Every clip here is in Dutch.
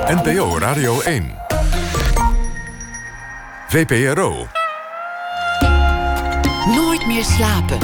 NPO Radio 1. VPRO. Nooit meer slapen.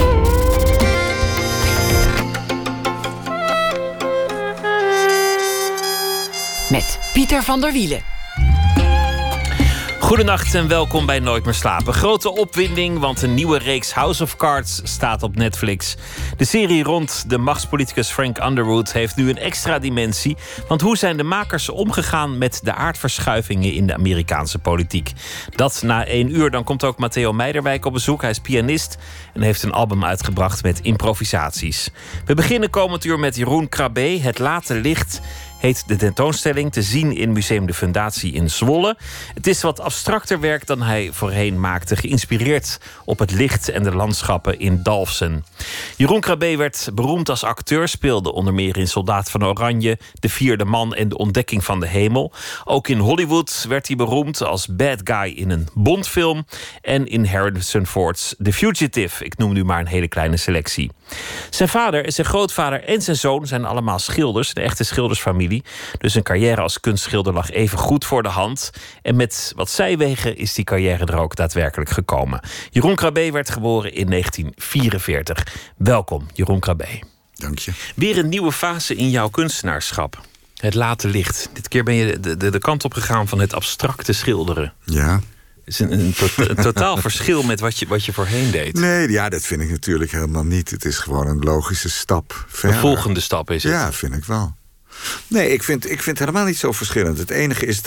Met Pieter van der Wielen. Goedenacht en welkom bij Nooit meer slapen. Grote opwinding, want een nieuwe reeks House of Cards staat op Netflix. De serie rond de machtspoliticus Frank Underwood heeft nu een extra dimensie. Want hoe zijn de makers omgegaan met de aardverschuivingen in de Amerikaanse politiek? Dat na 1 uur. Dan komt ook Matteo Meiderwijk op bezoek. Hij is pianist en heeft een album uitgebracht met improvisaties. We beginnen komend uur met Jeroen Krabbe. Het late licht heet de tentoonstelling, te zien in Museum de Fundatie in Zwolle. Het is wat abstracter werk dan hij voorheen maakte, geïnspireerd op het licht en de landschappen in Dalfsen. Jeroen Krabbe werd beroemd als acteur, speelde onder meer in Soldaat van Oranje, De Vierde Man en De Ontdekking van de Hemel. Ook in Hollywood werd hij beroemd als bad guy in een Bondfilm en in Harrison Ford's The Fugitive. Ik noem nu maar een hele kleine selectie. Zijn vader, zijn grootvader en zijn zoon zijn allemaal schilders, een echte schildersfamilie. Dus een carrière als kunstschilder lag even goed voor de hand. En met wat zijwegen is die carrière er ook daadwerkelijk gekomen. Jeroen Krabbe werd geboren in 1944. Welkom, Jeroen Krabbe. Dank je. Weer een nieuwe fase in jouw kunstenaarschap. Het late licht. Dit keer ben je de kant op gegaan van het abstracte schilderen. Ja. Het is een totaal verschil met wat je voorheen deed. Nee, ja, dat vind ik natuurlijk helemaal niet. Het is gewoon een logische stap verder. De volgende stap is het. Ja, vind ik wel. Nee, ik vind het helemaal niet zo verschillend. Het enige is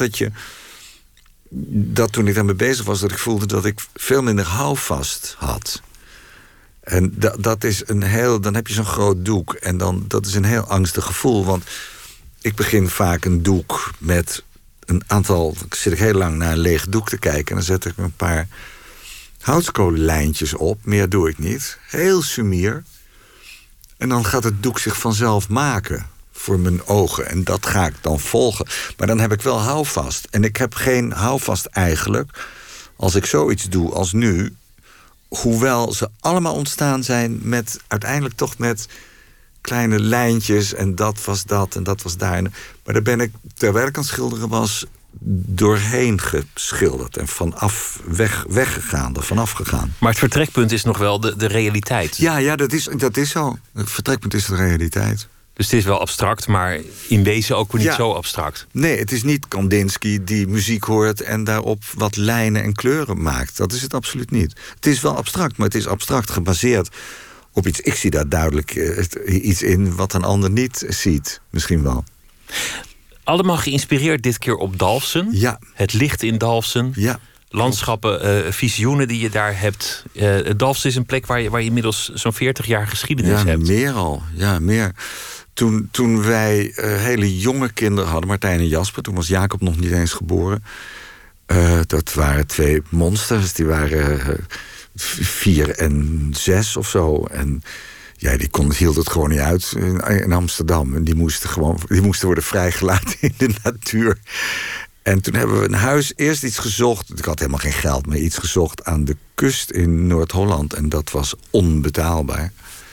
dat toen ik daarmee bezig was, dat ik voelde dat ik veel minder houvast had. En dat is dan heb je zo'n groot doek. En dat is een heel angstig gevoel. Want ik begin vaak een doek met een aantal, zit ik heel lang naar een leeg doek te kijken. En dan zet ik een paar houtskolenlijntjes op. Meer doe ik niet. Heel sumier. En dan gaat het doek zich vanzelf maken voor mijn ogen. En dat ga ik dan volgen. Maar dan heb ik wel houvast. En ik heb geen houvast eigenlijk als ik zoiets doe als nu. Hoewel ze allemaal ontstaan zijn uiteindelijk toch met kleine lijntjes. En dat was dat en dat was daar. Maar daar ben ik, terwijl ik aan het schilderen was, doorheen geschilderd. En weggegaan, er vanaf gegaan. Maar het vertrekpunt is nog wel de realiteit. Ja, dat is zo. Het vertrekpunt is de realiteit. Dus het is wel abstract, maar in wezen ook weer niet zo abstract. Nee, het is niet Kandinsky die muziek hoort en daarop wat lijnen en kleuren maakt. Dat is het absoluut niet. Het is wel abstract, maar het is abstract gebaseerd op iets. Ik zie daar duidelijk iets in wat een ander niet ziet. Misschien wel. Allemaal geïnspireerd dit keer op Dalfsen. Ja. Het licht in Dalfsen. Ja. Landschappen, visioenen die je daar hebt. Dalfsen is een plek waar je inmiddels zo'n 40 jaar geschiedenis hebt. Ja, meer al. Ja, meer. Toen wij hele jonge kinderen hadden, Martijn en Jasper, toen was Jacob nog niet eens geboren. Dat waren 2 monsters. Die waren 4 en 6 of zo. En ja, hield het gewoon niet uit in Amsterdam. En die moesten worden vrijgelaten in de natuur. En toen hebben we een huis, eerst iets gezocht. Ik had helemaal geen geld, maar iets gezocht aan de kust in Noord-Holland. En dat was onbetaalbaar.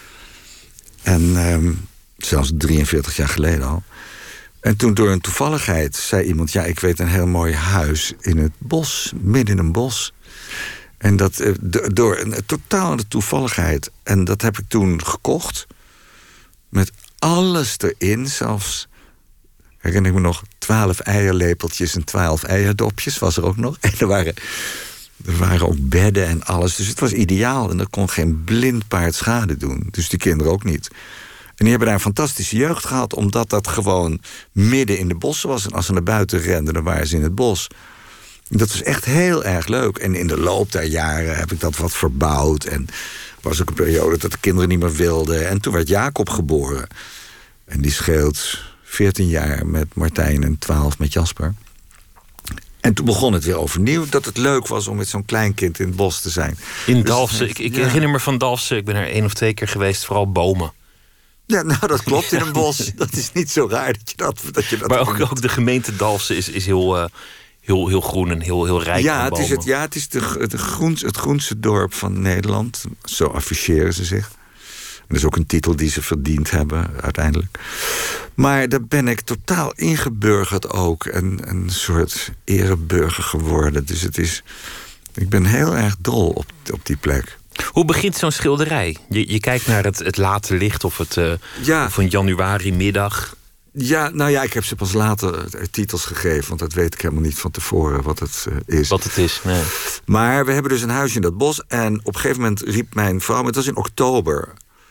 En zelfs 43 jaar geleden al. En toen door een toevalligheid zei iemand, ja, ik weet een heel mooi huis in het bos, midden in een bos. En dat door een totale toevalligheid. En dat heb ik toen gekocht. Met alles erin, zelfs, herinner ik me nog, 12 eierlepeltjes en 12 eierdopjes was er ook nog. En er waren ook bedden en alles. Dus het was ideaal. En er kon geen blind paard schade doen. Dus die kinderen ook niet. En die hebben daar een fantastische jeugd gehad, omdat dat gewoon midden in de bossen was. En als ze naar buiten renden, dan waren ze in het bos. En dat was echt heel erg leuk. En in de loop der jaren heb ik dat wat verbouwd. En er was ook een periode dat de kinderen niet meer wilden. En toen werd Jacob geboren. En die scheelt 14 jaar met Martijn en 12 met Jasper. En toen begon het weer overnieuw, dat het leuk was om met zo'n klein kind in het bos te zijn. In Dalfsen, ik herinner me van Dalfsen, ik ben er 1 of 2 keer geweest, vooral bomen. Ja, nou, dat klopt in een bos. Dat is niet zo raar dat je dat maar ook de gemeente Dalfsen is heel groen en heel rijk aan bomen. Het is het groenste dorp van Nederland. Zo afficheren ze zich. En dat is ook een titel die ze verdiend hebben, uiteindelijk. Maar daar ben ik totaal ingeburgerd ook. En een soort ereburger geworden. Dus ik ben heel erg dol op die plek. Hoe begint zo'n schilderij? Je kijkt naar het late licht of of een januarimiddag. Ja, nou ja, ik heb ze pas later titels gegeven. Want dat weet ik helemaal niet van tevoren wat het is. Wat het is, nee. Maar we hebben dus een huisje in dat bos. En op een gegeven moment riep mijn vrouw... Het was in oktober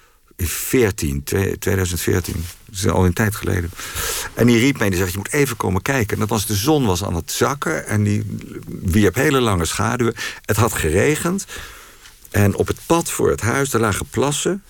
2014. Dat is al een tijd geleden. En die riep mij en die zei, je moet even komen kijken. En de zon was aan het zakken. En die wierp hele lange schaduwen. Het had geregend. En op het pad voor het huis, daar lagen plassen.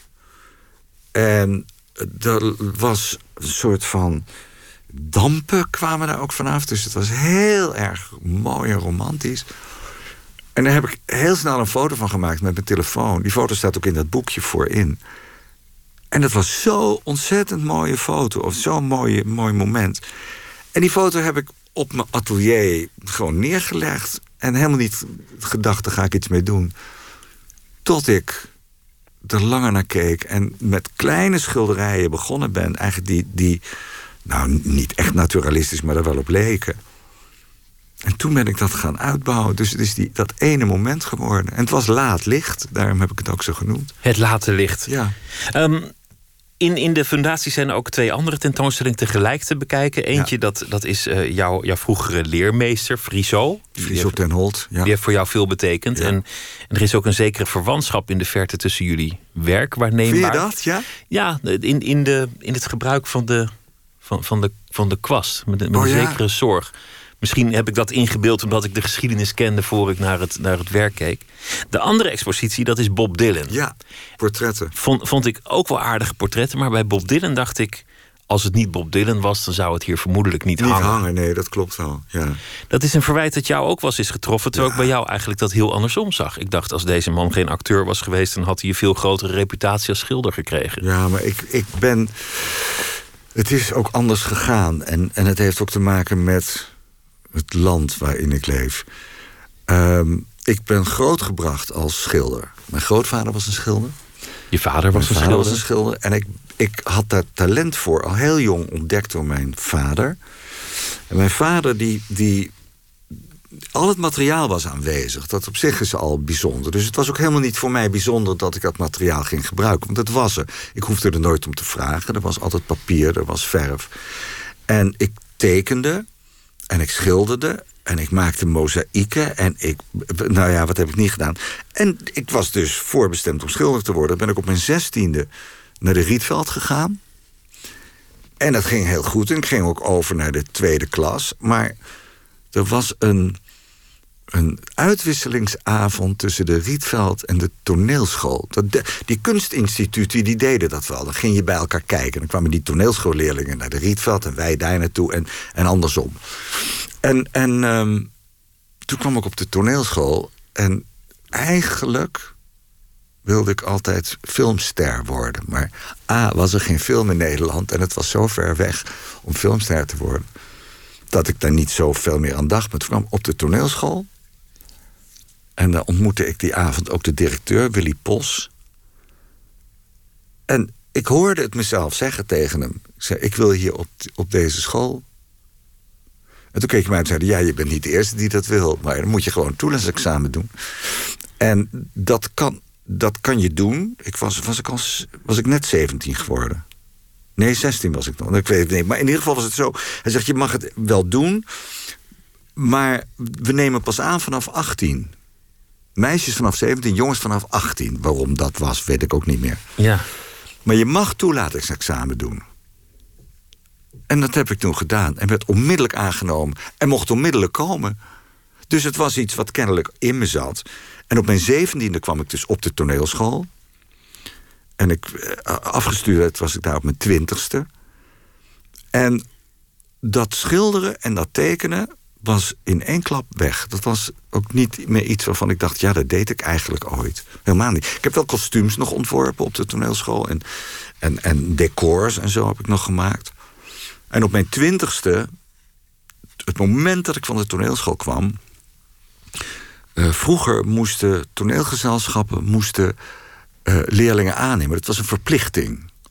En er was een soort van dampen kwamen daar ook vanaf. Dus het was heel erg mooi en romantisch. En daar heb ik heel snel een foto van gemaakt met mijn telefoon. Die foto staat ook in dat boekje voorin. En dat was zo'n ontzettend mooie foto. Of zo'n mooi moment. En die foto heb ik op mijn atelier gewoon neergelegd. En helemaal niet gedacht, daar ga ik iets mee doen. Tot ik er langer naar keek en met kleine schilderijen begonnen ben. Eigenlijk die nou, niet echt naturalistisch, maar er wel op leken. En toen ben ik dat gaan uitbouwen. Dus het is dat ene moment geworden. En het was laat licht, daarom heb ik het ook zo genoemd. Het late licht. Ja. In de fundatie zijn ook 2 andere tentoonstellingen tegelijk te bekijken. Eentje, dat is jouw vroegere leermeester, Friso. Friso ten Holt, ja. Die heeft voor jou veel betekend. Ja. En er is ook een zekere verwantschap in de verte tussen jullie werk waarneembaar. Vind je dat, ja? Ja, in het gebruik van de kwast. Met een zekere zorg. Misschien heb ik dat ingebeeld omdat ik de geschiedenis kende voor ik naar het werk keek. De andere expositie, dat is Bob Dylan. Ja, portretten. Vond ik ook wel aardige portretten. Maar bij Bob Dylan dacht ik, als het niet Bob Dylan was, dan zou het hier vermoedelijk niet hangen. Nee, dat klopt wel. Ja. Dat is een verwijt dat jou ook was is getroffen. Terwijl ik bij jou eigenlijk dat heel andersom zag. Ik dacht, als deze man geen acteur was geweest, dan had hij een veel grotere reputatie als schilder gekregen. Ja, maar ik ben... Het is ook anders gegaan. En het heeft ook te maken met het land waarin ik leef. Ik ben grootgebracht als schilder. Mijn grootvader was een schilder. Je vader was een schilder? En ik had daar talent voor, al heel jong ontdekt door mijn vader. En mijn vader, die al het materiaal was aanwezig. Dat op zich is al bijzonder. Dus het was ook helemaal niet voor mij bijzonder dat ik dat materiaal ging gebruiken. Want het was er. Ik hoefde er nooit om te vragen. Er was altijd papier, er was verf. En ik tekende en ik schilderde en ik maakte mozaïeken. En wat heb ik niet gedaan? En ik was dus voorbestemd om schilder te worden. Dan ben ik op mijn 16e naar de Rietveld gegaan. En dat ging heel goed. En ik ging ook over naar de 2e klas. Maar er was een uitwisselingsavond tussen de Rietveld en de toneelschool. Die kunstinstituten die deden dat wel. Dan ging je bij elkaar kijken. Dan kwamen die toneelschoolleerlingen naar de Rietveld en wij daar naartoe en andersom. En toen kwam ik op de toneelschool en eigenlijk wilde ik altijd filmster worden. Maar was er geen film in Nederland en het was zo ver weg om filmster te worden dat ik daar niet zoveel meer aan dacht. Maar toen kwam ik op de toneelschool en dan ontmoette ik die avond ook de directeur, Willy Pos. En ik hoorde het mezelf zeggen tegen hem. Ik zei, ik wil hier op deze school. En toen keek hij mij en zei, ja, je bent niet de eerste die dat wil, maar dan moet je gewoon toelatingsexamen doen. En dat kan je doen. Was ik net 17 geworden. Nee, 16 was ik nog. Ik weet het niet. Maar in ieder geval was het zo. Hij zegt, je mag het wel doen, maar we nemen pas aan vanaf 18. Meisjes vanaf 17, jongens vanaf 18. Waarom dat was, weet ik ook niet meer. Ja. Maar je mag toelatingsexamen doen. En dat heb ik toen gedaan. En werd onmiddellijk aangenomen. En mocht onmiddellijk komen. Dus het was iets wat kennelijk in me zat. En op mijn 17e kwam ik dus op de toneelschool. En afgestudeerd was ik daar op mijn 20ste. En dat schilderen en dat tekenen was in één klap weg. Dat was ook niet meer iets waarvan ik dacht, ja, dat deed ik eigenlijk ooit. Helemaal niet. Ik heb wel kostuums nog ontworpen op de toneelschool. En decors en zo heb ik nog gemaakt. En op mijn 20ste, het moment dat ik van de toneelschool kwam, vroeger moesten toneelgezelschappen leerlingen aannemen. Dat was een verplichting.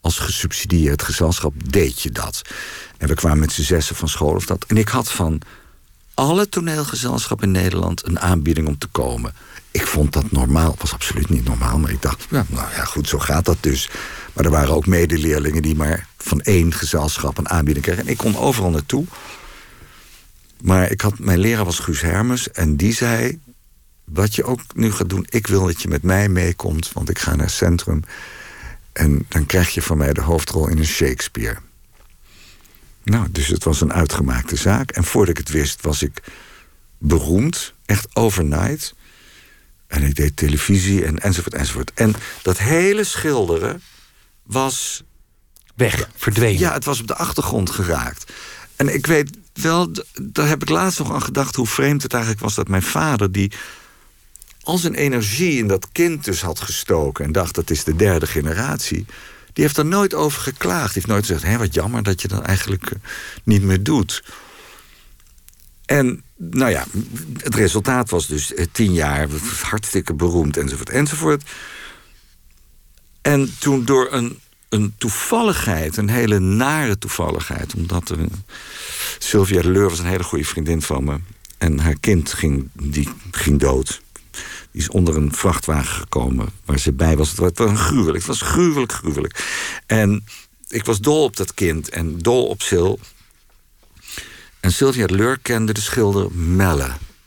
als gesubsidieerd gezelschap deed je dat. En we kwamen met z'n 6 van school of dat. En ik had van alle toneelgezelschappen in Nederland een aanbieding om te komen. Ik vond dat normaal. Het was absoluut niet normaal, maar ik dacht, nou ja, goed, zo gaat dat dus. Maar er waren ook medeleerlingen die maar van 1 gezelschap een aanbieding kregen. En ik kon overal naartoe. Maar mijn leraar was Guus Hermes en die zei, wat je ook nu gaat doen, ik wil dat je met mij meekomt, want ik ga naar Centrum. En dan krijg je van mij de hoofdrol in een Shakespeare. Nou, dus het was een uitgemaakte zaak. En voordat ik het wist, was ik beroemd. Echt overnight. En ik deed televisie en enzovoort, enzovoort. En dat hele schilderen was weg, verdwenen. Ja, het was op de achtergrond geraakt. En ik weet wel, daar heb ik laatst nog aan gedacht, hoe vreemd het eigenlijk was dat mijn vader, die al zijn energie in dat kind dus had gestoken en dacht, dat is de 3e generatie, die heeft er nooit over geklaagd. Die heeft nooit gezegd, wat jammer dat je dat eigenlijk niet meer doet. En nou ja, het resultaat was dus 10 jaar, hartstikke beroemd, enzovoort, enzovoort. En toen door een toevalligheid, een hele nare toevalligheid, omdat Sylvia de Leur was een hele goede vriendin van me, en haar kind ging dood. Die is onder een vrachtwagen gekomen waar ze bij was. Het was gruwelijk. Het was gruwelijk. En ik was dol op dat kind en dol op Sil. En Sylvia de Leur kende de schilder Melle.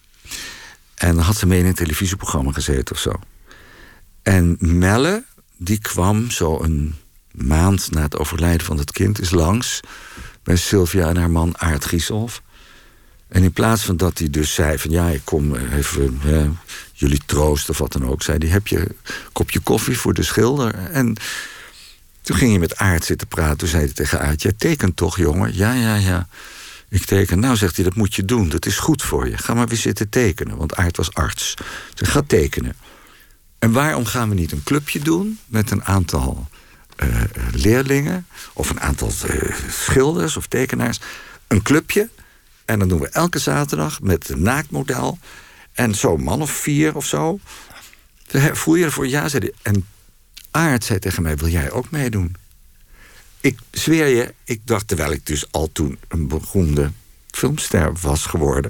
En dan had ze mee in een televisieprogramma gezeten of zo. En Melle, die kwam zo een maand na het overlijden van het kind, is langs bij Sylvia en haar man Aart Gieshoff. En in plaats van dat hij dus zei van ja, ik kom even jullie troosten of wat dan ook, zei hij, heb je een kopje koffie voor de schilder? En toen ging hij met Aart zitten praten. Toen zei hij tegen Aart, jij tekent toch, jongen? Ja, ik teken. Nou, zegt hij, dat moet je doen, dat is goed voor je. Ga maar weer zitten tekenen, want Aart was arts. Dus ga tekenen. En waarom gaan we niet een clubje doen met een aantal leerlingen of een aantal schilders of tekenaars? Een clubje. En dan doen we elke zaterdag met een naaktmodel. En zo'n man of 4 of zo. Voel je ervoor? Ja, zei hij. En Aart zei tegen mij, wil jij ook meedoen? Ik zweer je, ik dacht, terwijl ik dus al toen een beroemde filmster was geworden,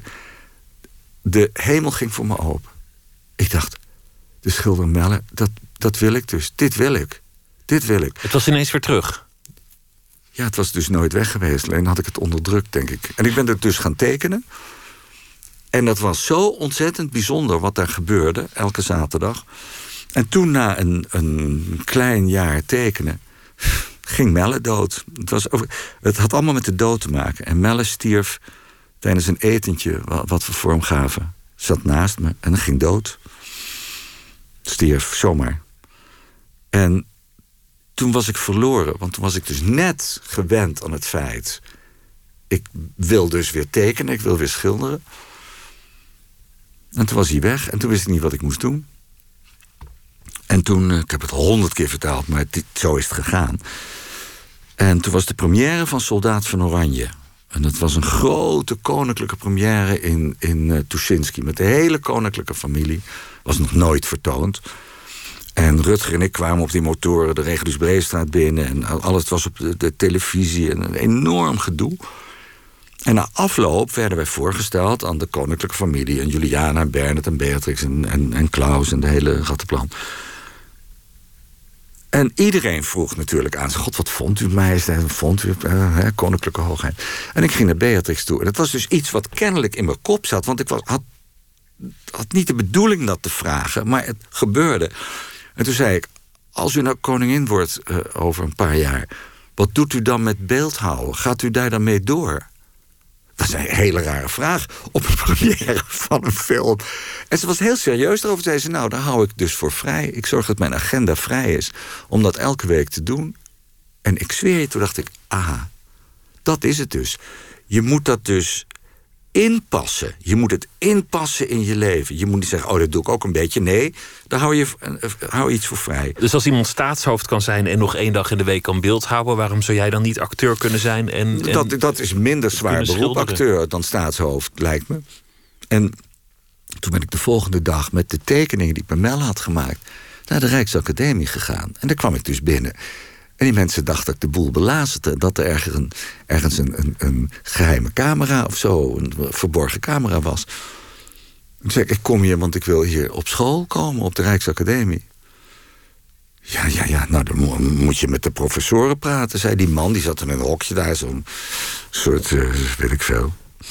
de hemel ging voor me open. Ik dacht, de schilder Melle, dat wil ik dus. Dit wil ik. Het was ineens weer terug. Ja, het was dus nooit weg geweest. Alleen had ik het onderdrukt, denk ik. En ik ben er dus gaan tekenen. En dat was zo ontzettend bijzonder wat daar gebeurde, elke zaterdag. En toen, na een klein jaar tekenen, ging Melle dood. Het had allemaal met de dood te maken. En Melle stierf tijdens een etentje wat we voor hem gaven. Zat naast me en ging dood. Stierf, zomaar. En toen was ik verloren, want toen was ik dus net gewend aan het feit, ik wil dus weer tekenen, ik wil weer schilderen. En toen was hij weg en toen wist ik niet wat ik moest doen. En toen, ik heb het 100 keer verteld, maar zo is het gegaan. En toen was de première van Soldaat van Oranje. En dat was een grote koninklijke première in Tuschinski, met de hele koninklijke familie. Was nog nooit vertoond. En Rutger en ik kwamen op die motoren de Regulus Breestraat binnen. En alles was op de televisie. En een enorm gedoe. En na afloop werden wij voorgesteld aan de koninklijke familie. En Juliana, en Bernard en Beatrix en Klaus en de hele rattenplan. En iedereen vroeg natuurlijk aan, god, wat vond u, majesteit? Wat vond u, koninklijke hoogheid? En ik ging naar Beatrix toe. En dat was dus iets wat kennelijk in mijn kop zat. Want ik had niet de bedoeling dat te vragen, maar het gebeurde. En toen zei ik, als u nou koningin wordt over een paar jaar, wat doet u dan met beeldhouwen? Gaat u daar dan mee door? Dat is een hele rare vraag op een première van een film. En ze was heel serieus erover. Zei ze, nou, daar hou ik dus voor vrij. Ik zorg dat mijn agenda vrij is om dat elke week te doen. En ik zweer je, toen dacht ik, dat is het dus. Je moet dat dus inpassen. Je moet het inpassen in je leven. Je moet niet zeggen, dat doe ik ook een beetje. Nee, daar hou je iets voor vrij. Dus als iemand staatshoofd kan zijn en nog 1 dag in de week kan beeldhouden, waarom zou jij dan niet acteur kunnen zijn? Dat is minder zwaar beroep, acteur, dan staatshoofd, lijkt me. En toen ben ik de volgende dag met de tekeningen die ik bij Mel had gemaakt naar de Rijksacademie gegaan. En daar kwam ik dus binnen. En die mensen dachten dat ik de boel belazerde. Dat er ergens een geheime camera of zo, een verborgen camera was. Ik zei, ik kom hier, want ik wil hier op school komen, op de Rijksacademie. Ja, nou dan moet je met de professoren praten, zei die man. Die zat in een hokje daar, zo'n soort, weet ik veel.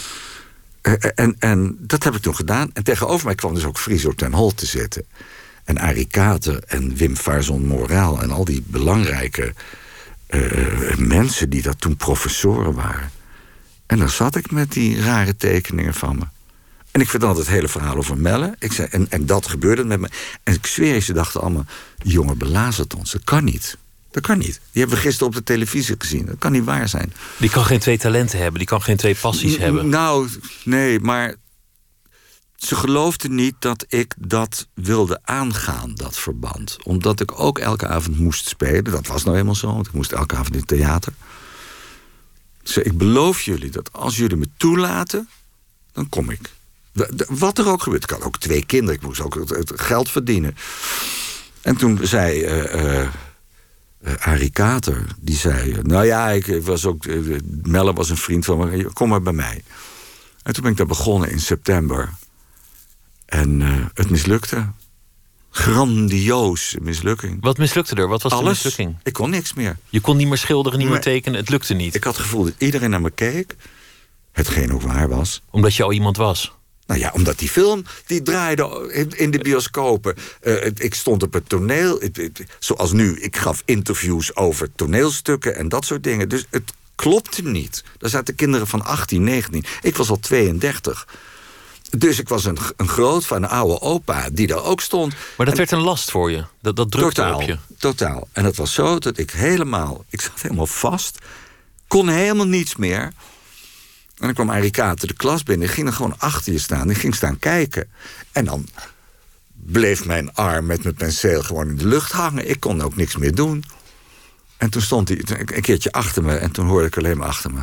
En dat heb ik toen gedaan. En tegenover mij kwam dus ook Friso ten Holt te zitten. En Arie Kater en Wim Varzon-Moraal en al die belangrijke mensen die dat toen professoren waren. En dan zat ik met die rare tekeningen van me. En ik vertelde het hele verhaal over Melle. Ik zei, en dat gebeurde met me. En ik zweer je, ze dachten allemaal, die jongen belazert ons. Dat kan niet. Dat kan niet. Die hebben we gisteren op de televisie gezien. Dat kan niet waar zijn. Die kan geen 2 talenten hebben. Die kan geen 2 passies hebben. Nou, nee, maar ze geloofden niet dat ik dat wilde aangaan, dat verband. Omdat ik ook elke avond moest spelen. Dat was nou helemaal zo, want ik moest elke avond in het theater. Dus ik beloof jullie dat als jullie me toelaten, dan kom ik. Wat er ook gebeurt. Ik had ook 2 kinderen. Ik moest ook het geld verdienen. En toen zei Arie Kater, die zei, nou ja, ik was ook, Melle was een vriend van me, kom maar bij mij. En toen ben ik daar begonnen in september. En het mislukte. Grandioos mislukking. Wat mislukte er? Wat was alles. De mislukking? Ik kon niks meer. Je kon niet meer schilderen, niet meer tekenen. Het lukte niet. Ik had het gevoel dat iedereen naar me keek. Hetgeen ook waar was. Omdat je al iemand was. Nou ja, omdat die film, die draaide in de bioscopen. Ik stond op het toneel. Zoals nu, ik gaf interviews over toneelstukken en dat soort dingen. Dus het klopte niet. Daar zaten kinderen van 18, 19. Ik was al 32. Dus ik was een grootvader, een oude opa, die daar ook stond. Maar dat werd een last voor je? Dat drukte totaal, op je? Totaal. En het was zo dat ik zat helemaal vast. Kon helemaal niets meer. En dan kwam Arie Kater de klas binnen. Ik ging er gewoon achter je staan. Ik ging staan kijken. En dan bleef mijn arm met mijn penseel gewoon in de lucht hangen. Ik kon ook niks meer doen. En toen stond hij een keertje achter me. En toen hoorde ik alleen maar achter me.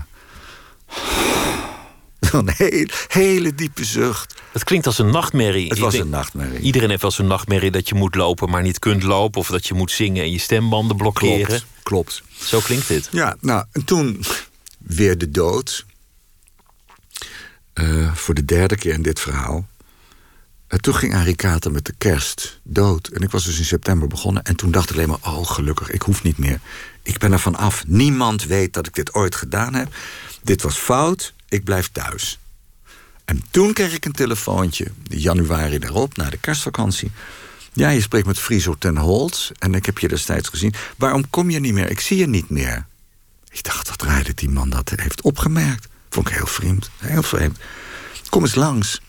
Een hele diepe zucht. Het klinkt als een nachtmerrie. Het was een nachtmerrie. Iedereen heeft wel zo'n nachtmerrie dat je moet lopen, maar niet kunt lopen. Of dat je moet zingen en je stembanden blokkeren. Klopt. Zo klinkt dit. Ja, nou, en toen weer de dood. Voor de 3e keer in dit verhaal. Toen ging Arie Kater met de kerst dood. En ik was dus in september begonnen. En toen dacht ik alleen maar, oh gelukkig, ik hoef niet meer. Ik ben er van af. Niemand weet dat ik dit ooit gedaan heb. Dit was fout. Ik blijf thuis. En toen kreeg ik een telefoontje, januari daarop, na de kerstvakantie. Ja, je spreekt met Friso ten Holt. En ik heb je destijds gezien. Waarom kom je niet meer? Ik zie je niet meer. Ik dacht, dat draaide die man dat heeft opgemerkt. Vond ik heel vreemd. Heel vreemd. Kom eens langs.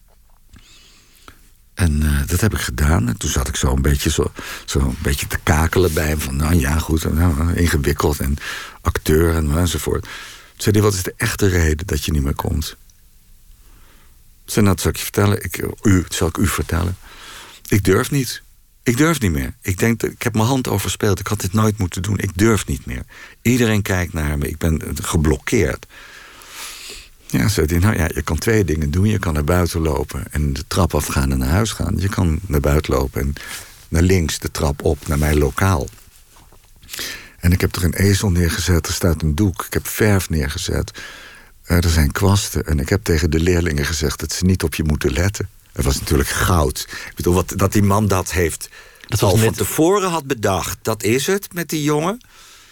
En dat heb ik gedaan. En toen zat ik zo een beetje te kakelen bij hem. Van, nou ja, goed, nou, ingewikkeld. En acteur enzovoort. Toen zei hij, wat is de echte reden dat je niet meer komt? Ik zei, nou, dat zal ik je vertellen. Zal ik u vertellen. Ik durf niet. Ik durf niet meer. Ik denk, ik heb mijn hand overspeeld. Ik had dit nooit moeten doen. Ik durf niet meer. Iedereen kijkt naar me. Ik ben geblokkeerd. Ja, zei hij, nou ja, je kan 2 dingen doen. Je kan naar buiten lopen en de trap afgaan en naar huis gaan. Je kan naar buiten lopen en naar links de trap op, naar mijn lokaal. En ik heb er een ezel neergezet, er staat een doek. Ik heb verf neergezet. Er zijn kwasten. En ik heb tegen de leerlingen gezegd dat ze niet op je moeten letten. Het was natuurlijk goud. Ik bedoel, dat die man dat heeft dat al van tevoren had bedacht. Dat is het met die jongen.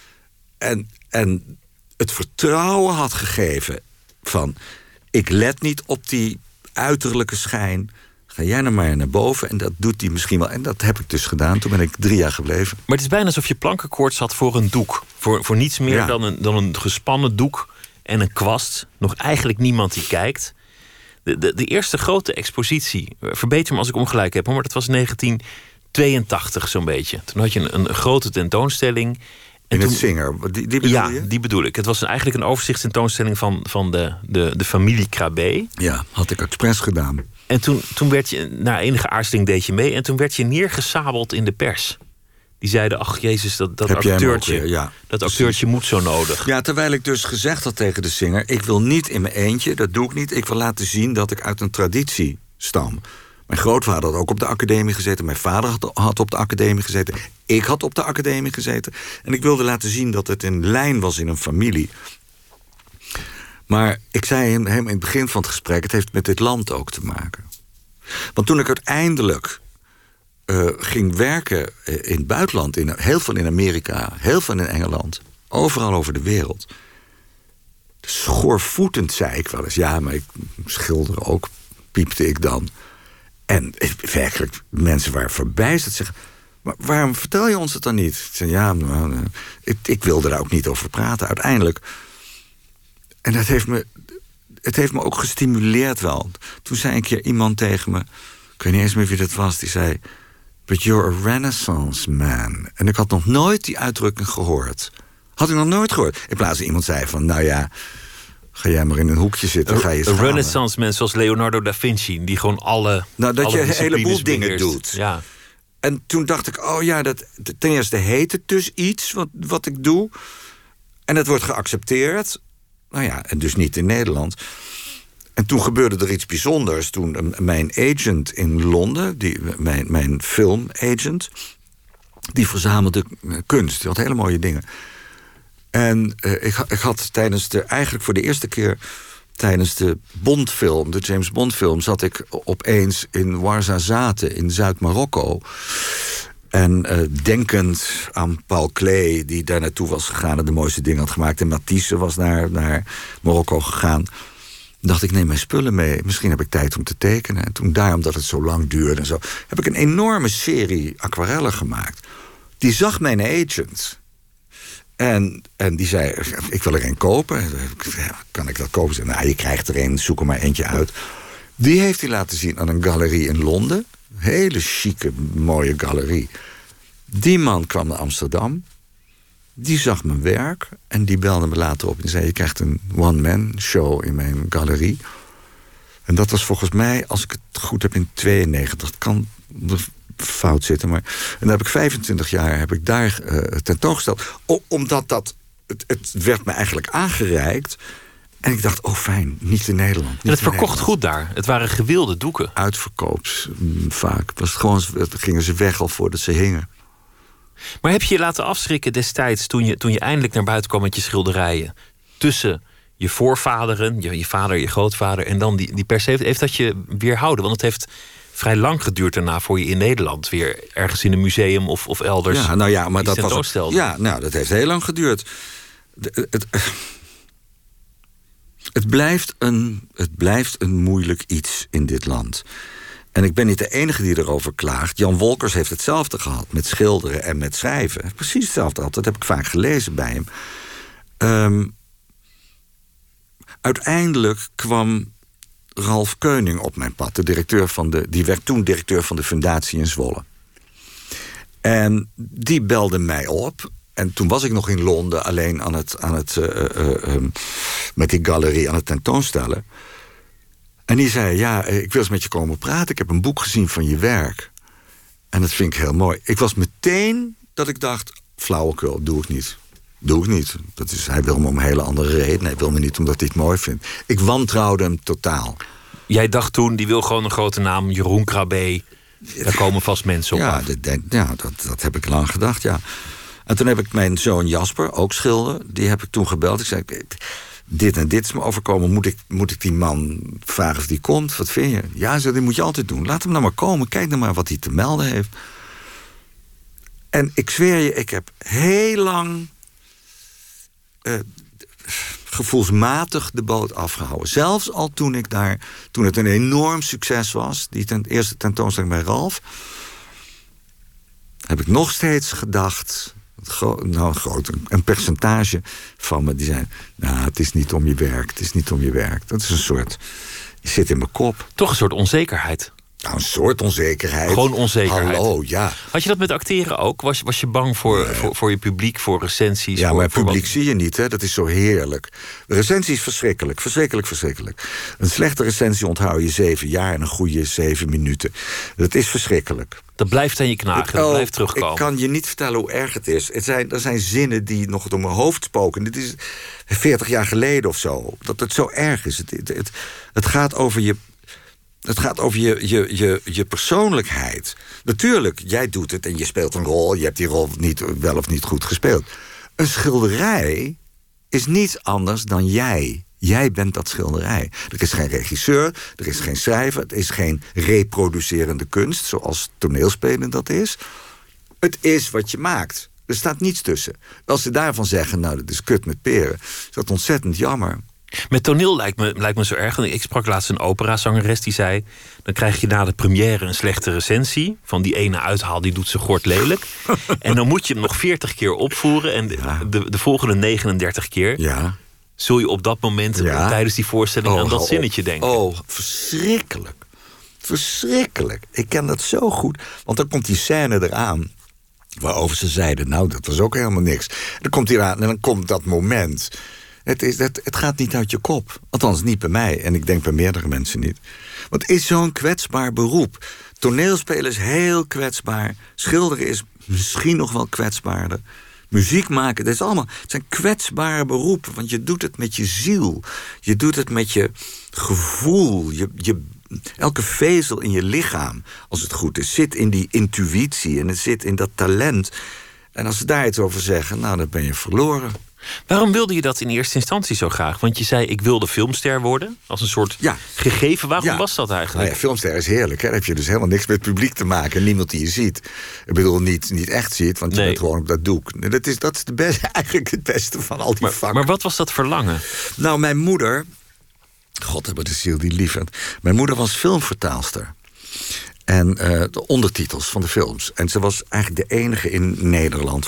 En het vertrouwen had gegeven van, ik let niet op die uiterlijke schijn. Ga jij nou maar naar boven. En dat doet hij misschien wel. En dat heb ik dus gedaan. Toen ben ik 3 jaar gebleven. Maar het is bijna alsof je plankenkoorts had voor een doek. Voor niets meer dan een gespannen doek en een kwast. Nog eigenlijk niemand die kijkt. De eerste grote expositie, verbeter me als ik ongelijk heb, maar dat was 1982 zo'n beetje. Toen had je een grote tentoonstelling. En in het Singer, die bedoel je? Ja, die bedoel ik. Het was eigenlijk een overzichtstentoonstelling van de familie Krabbe. Ja, had ik expres gedaan. En toen werd je, na enige aarzeling deed je mee, en toen werd je neergesabeld in de pers. Die zeiden, ach jezus, dat acteurtje moet zo nodig. Ja, terwijl ik dus gezegd had tegen de Singer, ik wil niet in mijn eentje, dat doe ik niet. Ik wil laten zien dat ik uit een traditie stam. Mijn grootvader had ook op de academie gezeten. Mijn vader had op de academie gezeten. Ik had op de academie gezeten. En ik wilde laten zien dat het een lijn was in een familie. Maar ik zei hem in het begin van het gesprek... het heeft met dit land ook te maken. Want toen ik uiteindelijk ging werken in het buitenland... heel veel in Amerika, heel veel in Engeland... overal over de wereld... schoorvoetend zei ik wel eens... ja, maar ik schilder ook, piepte ik dan... En werkelijk, mensen waren verbijsterd. Zeggen, maar waarom vertel je ons het dan niet? Ik zei, ja, nou, ik wilde daar ook niet over praten. Uiteindelijk. En het heeft me ook gestimuleerd wel. Toen zei een keer iemand tegen me... ik weet niet eens meer wie dat was, die zei... But you're a renaissance man. En ik had nog nooit die uitdrukking gehoord. Had ik nog nooit gehoord. In plaats van iemand zei van, nou ja... ga jij maar in een hoekje zitten, ga je schamen. Een renaissance man zoals Leonardo da Vinci... die gewoon alle dat je een heleboel dingen beheerst. doet. Ja. En toen dacht ik, oh ja, ten eerste heet het dus iets wat ik doe. En het wordt geaccepteerd. Nou ja, en dus niet in Nederland. En toen gebeurde er iets bijzonders. Toen mijn agent in Londen, mijn filmagent... die verzamelde kunst. Die had hele mooie dingen. En ik had eigenlijk voor de eerste keer... tijdens de Bondfilm, de James Bond-film... zat ik opeens in Ouarzazate in Zuid-Marokko. En denkend aan Paul Klee, die daar naartoe was gegaan... en de mooiste dingen had gemaakt. En Matisse was naar Marokko gegaan. Dacht ik, neem mijn spullen mee. Misschien heb ik tijd om te tekenen. En toen daarom dat het zo lang duurde en zo... heb ik een enorme serie aquarellen gemaakt. Die zag mijn agent... En die zei, ik wil er een kopen. Kan ik dat kopen? Zei, nou, je krijgt er een, zoek er maar eentje uit. Die heeft hij laten zien aan een galerie in Londen. Hele chique, mooie galerie. Die man kwam naar Amsterdam. Die zag mijn werk. En die belde me later op en zei... je krijgt een one-man show in mijn galerie. En dat was volgens mij, als ik het goed heb, in 92. Dat kan fout zitten, maar... En dan heb ik 25 jaar daar tentoongesteld. Omdat het werd me eigenlijk aangereikt. En ik dacht, oh fijn, niet in Nederland. En het verkocht goed daar. Het waren gewilde doeken. Uitverkoops, vaak. Gingen ze weg al voordat ze hingen. Maar heb je je laten afschrikken destijds... toen je eindelijk naar buiten kwam met je schilderijen... tussen je voorvaderen, je vader, je grootvader... en dan die pers heeft dat je weerhouden? Want het heeft vrij lang geduurd daarna voor je in Nederland... weer ergens in een museum of elders. Ja, nou ja, maar dat was... Ja, nou, dat heeft heel lang geduurd. Het blijft een moeilijk iets in dit land. En ik ben niet de enige die erover klaagt. Jan Wolkers heeft hetzelfde gehad met schilderen en met schrijven. Precies hetzelfde had. Dat heb ik vaak gelezen bij hem. Uiteindelijk kwam Ralf Keuning op mijn pad. Die werd toen directeur van de fundatie in Zwolle. En die belde mij op. En toen was ik nog in Londen alleen met die galerie aan het tentoonstellen. En die zei, ja, ik wil eens met je komen praten. Ik heb een boek gezien van je werk. En dat vind ik heel mooi. Ik was meteen dat ik dacht, flauwekul, doe ik niet. Doe ik niet. Hij wil me om een hele andere reden. Hij wil me niet omdat hij het mooi vindt. Ik wantrouwde hem totaal. Jij dacht toen, die wil gewoon een grote naam, Jeroen Krabbe. Daar komen vast mensen op af. Dat heb ik lang gedacht, ja. En toen heb ik mijn zoon Jasper, ook schilder, die heb ik toen gebeld. Ik zei, dit en dit is me overkomen. Moet ik die man vragen of die komt? Wat vind je? Ja, dat moet je altijd doen. Laat hem nou maar komen. Kijk nou maar wat hij te melden heeft. En ik zweer je, ik heb heel lang gevoelsmatig de boot afgehouden. Zelfs al toen het een enorm succes was, die eerste tentoonstelling bij Ralf, heb ik nog steeds gedacht, een percentage van me die zei, nou, het is niet om je werk, het is niet om je werk. Dat is een soort, je zit in mijn kop. Toch een soort onzekerheid. Nou, een soort onzekerheid. Gewoon onzekerheid. Hallo, ja. Had je dat met acteren ook? Was je bang voor je publiek, voor recensies? Ja, maar publiek zie je niet, hè? Dat is zo heerlijk. De recensie is verschrikkelijk, verschrikkelijk. Een slechte recensie onthoud je 7 jaar en een goede 7 minuten. Dat is verschrikkelijk. Dat blijft aan je knagen, dat blijft terugkomen. Ik kan je niet vertellen hoe erg het is. Er zijn zinnen die nog door mijn hoofd spoken. Dit is 40 jaar geleden of zo. Dat het zo erg is. Het gaat over je... Het gaat over je persoonlijkheid. Natuurlijk, jij doet het en je speelt een rol. Je hebt die rol wel of niet goed gespeeld. Een schilderij is niets anders dan jij. Jij bent dat schilderij. Er is geen regisseur, er is geen schrijver... het is geen reproducerende kunst, zoals toneelspelen dat is. Het is wat je maakt. Er staat niets tussen. Als ze daarvan zeggen, nou, dat is kut met peren... is dat ontzettend jammer. Met toneel lijkt me zo erg. Ik sprak laatst een operazangeres die zei... dan krijg je na de première een slechte recensie... van die ene uithaal, die doet ze gort lelijk. En dan moet je hem nog 40 keer opvoeren... en de volgende 39 keer... Ja. Zul je op dat moment tijdens die voorstelling aan dat zinnetje denken. Oh, verschrikkelijk. Verschrikkelijk. Ik ken dat zo goed. Want dan komt die scène eraan... waarover ze zeiden, nou, dat was ook helemaal niks. Dan komt hij eraan en dan komt dat moment... Het gaat niet uit je kop. Althans, niet bij mij. En ik denk bij meerdere mensen niet. Want het is zo'n kwetsbaar beroep. Toneelspelen is heel kwetsbaar. Schilderen is misschien nog wel kwetsbaarder. Muziek maken, het zijn kwetsbare beroepen. Want je doet het met je ziel. Je doet het met je gevoel. Elke vezel in je lichaam, als het goed is, zit in die intuïtie. En het zit in dat talent. En als ze daar iets over zeggen, nou, dan ben je verloren. Waarom wilde je dat in eerste instantie zo graag? Want je zei, ik wilde filmster worden. Als een soort gegeven. Waarom was dat eigenlijk? Nou ja, filmster is heerlijk. Hè? Dan heb je dus helemaal niks met publiek te maken. Niemand die je ziet. Ik bedoel, niet echt ziet, want je bent gewoon op dat doek. Dat is eigenlijk het beste van al die vakken. Maar wat was dat verlangen? Nou, mijn moeder... God hebben de ziel die liefhebbt. Mijn moeder was filmvertaalster. En de ondertitels van de films. En ze was eigenlijk de enige in Nederland.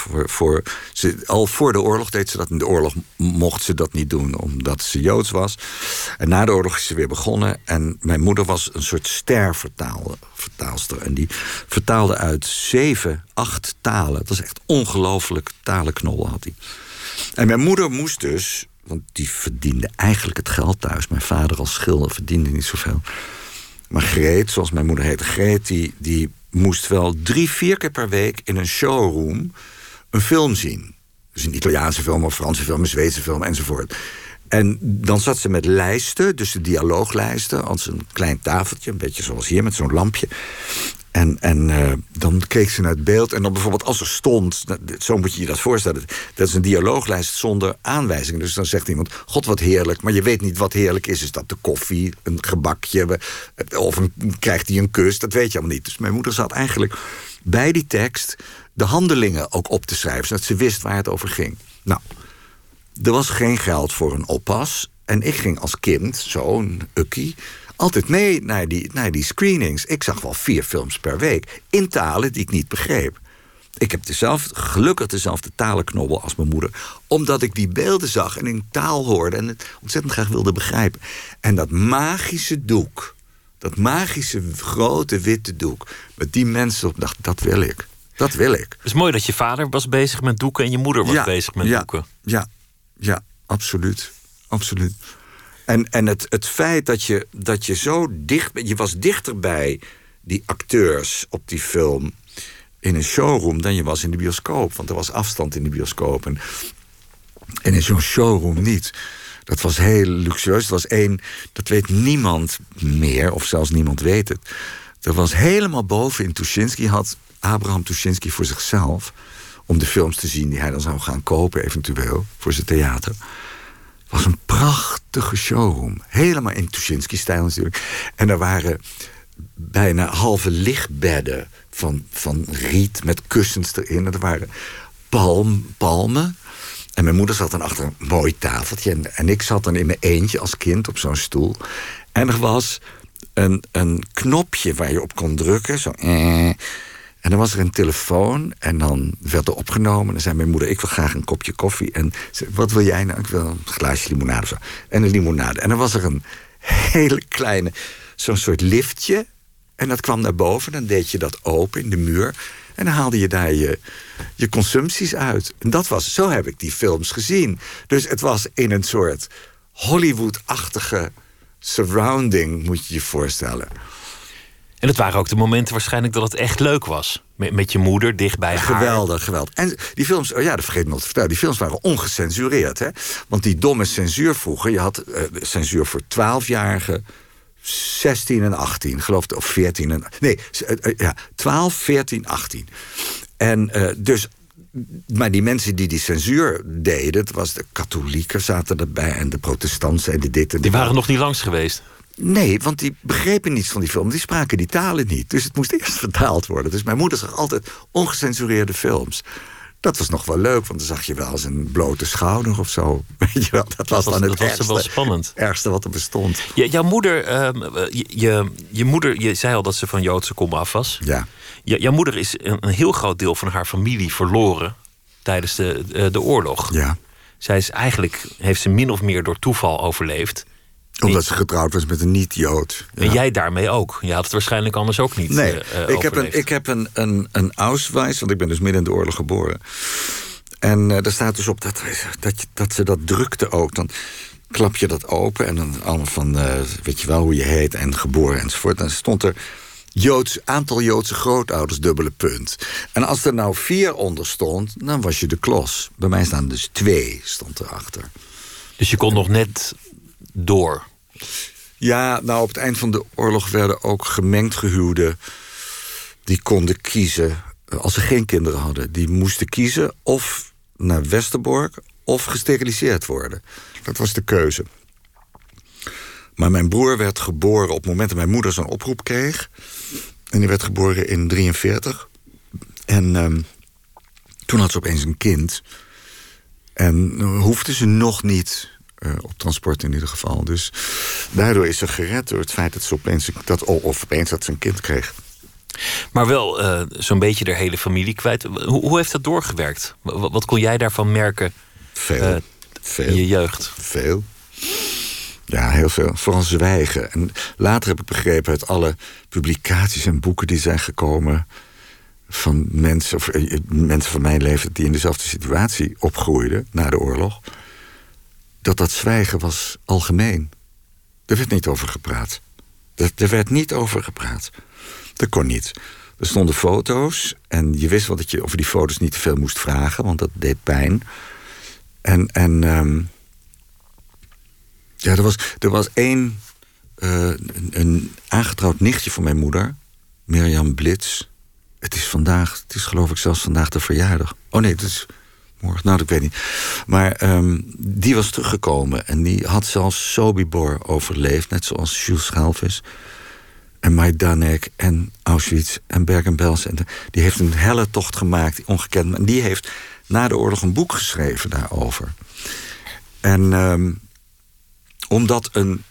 Al voor de oorlog deed ze dat. In de oorlog mocht ze dat niet doen, omdat ze Joods was. En na de oorlog is ze weer begonnen. En mijn moeder was een soort vertaalster. En die vertaalde uit 7, 8 talen. Dat was echt ongelooflijk talenknol had hij. En mijn moeder moest dus... want die verdiende eigenlijk het geld thuis. Mijn vader als schilder verdiende niet zoveel... Maar Greet, zoals mijn moeder heette, Greet... die moest wel 3-4 keer per week in een showroom een film zien. Dus een Italiaanse film, een Franse film, een Zweedse film enzovoort. En dan zat ze met lijsten, dus de dialooglijsten... als een klein tafeltje, een beetje zoals hier, met zo'n lampje... En dan keek ze naar het beeld. En dan bijvoorbeeld als er stond... zo moet je je dat voorstellen. Dat is een dialooglijst zonder aanwijzingen. Dus dan zegt iemand, god wat heerlijk. Maar je weet niet wat heerlijk is. Is dat de koffie, een gebakje... of krijgt hij een kus? Dat weet je allemaal niet. Dus mijn moeder zat eigenlijk bij die tekst... de handelingen ook op te schrijven. Zodat ze wist waar het over ging. Nou, er was geen geld voor een oppas. En ik ging als kind, zo'n ukkie... altijd mee naar die screenings. Ik zag wel 4 films per week. In talen die ik niet begreep. Ik heb gelukkig dezelfde talenknobbel als mijn moeder. Omdat ik die beelden zag en in taal hoorde. En het ontzettend graag wilde begrijpen. En dat magische doek. Dat magische grote witte doek. Met die mensen op dacht, dat wil ik. Dat wil ik. Het is mooi dat je vader was bezig met doeken... en je moeder was bezig met doeken. Ja, absoluut. Absoluut. En het feit dat je zo dicht bent... je was dichter bij die acteurs op die film... in een showroom dan je was in de bioscoop. Want er was afstand in de bioscoop. En in zo'n showroom niet. Dat was heel luxueus. Er was dat weet niemand meer, of zelfs niemand weet het. Er was helemaal boven in Tuschinski... had Abraham Tuschinski voor zichzelf... om de films te zien die hij dan zou gaan kopen... eventueel, voor zijn theater... was een prachtige showroom. Helemaal in Tuschinski-stijl natuurlijk. En er waren bijna halve lichtbedden van riet met kussens erin. En er waren palmen. En mijn moeder zat dan achter een mooi tafeltje. En ik zat dan in mijn eentje als kind op zo'n stoel. En er was een knopje waar je op kon drukken. Zo. En dan was er een telefoon en dan werd er opgenomen. En dan zei mijn moeder, ik wil graag een kopje koffie. En ze, wat wil jij nou? Ik wil een glaasje limonade of zo. En een limonade. En dan was er een hele kleine, zo'n soort liftje. En dat kwam naar boven. Dan deed je dat open in de muur. En dan haalde je daar je consumpties uit. En zo heb ik die films gezien. Dus het was in een soort Hollywood-achtige surrounding, moet je je voorstellen. En het waren ook de momenten waarschijnlijk dat het echt leuk was. Met je moeder, dicht bij haar. Geweldig. En die films, dat vergeet ik nog te vertellen... die films waren ongecensureerd, hè? Want die domme censuur vroeger... je had censuur voor 12-jarigen, 16 en 18, geloof ik, of 14 en... Nee, 12, 14, 18. En dus... Maar die mensen die censuur deden... het was de katholieken zaten erbij... en de protestanten en de dit en dat. Die waren nog niet langs geweest? Nee, want die begrepen niets van die film. Die spraken die talen niet. Dus het moest eerst vertaald worden. Dus mijn moeder zag altijd ongecensureerde films. Dat was nog wel leuk, want dan zag je wel eens een blote schouder of zo. Weet je wel, dat was dan het ergste, wel spannend. Ergste wat er bestond. Jouw moeder, je moeder, je zei al dat ze van Joodse komaf was. Ja. Jouw moeder is een heel groot deel van haar familie verloren tijdens de oorlog. Ja. Zij is heeft ze min of meer door toeval overleefd. Omdat ze getrouwd was met een niet-Jood. Ja. En jij daarmee ook. Je had het waarschijnlijk anders ook niet. Nee, ik heb een Auschwitz, want ik ben dus midden in de oorlog geboren. En daar staat dus op dat ze dat drukte ook. Dan klap je dat open en dan allemaal van, weet je wel, hoe je heet en geboren enzovoort. Dan stond er aantal Joodse grootouders, dubbele punt. En als er nou 4 onder stond, dan was je de klos. Bij mij staan dus 2, stond erachter. Dus je kon nog net door? Ja, nou op het eind van de oorlog werden ook gemengd gehuwden. Die konden kiezen, als ze geen kinderen hadden. Die moesten kiezen of naar Westerbork of gesteriliseerd worden. Dat was de keuze. Maar mijn broer werd geboren op het moment dat mijn moeder zo'n oproep kreeg. En die werd geboren in 1943. En toen had ze opeens een kind. En hoefde ze nog niet op transport in ieder geval. Dus daardoor is ze gered door het feit dat ze opeens dat ze een kind kreeg. Maar wel zo'n beetje de hele familie kwijt. Hoe heeft dat doorgewerkt? Wat kon jij daarvan merken? Veel. In je jeugd? Veel. Ja, heel veel. Vooral zwijgen. En later heb ik begrepen uit alle publicaties en boeken die zijn gekomen van mensen van mijn leeftijd die in dezelfde situatie opgroeiden na de oorlog, dat zwijgen was algemeen. Er werd niet over gepraat. Er werd niet over gepraat. Dat kon niet. Er stonden foto's en je wist wel dat je over die foto's niet te veel moest vragen, want dat deed pijn. Ja, er was een aangetrouwd nichtje van mijn moeder, Mirjam Blitz. Het is geloof ik zelfs vandaag de verjaardag. Oh nee, het is morgen, nou, ik weet niet. Maar die was teruggekomen en die had zelfs Sobibor overleefd, net zoals Jules Schelvis en Majdanek en Auschwitz en Bergen-Belsen. Die heeft een helle tocht gemaakt, ongekend. En die heeft na de oorlog een boek geschreven daarover. En omdat een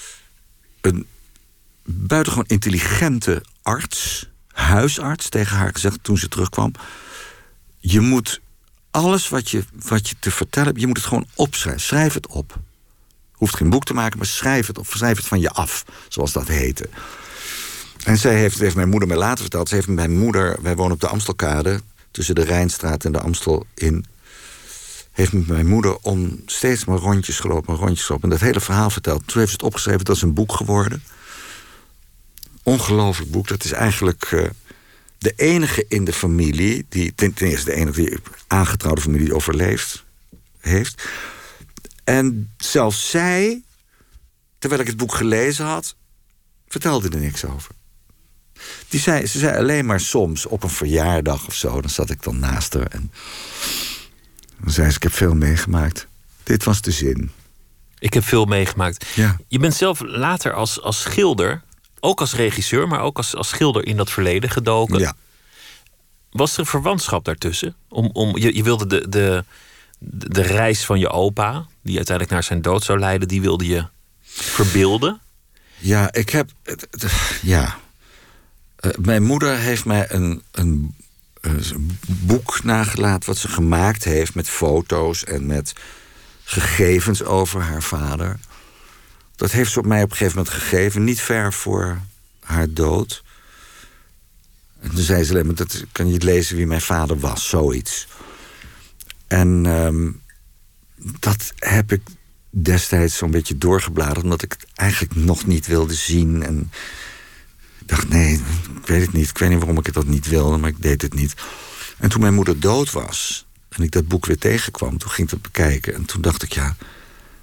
buitengewoon intelligente huisarts tegen haar gezegd toen ze terugkwam, je moet alles wat je te vertellen hebt, je moet het gewoon opschrijven. Schrijf het op. Hoeft geen boek te maken, maar schrijf het op. Schrijf het van je af, zoals dat heette. En zij heeft mijn moeder mij later verteld. Ze heeft met mijn moeder, wij wonen op de Amstelkade, tussen de Rijnstraat en de Amstel in, heeft met mijn moeder om steeds maar rondjes gelopen. En dat hele verhaal verteld. Toen heeft ze het opgeschreven, dat is een boek geworden. Ongelooflijk boek. Dat is eigenlijk de enige in de familie, ten eerste de enige die aangetrouwde familie die overleefd heeft. En zelfs zij, terwijl ik het boek gelezen had, vertelde er niks over. Ze zei alleen maar soms op een verjaardag of zo, dan zat ik dan naast haar en dan zei ze, ik heb veel meegemaakt. Dit was de zin. Ik heb veel meegemaakt. Ja. Je bent zelf later als schilder, ook als regisseur, maar ook als schilder in dat verleden gedoken. Ja. Was er een verwantschap daartussen? Je wilde de reis van je opa, die uiteindelijk naar zijn dood zou leiden, die wilde je verbeelden? Ja, ik heb... Ja. Mijn moeder heeft mij een boek nagelaten wat ze gemaakt heeft met foto's en met gegevens over haar vader. Dat heeft ze op mij op een gegeven moment gegeven, niet ver voor haar dood. En toen zei ze alleen maar, dat kan je niet lezen wie mijn vader was, zoiets. En dat heb ik destijds zo'n beetje doorgebladerd, omdat ik het eigenlijk nog niet wilde zien. En ik dacht, nee, ik weet het niet. Ik weet niet waarom ik dat niet wilde, maar ik deed het niet. En toen mijn moeder dood was en ik dat boek weer tegenkwam, toen ging ik dat bekijken. En toen dacht ik, ja,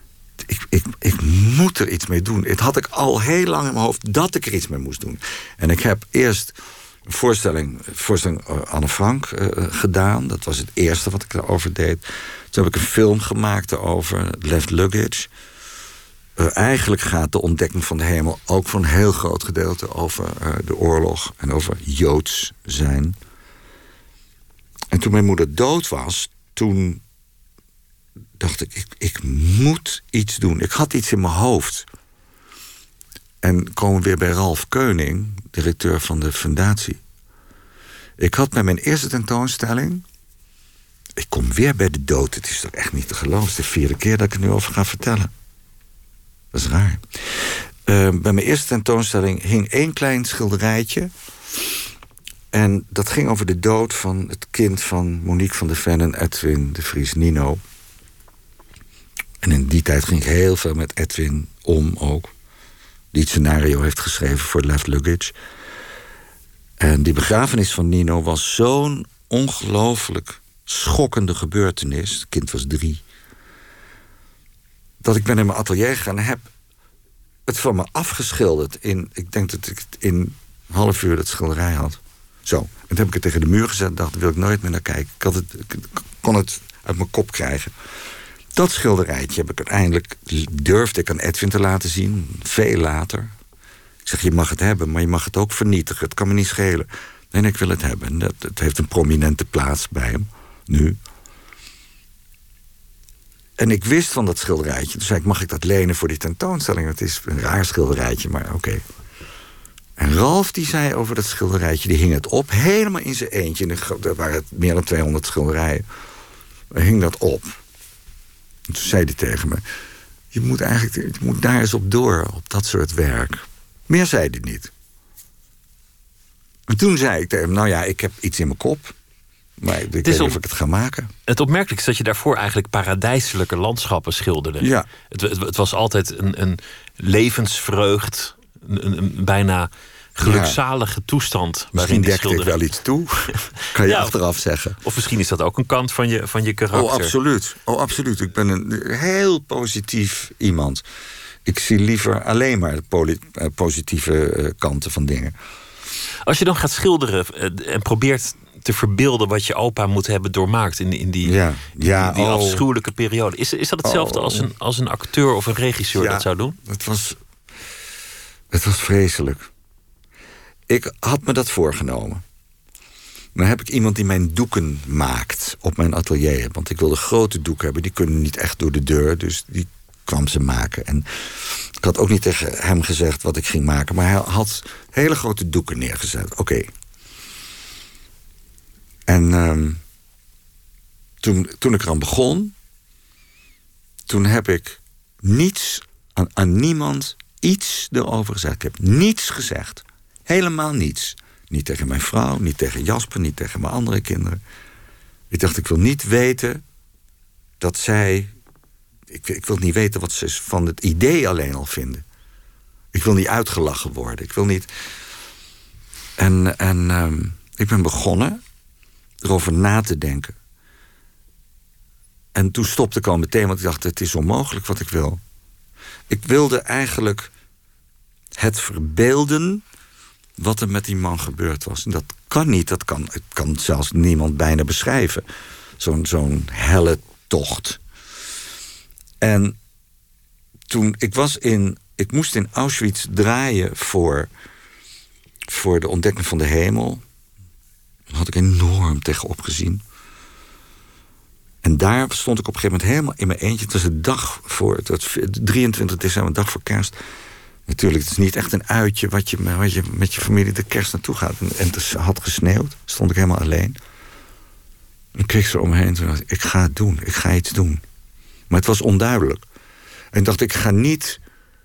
ik moet er iets mee doen. Het had ik al heel lang in mijn hoofd dat ik er iets mee moest doen. En ik heb eerst een voorstelling Anne Frank gedaan. Dat was het eerste wat ik daarover deed. Toen heb ik een film gemaakt over Left Luggage. Eigenlijk gaat de ontdekking van de hemel ook voor een heel groot gedeelte over de oorlog en over Joods zijn. En toen mijn moeder dood was, toen dacht ik moet iets doen. Ik had iets in mijn hoofd. En komen we weer bij Ralf Keuning, directeur van de fundatie. Ik had bij mijn eerste tentoonstelling... Ik kom weer bij de dood. Het is toch echt niet te geloven. Het is de 4e keer dat ik er nu over ga vertellen. Dat is raar. Bij mijn eerste tentoonstelling hing 1 klein schilderijtje. En dat ging over de dood van het kind van Monique van der Ven en Edwin de Vries, Nino. En in die tijd ging ik heel veel met Edwin om ook. Die het scenario heeft geschreven voor Left Luggage. En die begrafenis van Nino was zo'n ongelooflijk schokkende gebeurtenis. Het kind was 3. Dat ik ben in mijn atelier gegaan en heb het van me afgeschilderd. Ik denk dat ik in een half uur dat schilderij had. Zo. En toen heb ik het tegen de muur gezet en dacht, daar wil ik nooit meer naar kijken. Ik kon het uit mijn kop krijgen. Dat schilderijtje heb ik uiteindelijk, durfde ik aan Edwin te laten zien, veel later. Ik zeg, je mag het hebben, maar je mag het ook vernietigen. Het kan me niet schelen. Nee, ik wil het hebben. En het heeft een prominente plaats bij hem, nu. En ik wist van dat schilderijtje. Dus zei ik, mag ik dat lenen voor die tentoonstelling? Het is een raar schilderijtje, maar oké. En Ralf die zei over dat schilderijtje, die hing het op, helemaal in zijn eentje. Er waren meer dan 200 schilderijen. Hij hing dat op. En toen zei hij tegen me, je moet daar eens op door, op dat soort werk. Meer zei hij niet. En toen zei ik tegen hem, nou ja, ik heb iets in mijn kop. Maar ik weet niet of ik het ga maken. Het opmerkelijke is dat je daarvoor eigenlijk paradijselijke landschappen schilderde. Ja. Het was altijd een levensvreugd, een bijna gelukzalige toestand. Misschien dekte ik wel iets toe, kan je achteraf zeggen. Of misschien is dat ook een kant van je karakter. Oh, absoluut. Ik ben een heel positief iemand. Ik zie liever alleen maar de positieve kanten van dingen. Als je dan gaat schilderen en probeert te verbeelden wat je opa moet hebben doormaakt in die afschuwelijke periode. Is dat hetzelfde als een acteur of een regisseur dat zou doen? Het was vreselijk. Ik had me dat voorgenomen. Dan heb ik iemand die mijn doeken maakt op mijn atelier. Want ik wilde grote doeken hebben. Die kunnen niet echt door de deur. Dus die kwam ze maken. En ik had ook niet tegen hem gezegd wat ik ging maken. Maar hij had hele grote doeken neergezet. Oké. En toen ik eraan begon, toen heb ik niets aan niemand iets erover gezegd. Ik heb niets gezegd. Helemaal niets. Niet tegen mijn vrouw, niet tegen Jasper, niet tegen mijn andere kinderen. Ik dacht, ik wil niet weten dat zij... Ik wil niet weten wat ze van het idee alleen al vinden. Ik wil niet uitgelachen worden. Ik wil niet... En ik ben begonnen erover na te denken. En toen stopte ik al meteen, want ik dacht, het is onmogelijk wat ik wil. Ik wilde eigenlijk het verbeelden wat er met die man gebeurd was. En dat kan niet, het kan zelfs niemand bijna beschrijven. Zo'n helle tocht. En toen, ik moest in Auschwitz draaien voor de ontdekking van de hemel. Daar had ik enorm tegenop gezien. En daar stond ik op een gegeven moment helemaal in mijn eentje. Het was de dag voor, 23 december, dag voor kerst. Natuurlijk, het is niet echt een uitje wat je met je familie de kerst naartoe gaat. En het had gesneeuwd, stond ik helemaal alleen. En ik keek zo om me heen en toen dacht ik ga het doen, ik ga iets doen. Maar het was onduidelijk. En ik dacht, ik ga niet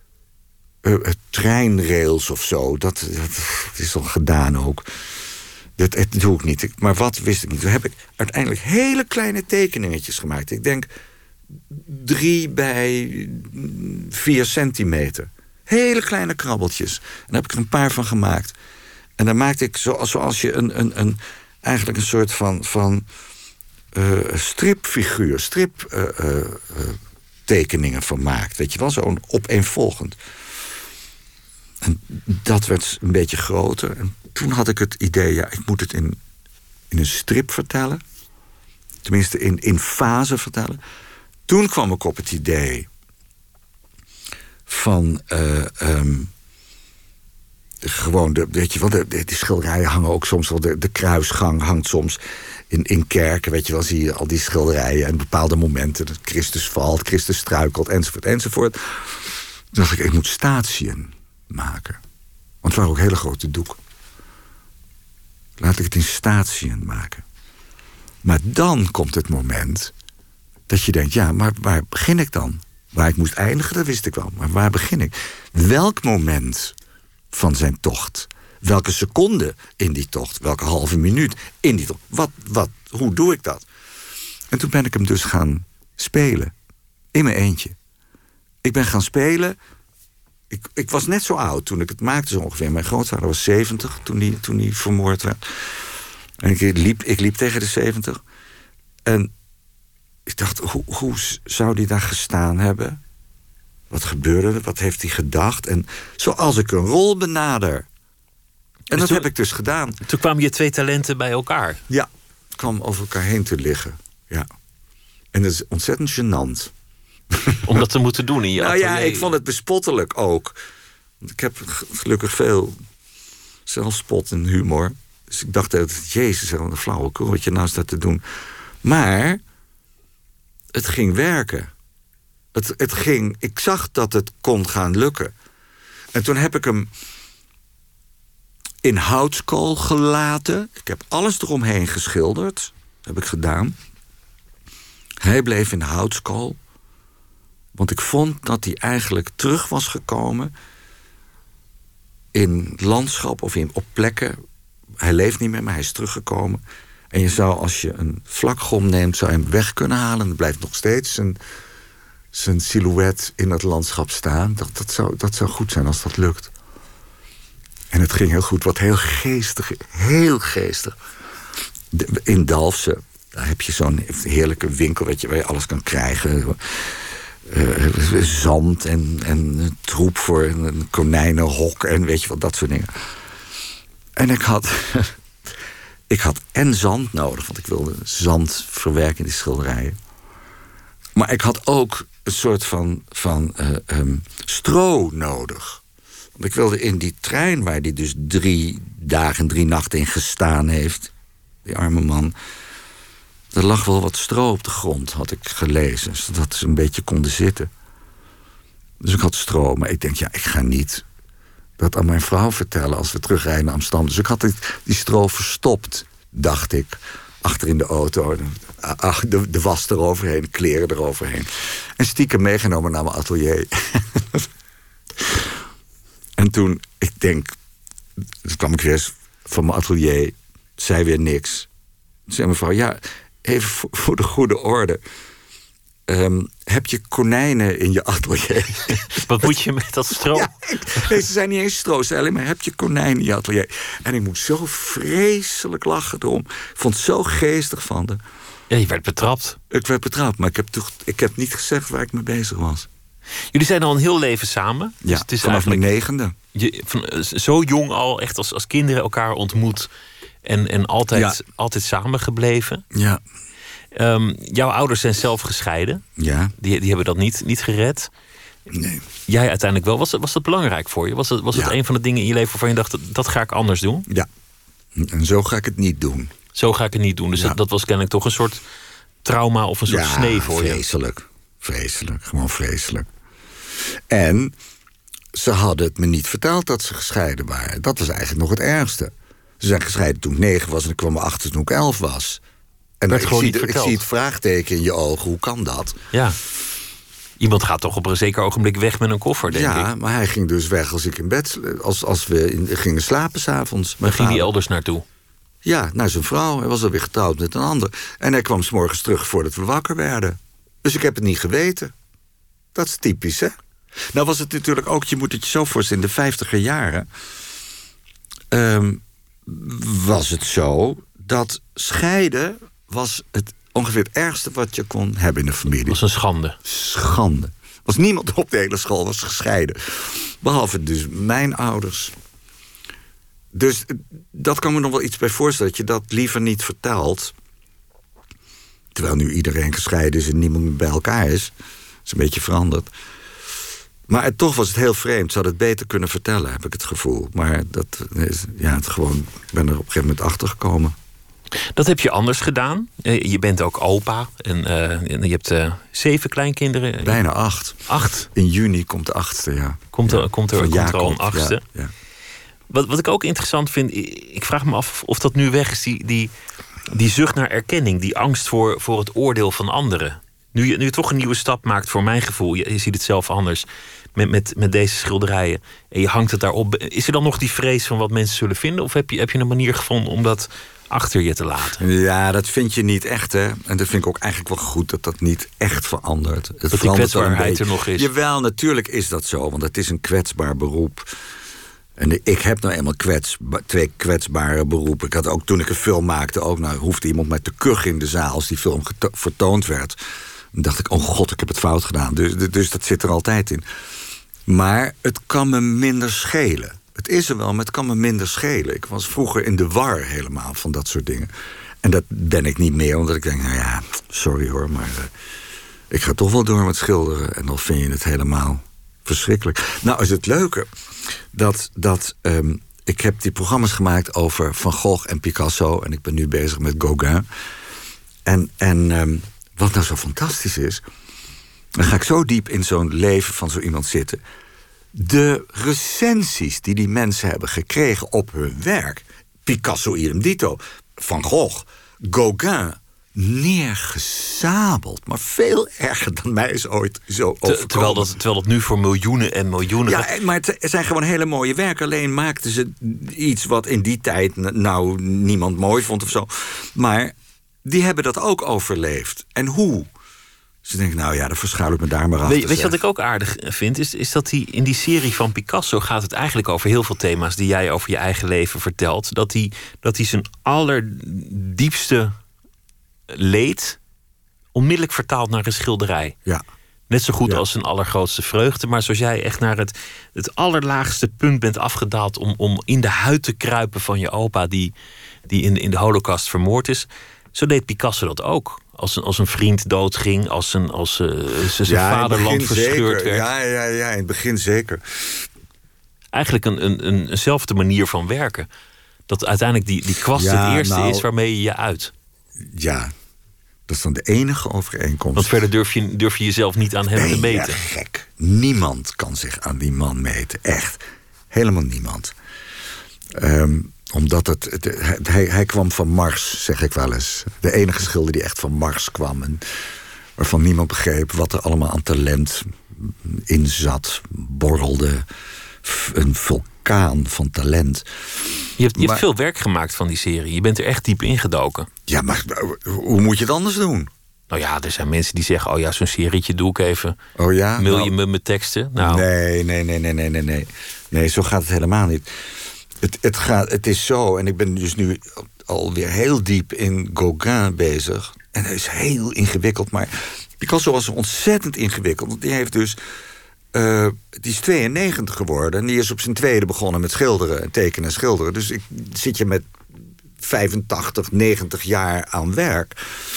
treinrails of zo. Dat is al gedaan ook. Dat doe ik niet. Maar wat wist ik niet. Toen heb ik uiteindelijk hele kleine tekeningetjes gemaakt. Ik denk 3 bij 4 centimeter. Hele kleine krabbeltjes. En daar heb ik er een paar van gemaakt. En dan maakte ik zoals je eigenlijk een soort van stripfiguur, tekeningen van maakt. Weet je wel, zo opeenvolgend. En dat werd een beetje groter. En toen had ik het idee, ik moet het in een strip vertellen. Tenminste, in fase vertellen. Toen kwam ik op het idee van gewoon weet je wel, de schilderijen hangen ook soms wel. De kruisgang hangt soms in kerken, weet je wel, zie je al die schilderijen en bepaalde momenten. Dat Christus valt, Christus struikelt, enzovoort, enzovoort. Toen dacht ik moet statiën maken. Want het waren ook hele grote doeken. Laat ik het in statiën maken. Maar dan komt het moment dat je denkt, maar waar begin ik dan? Waar ik moest eindigen, dat wist ik wel. Maar waar begin ik? Welk moment van zijn tocht? Welke seconde in die tocht? Welke halve minuut in die tocht? Hoe doe ik dat? En toen ben ik hem dus gaan spelen. In mijn eentje. Ik ben gaan spelen. Ik was net zo oud toen ik het maakte, zo ongeveer. Mijn grootvader was 70 toen hij vermoord werd. En ik liep tegen de 70. En ik dacht, hoe zou die daar gestaan hebben? Wat gebeurde er? Wat heeft hij gedacht? En zoals ik een rol benader. En dus dat heb ik dus gedaan. Toen kwamen je twee talenten bij elkaar. Ja, het kwam over elkaar heen te liggen. Ja. En dat is ontzettend gênant. Om dat te moeten doen in je atelier. Ik vond het bespottelijk ook. Want ik heb gelukkig veel zelfspot en humor. Dus ik dacht altijd, jezus, wat een flauwekul wat je nou staat te doen. Maar het ging werken. Ik zag dat het kon gaan lukken. En toen heb ik hem in houtskool gelaten. Ik heb alles eromheen geschilderd. Dat heb ik gedaan. Hij bleef in houtskool. Want ik vond dat hij eigenlijk terug was gekomen in landschap of op plekken. Hij leeft niet meer, maar hij is teruggekomen. En je zou, als je een vlakgom neemt, zou je hem weg kunnen halen. En er blijft nog steeds zijn silhouet in het landschap staan. Dat zou goed zijn als dat lukt. En het ging heel goed. Wat heel geestig. Heel geestig. In Dalfsen, daar heb je zo'n heerlijke winkel, weet je, waar je alles kan krijgen. Zand en troep voor een konijnenhok en weet je wat, dat soort dingen. En ik had en zand nodig, want ik wilde zand verwerken in die schilderijen. Maar ik had ook een soort van stro nodig. Want ik wilde in die trein, waar die dus 3 dagen en 3 nachten in gestaan heeft, die arme man, er lag wel wat stro op de grond, had ik gelezen, zodat ze een beetje konden zitten. Dus ik had stro, maar ik denk, ik ga niet dat aan mijn vrouw vertellen als we terugrijden naar Amsterdam. Dus ik had die stro verstopt, dacht ik, achter in de auto. De was eroverheen, de kleren eroverheen. En stiekem meegenomen naar mijn atelier. En toen, toen kwam ik weer van mijn atelier, zei weer niks. Toen zei mijn vrouw, even voor de goede orde. Heb je konijnen in je atelier? Wat moet je met dat stro? Nee, ze zijn niet eens stro. Ze zei alleen maar, heb je konijnen in je atelier? En ik moest zo vreselijk lachen erom. Ik vond het zo geestig van de. Ja, je werd betrapt. Ik werd betrapt, maar ik heb niet gezegd waar ik mee bezig was. Jullie zijn al een heel leven samen. Ja, dus het is vanaf mijn 9e. Zo jong al, echt als kinderen elkaar ontmoet. En altijd samen gebleven. Ja. Jouw ouders zijn zelf gescheiden. Ja. Die hebben dat niet gered. Nee. Jij uiteindelijk wel. Was dat belangrijk voor je? Was het een van de dingen in je leven waarvan je dacht, dat ga ik anders doen? Ja. En zo ga ik het niet doen. Zo ga ik het niet doen. Dus dat was kennelijk toch een soort trauma of een soort snee voor je. Vreselijk. Vreselijk. Gewoon vreselijk. En ze hadden het me niet verteld dat ze gescheiden waren. Dat was eigenlijk nog het ergste. Ze zijn gescheiden toen ik 9 was en ik kwam erachter toen ik 11 was. En ik zie het vraagteken in je ogen. Hoe kan dat? Ja. Iemand gaat toch op een zeker ogenblik weg met een koffer, denk ik. Ja, maar hij ging dus weg als ik in bed. Als we gingen slapen 's avonds. Waar ging hij elders naartoe? Ja, naar zijn vrouw. Hij was alweer getrouwd met een ander. En hij kwam 's morgens terug voordat we wakker werden. Dus ik heb het niet geweten. Dat is typisch, hè? Nou was het natuurlijk ook, je moet het je zo voorstellen, in de 50er jaren was het zo dat scheiden was het ongeveer het ergste wat je kon hebben in de familie. Dat was een schande. Schande. Was niemand op de hele school was gescheiden. Behalve dus mijn ouders. Dus dat kan me nog wel iets bij voorstellen. Dat je dat liever niet vertelt. Terwijl nu iedereen gescheiden is en niemand meer bij elkaar is. Dat is een beetje veranderd. Maar toch was het heel vreemd. Ze had het beter kunnen vertellen, heb ik het gevoel. Maar dat is, ik ben er op een gegeven moment achter gekomen. Dat heb je anders gedaan. Je bent ook opa. En je hebt 7 kleinkinderen. Bijna 8. 8? In juni komt de 8e, ja. Komt er al een 8e? Ja. Wat ik ook interessant vind, ik vraag me af of dat nu weg is, die zucht naar erkenning, die angst voor het oordeel van anderen. Nu je toch een nieuwe stap maakt, voor mijn gevoel, je ziet het zelf anders, met deze schilderijen, en je hangt het daarop. Is er dan nog die vrees van wat mensen zullen vinden? Of heb je een manier gevonden om dat achter je te laten? Ja, dat vind je niet echt, hè. En dat vind ik ook eigenlijk wel goed dat dat niet echt verandert. Het dat die kwetsbaarheid er nog is. Jawel, natuurlijk is dat zo, want het is een kwetsbaar beroep. En ik heb nou eenmaal 2 kwetsbare beroepen. Ik had ook, toen ik een film maakte, hoefde iemand mij te kuchen in de zaal als die film vertoond werd. Dan dacht ik, oh god, ik heb het fout gedaan. Dus dat zit er altijd in. Maar het kan me minder schelen. Het is er wel, maar het kan me minder schelen. Ik was vroeger in de war helemaal van dat soort dingen. En dat ben ik niet meer, omdat ik denk, nou ja, sorry hoor, maar ik ga toch wel door met schilderen. En dan vind je het helemaal verschrikkelijk. Nou is het leuke dat ik heb die programma's gemaakt over Van Gogh en Picasso. En ik ben nu bezig met Gauguin. En wat nou zo fantastisch is, dan ga ik zo diep in zo'n leven van zo iemand zitten. De recensies die mensen hebben gekregen op hun werk. Picasso idem dito. Van Gogh, Gauguin, neergezabeld. Maar veel erger dan mij is ooit zo overkomen. Terwijl dat nu voor miljoenen en miljoenen... Ja, maar het zijn gewoon hele mooie werken. Alleen maakten ze iets wat in die tijd nou niemand mooi vond of zo. Maar die hebben dat ook overleefd. En hoe? Ze denken, nou ja, dan verschuil ik me daar maar achter. Weet je wat ik ook aardig vind? Is dat in die serie van Picasso gaat het eigenlijk over heel veel thema's die jij over je eigen leven vertelt. Dat hij zijn allerdiepste leed onmiddellijk vertaalt naar een schilderij. Ja. Net zo goed als zijn allergrootste vreugde. Maar zoals jij echt naar het allerlaagste punt bent afgedaald om in de huid te kruipen van je opa die in de Holocaust vermoord is. Zo deed Picasso dat ook. Als een vriend doodging, als zijn vaderland verscheurd werd. Ja, in het begin zeker. Eigenlijk eenzelfde manier van werken. Dat uiteindelijk die kwast het eerste is waarmee je uit. Ja, dat is dan de enige overeenkomst. Want verder durf je jezelf niet aan hem te meten. Ja, gek. Niemand kan zich aan die man meten. Echt. Helemaal niemand. Omdat hij kwam van Mars, zeg ik wel eens. De enige schilder die echt van Mars kwam. En waarvan niemand begreep wat er allemaal aan talent in zat. Borrelde. Een vulkaan van talent. Je hebt veel werk gemaakt van die serie. Je bent er echt diep ingedoken. Ja, maar hoe moet je het anders doen? Nou ja, er zijn mensen die zeggen, oh ja, zo'n serietje doe ik even. Oh ja? Mail je me mijn teksten? Nou. Nee. Nee, zo gaat het helemaal niet. Het is zo, en ik ben dus nu alweer heel diep in Gauguin bezig. En dat is heel ingewikkeld, maar Picasso was ontzettend ingewikkeld. Want die heeft dus... die is 92 geworden en die is op zijn tweede begonnen met schilderen, tekenen en schilderen. Dus zit je met 85, 90 jaar aan werk.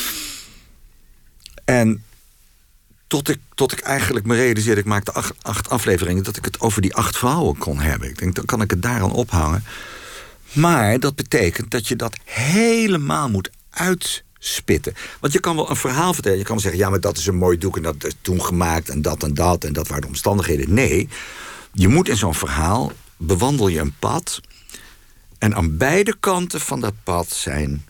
En tot ik eigenlijk me realiseerde, ik maakte 8 afleveringen, dat ik het over die 8 vrouwen kon hebben. Ik denk, dan kan ik het daaraan ophangen. Maar dat betekent dat je dat helemaal moet uitspitten. Want je kan wel een verhaal vertellen. Je kan wel zeggen, ja, maar dat is een mooi doek en dat is toen gemaakt en dat en dat waren de omstandigheden. Nee, je moet in zo'n verhaal, bewandel je een pad en aan beide kanten van dat pad zijn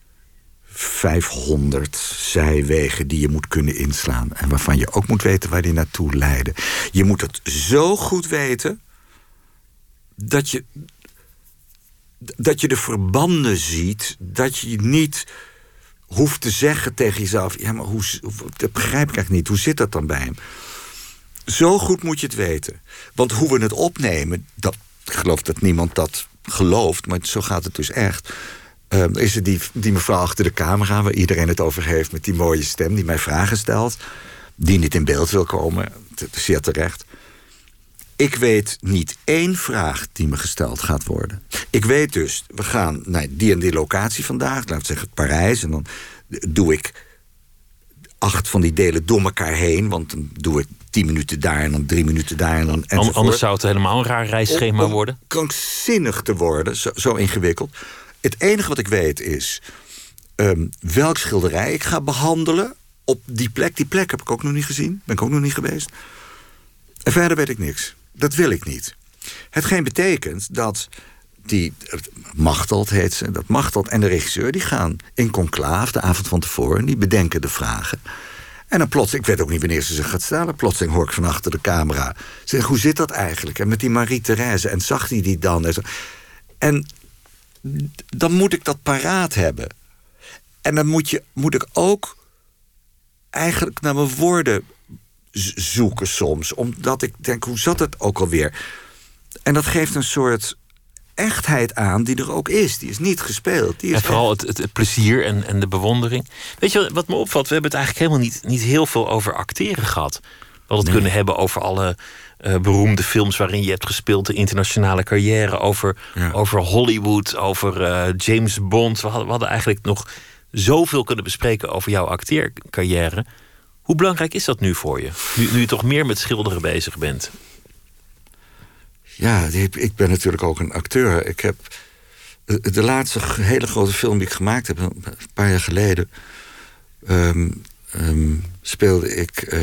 500 zijwegen die je moet kunnen inslaan. En waarvan je ook moet weten waar die naartoe leiden. Je moet het zo goed weten dat je de verbanden ziet, dat je niet hoeft te zeggen tegen jezelf, ja, maar dat begrijp ik eigenlijk niet. Hoe zit dat dan bij hem? Zo goed moet je het weten. Want hoe we het opnemen, ik geloof dat niemand dat gelooft, maar zo gaat het dus echt. is er die mevrouw achter de camera, waar iedereen het over heeft, met die mooie stem, die mij vragen stelt, die niet in beeld wil komen, zeer terecht. Ik weet niet één vraag die me gesteld gaat worden. Ik weet dus, we gaan naar die en die locatie vandaag, laten we zeggen Parijs, en dan doe ik 8 van die delen door elkaar heen, want dan doe ik 10 minuten daar en dan 3 minuten daar en dan enzovoort. Anders zou het helemaal een raar reisschema worden. Om krankzinnig te worden, zo ingewikkeld. Het enige wat ik weet is welk schilderij ik ga behandelen op die plek. Die plek heb ik ook nog niet gezien, ben ik ook nog niet geweest. En verder weet ik niks. Dat wil ik niet. Hetgeen betekent dat Machteld heet ze, dat Machteld en de regisseur, die gaan in conclave de avond van tevoren, die bedenken de vragen. En dan plotseling, ik weet ook niet wanneer ze gaat stellen, plotseling hoor ik van achter de camera, zeg, hoe zit dat eigenlijk? En met die Marie-Thérèse, en zag die dan? En dan moet ik dat paraat hebben. En dan moet ik ook eigenlijk naar mijn woorden zoeken soms, omdat ik denk, hoe zat het ook alweer? En dat geeft een soort echtheid aan die er ook is. Die is niet gespeeld. Die is en vooral het plezier en de bewondering. Weet je wat me opvalt? We hebben het eigenlijk helemaal niet heel veel over acteren gehad. We hadden het kunnen hebben over alle beroemde films waarin je hebt gespeeld, de internationale carrière, over Hollywood, over James Bond. We hadden eigenlijk nog zoveel kunnen bespreken over jouw acteercarrière. Hoe belangrijk is dat nu voor je? Nu je toch meer met schilderen bezig bent? Ja, ik ben natuurlijk ook een acteur. Ik heb de laatste hele grote film die ik gemaakt heb, een paar jaar geleden, speelde ik.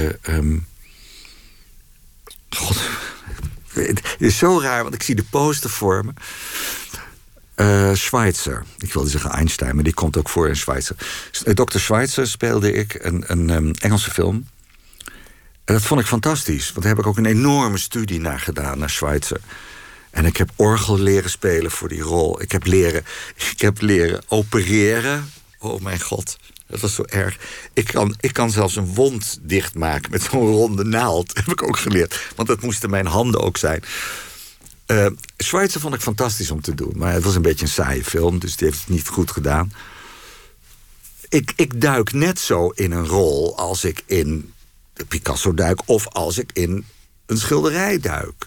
God, het is zo raar, want ik zie de poster voor me. Schweitzer. Ik wilde zeggen Einstein, maar die komt ook voor in Schweitzer. Dr. Schweitzer speelde ik, een Engelse film. En dat vond ik fantastisch, want daar heb ik ook een enorme studie naar gedaan, naar Schweitzer. En ik heb orgel leren spelen voor die rol. Ik heb leren opereren. Oh mijn god, dat was zo erg. Ik kan zelfs een wond dichtmaken met zo'n ronde naald. Dat heb ik ook geleerd, want dat moesten mijn handen ook zijn. Schweitzer vond ik fantastisch om te doen, maar het was een beetje een saaie film, dus die heeft het niet goed gedaan. Ik duik net zo in een rol als ik in Picasso duik of als ik in een schilderij duik.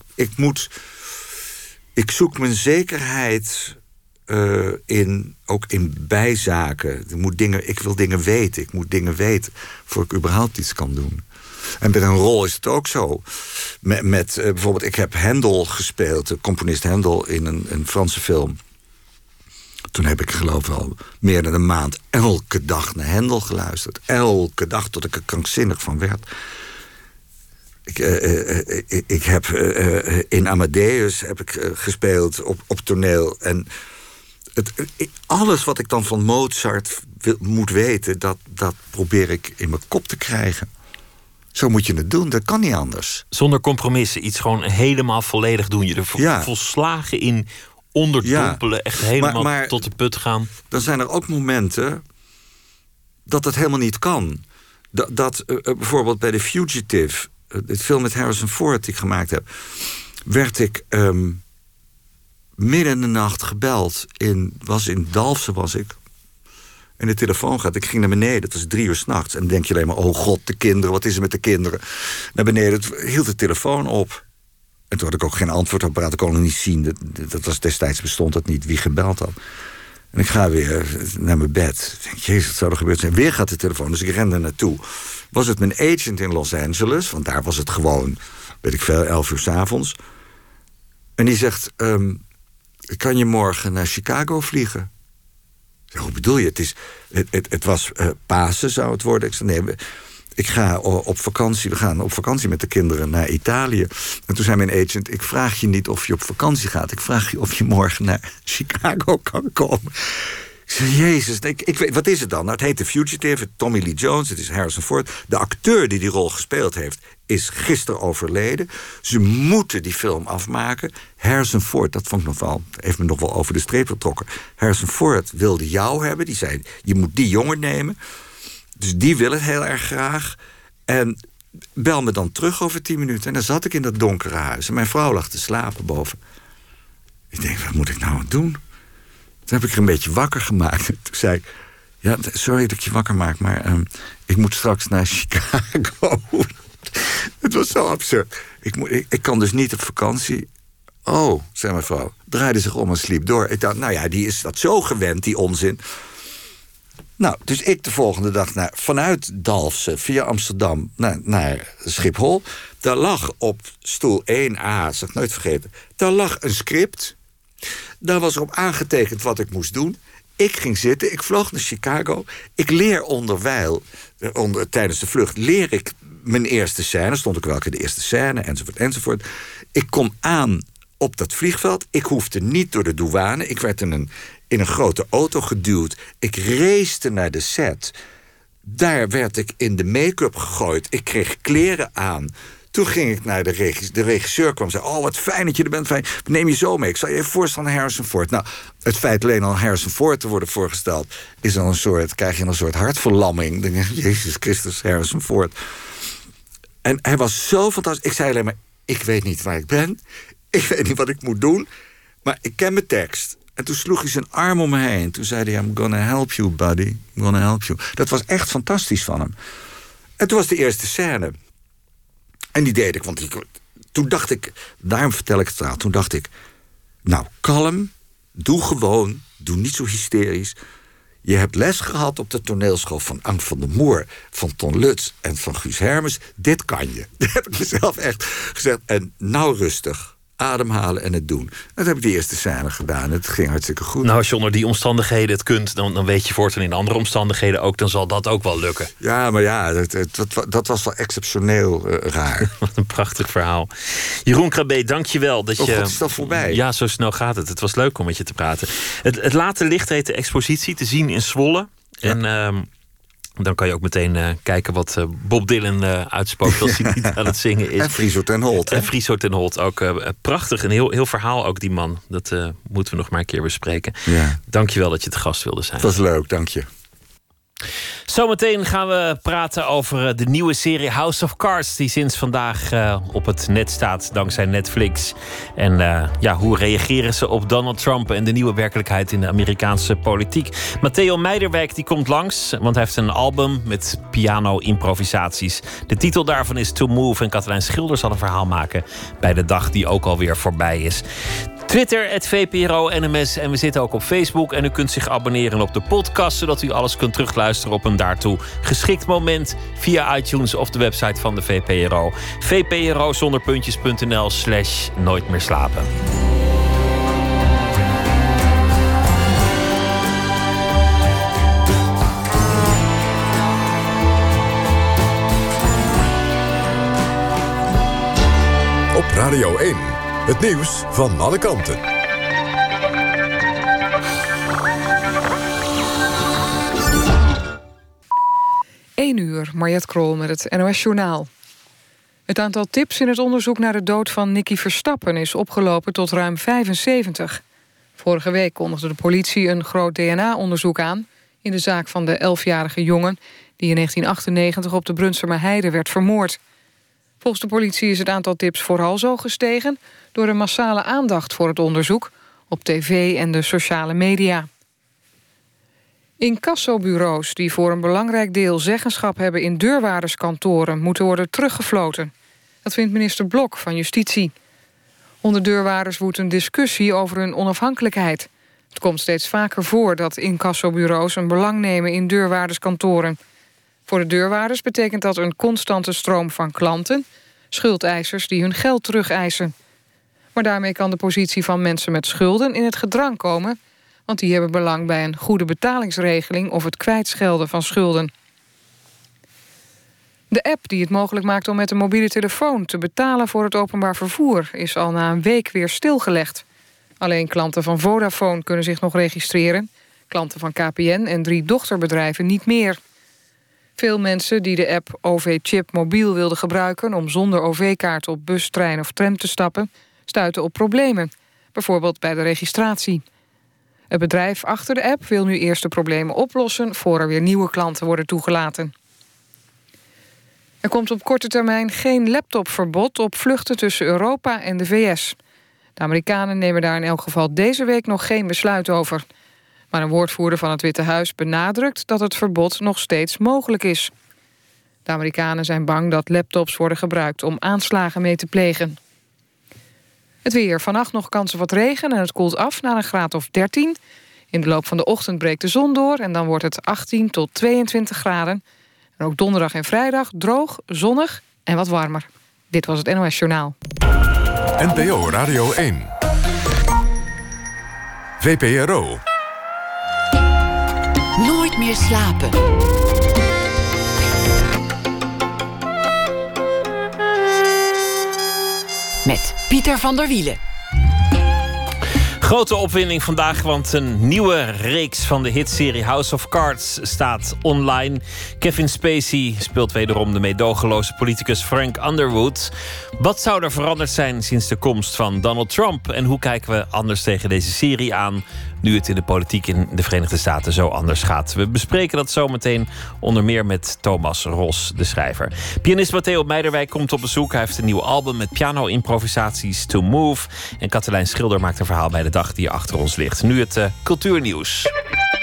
Ik zoek mijn zekerheid ook in bijzaken. Ik wil dingen weten. Ik moet dingen weten voor ik überhaupt iets kan doen. En met een rol is het ook zo. Met bijvoorbeeld, ik heb Handel gespeeld, de componist Handel, in een Franse film. Toen heb ik geloof ik al meer dan een maand elke dag naar Handel geluisterd. Elke dag, tot ik er krankzinnig van werd. Ik heb in Amadeus heb ik gespeeld op toneel. En alles wat ik dan van Mozart moet weten, dat probeer ik in mijn kop te krijgen. Zo moet je het doen, dat kan niet anders. Zonder compromissen, iets gewoon helemaal volledig doen. Je er volslagen in onderdompelen, echt helemaal maar tot de put gaan. Dan zijn er ook momenten dat het helemaal niet kan. Bijvoorbeeld bij The Fugitive, het film met Harrison Ford die ik gemaakt heb, werd ik midden in de nacht gebeld. In Dalfsen was ik. En de telefoon gaat. Ik ging naar beneden. Het was 3 uur 's nachts. En dan denk je alleen maar, oh god, de kinderen. Wat is er met de kinderen? Naar beneden. Het hield de telefoon op. En toen had ik ook geen antwoordapparaat. Ik kon het niet zien. Destijds bestond dat niet. Wie gebeld had. En ik ga weer naar mijn bed. Ik denk, jezus, wat zou er gebeurd zijn? Weer gaat de telefoon. Dus ik ren er naartoe. Was het mijn agent in Los Angeles? Want daar was het gewoon, weet ik veel, 11 uur 's avonds. En die zegt, kan je morgen naar Chicago vliegen? Hoe bedoel je? Het was Pasen zou het worden. Ik zei, nee, ik ga op vakantie. We gaan op vakantie met de kinderen naar Italië. En toen zei mijn agent, ik vraag je niet of je op vakantie gaat. Ik vraag je of je morgen naar Chicago kan komen. Ik zei, jezus, ik weet, wat is het dan? Nou, het heet The Fugitive, Tommy Lee Jones, het is Harrison Ford. De acteur die rol gespeeld heeft, is gisteren overleden. Ze moeten die film afmaken. Harrison Ford, dat vond ik heeft me nog wel over de streep getrokken. Harrison Ford wilde jou hebben. Die zei, je moet die jongen nemen. Dus die wil het heel erg graag. En bel me dan terug over 10 minuten. En dan zat ik in dat donkere huis. En mijn vrouw lag te slapen boven. Ik denk, wat moet ik nou doen? heb ik er een beetje wakker gemaakt. Toen zei ik, ja, sorry dat ik je wakker maak, maar ik moet straks naar Chicago. Het was zo absurd. Ik kan dus niet op vakantie. Oh, zei mijn vrouw. Draaide zich om en sliep door. Ik dacht, nou ja, die is dat zo gewend, die onzin. Nou, dus ik de volgende dag vanuit Dalfsen via Amsterdam naar Schiphol. Daar lag op stoel 1A, dat zal ik nooit vergeten, daar lag een script. Daar was erop aangetekend wat ik moest doen. Ik ging zitten, ik vloog naar Chicago. Ik leer onderwijl, tijdens de vlucht, leer ik mijn eerste scène. Stond ik welke de eerste scène, enzovoort, enzovoort. Ik kom aan op dat vliegveld. Ik hoefde niet door de douane. Ik werd in een grote auto geduwd. Ik race naar de set. Daar werd ik in de make-up gegooid. Ik kreeg kleren aan. Toen ging ik naar de regisseur kwam en zei, oh, wat fijn dat je er bent. Fijn. Neem je zo mee. Ik zal je even voorstellen aan Harrison Ford. Nou, het feit alleen al Harrison Ford te worden voorgesteld, is dan krijg je een soort hartverlamming. Dan denk je, Jezus Christus, Harrison Ford. En hij was zo fantastisch. Ik zei alleen maar, ik weet niet waar ik ben. Ik weet niet wat ik moet doen. Maar ik ken mijn tekst. En toen sloeg hij zijn arm om me heen. Toen zei hij, I'm gonna help you, buddy. I'm gonna help you. Dat was echt fantastisch van hem. En toen was de eerste scène. En die deed ik, want toen dacht ik, daarom vertel ik het verhaal. Toen dacht ik, nou, kalm, doe gewoon, doe niet zo hysterisch. Je hebt les gehad op de toneelschool van Ank van der Moer, van Ton Lutz en van Guus Hermes. Dit kan je. Dat heb ik mezelf echt gezegd. En nou rustig. Ademhalen en het doen. Dat heb ik de eerste scène gedaan. Het ging hartstikke goed. Nou, als je onder die omstandigheden het kunt, dan weet je voortaan in andere omstandigheden ook, dan zal dat ook wel lukken. Ja, maar ja, dat was wel exceptioneel raar. Wat een prachtig verhaal. Jeroen Krabbe, dank je wel. Dat God, is dat voorbij? Ja, zo snel gaat het. Het was leuk om met je te praten. Het Late Licht heet de expositie, te zien in Zwolle. Ja. En dan kan je ook meteen kijken wat Bob Dylan uitspookt als hij niet aan het zingen is. En Friso ten Holt. En Friso ten Holt ook. Prachtig, een heel verhaal ook, die man. Dat moeten we nog maar een keer bespreken. Ja. Dank je wel dat je te gast wilde zijn. Het was leuk, dank je. Zometeen gaan we praten over de nieuwe serie House of Cards, die sinds vandaag op het net staat dankzij Netflix. En hoe reageren ze op Donald Trump en de nieuwe werkelijkheid in de Amerikaanse politiek? Matteo Meiderwijk die komt langs, want hij heeft een album met piano-improvisaties. De titel daarvan is To Move en Katelijn Schilder zal een verhaal maken bij de dag die ook alweer voorbij is. Twitter, @VPRO-NMS. En we zitten ook op Facebook. En u kunt zich abonneren op de podcast, zodat u alles kunt terugluisteren op een daartoe geschikt moment via iTunes of de website van de VPRO. VPRO_.nl/nooit meer slapen. Op Radio 1. Het nieuws van alle kanten. 1:00, Mariette Krol met het NOS-journaal. Het aantal tips in het onderzoek naar de dood van Nicky Verstappen is opgelopen tot ruim 75. Vorige week kondigde de politie een groot DNA-onderzoek aan in de zaak van de 11-jarige jongen die in 1998 op de Brunsumer Heide werd vermoord. Volgens de politie is het aantal tips vooral zo gestegen door de massale aandacht voor het onderzoek op tv en de sociale media. Incassobureaus die voor een belangrijk deel zeggenschap hebben in deurwaarderskantoren moeten worden teruggefloten. Dat vindt minister Blok van Justitie. Onder deurwaarders woedt een discussie over hun onafhankelijkheid. Het komt steeds vaker voor dat incassobureaus een belang nemen in deurwaarderskantoren. Voor de deurwaarders betekent dat een constante stroom van klanten, schuldeisers die hun geld terugeisen. Maar daarmee kan de positie van mensen met schulden in het gedrang komen, want die hebben belang bij een goede betalingsregeling of het kwijtschelden van schulden. De app die het mogelijk maakt om met een mobiele telefoon te betalen voor het openbaar vervoer is al na een week weer stilgelegd. Alleen klanten van Vodafone kunnen zich nog registreren, klanten van KPN en 3 dochterbedrijven niet meer. Veel mensen die de app OV-Chip mobiel wilden gebruiken om zonder OV-kaart op bus, trein of tram te stappen, stuiten op problemen, bijvoorbeeld bij de registratie. Het bedrijf achter de app wil nu eerst de problemen oplossen voor er weer nieuwe klanten worden toegelaten. Er komt op korte termijn geen laptopverbod op vluchten tussen Europa en de VS. De Amerikanen nemen daar in elk geval deze week nog geen besluit over. Maar een woordvoerder van het Witte Huis benadrukt dat het verbod nog steeds mogelijk is. De Amerikanen zijn bang dat laptops worden gebruikt om aanslagen mee te plegen. Het weer. Vannacht nog kans op wat regen en het koelt af naar een graad of 13. In de loop van de ochtend breekt de zon door en dan wordt het 18 tot 22 graden. En ook donderdag en vrijdag droog, zonnig en wat warmer. Dit was het NOS Journaal. NPO Radio 1. VPRO. Nooit meer slapen. Met Pieter van der Wielen. Grote opwinding vandaag, want een nieuwe reeks van de hitserie House of Cards staat online. Kevin Spacey speelt wederom de meedogenloze politicus Frank Underwood. Wat zou er veranderd zijn sinds de komst van Donald Trump? En hoe kijken we anders tegen deze serie aan, nu het in de politiek in de Verenigde Staten zo anders gaat? We bespreken dat zometeen onder meer met Thomas Ros, de schrijver. Pianist Matteo Meiderwijk komt op bezoek. Hij heeft een nieuw album met piano-improvisaties, To Move. En Katelijn Schilder maakt een verhaal bij de dag die achter ons ligt. Nu het cultuurnieuws.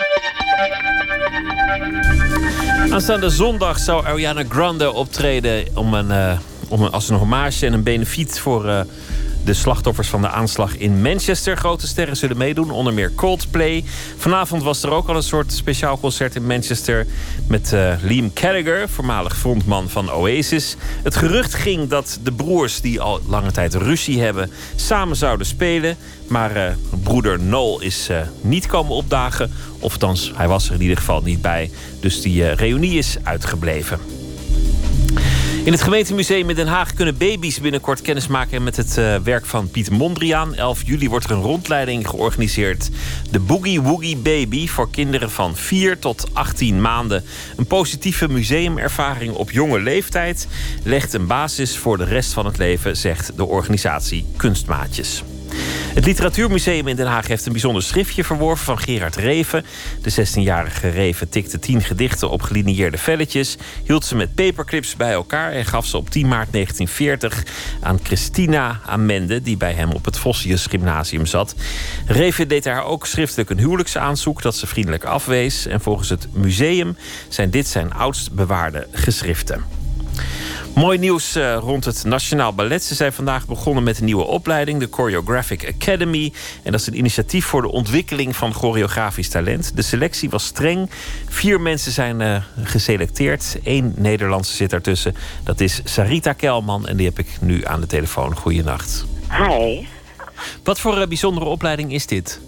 Aanstaande zondag zou Ariana Grande optreden als een hommage en een benefiet voor de slachtoffers van de aanslag in Manchester. Grote sterren zullen meedoen, onder meer Coldplay. Vanavond was er ook al een soort speciaal concert in Manchester met Liam Gallagher, voormalig frontman van Oasis. Het gerucht ging dat de broers, die al lange tijd ruzie hebben, samen zouden spelen. Maar broeder Noel is niet komen opdagen. Of althans, hij was er in ieder geval niet bij. Dus die reunie is uitgebleven. In het gemeentemuseum in Den Haag kunnen baby's binnenkort kennismaken met het werk van Piet Mondriaan. 11 juli wordt er een rondleiding georganiseerd. De Boogie Woogie Baby voor kinderen van 4 tot 18 maanden. Een positieve museumervaring op jonge leeftijd legt een basis voor de rest van het leven, zegt de organisatie Kunstmaatjes. Het Literatuurmuseum in Den Haag heeft een bijzonder schriftje verworven van Gerard Reven. De 16-jarige Reven tikte 10 gedichten op gelinieerde velletjes, hield ze met paperclips bij elkaar en gaf ze op 10 maart 1940 aan Christina Amende, die bij hem op het Vossius Gymnasium zat. Reven deed haar ook schriftelijk een huwelijksaanzoek dat ze vriendelijk afwees. En volgens het museum zijn dit zijn oudst bewaarde geschriften. Mooi nieuws rond het Nationaal Ballet. Ze zijn vandaag begonnen met een nieuwe opleiding, de Choreographic Academy. En dat is een initiatief voor de ontwikkeling van choreografisch talent. De selectie was streng. 4 mensen zijn geselecteerd. 1 Nederlandse zit daartussen. Dat is Sarita Kelman en die heb ik nu aan de telefoon. Goeienacht. Hi. Wat voor bijzondere opleiding is dit?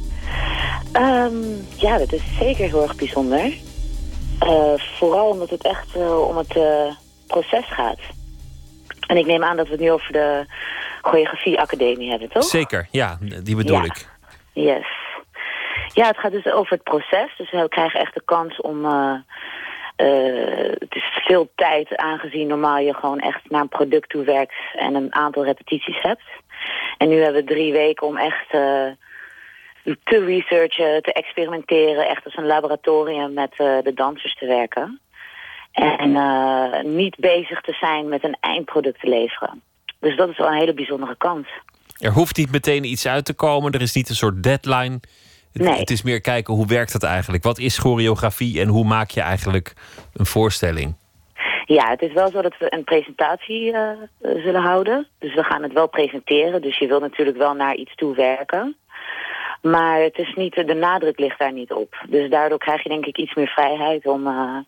Ja, dat is zeker heel erg bijzonder. Vooral omdat het echt om het proces gaat. En ik neem aan dat we het nu over de Choreografie Academie hebben, toch? Zeker, ja, die bedoel ik. Yes. Ja, het gaat dus over het proces. Dus we krijgen echt de kans om het is veel tijd, aangezien normaal je gewoon echt naar een product toe werkt en een aantal repetities hebt. En nu hebben we 3 weken om echt te researchen, te experimenteren, echt als een laboratorium met de dansers te werken. En niet bezig te zijn met een eindproduct te leveren. Dus dat is wel een hele bijzondere kans. Er hoeft niet meteen iets uit te komen. Er is niet een soort deadline. Nee. Het is meer kijken, hoe werkt dat eigenlijk? Wat is choreografie en hoe maak je eigenlijk een voorstelling? Ja, het is wel zo dat we een presentatie zullen houden. Dus we gaan het wel presenteren. Dus je wil natuurlijk wel naar iets toe werken. Maar het is niet, de nadruk ligt daar niet op. Dus daardoor krijg je denk ik iets meer vrijheid om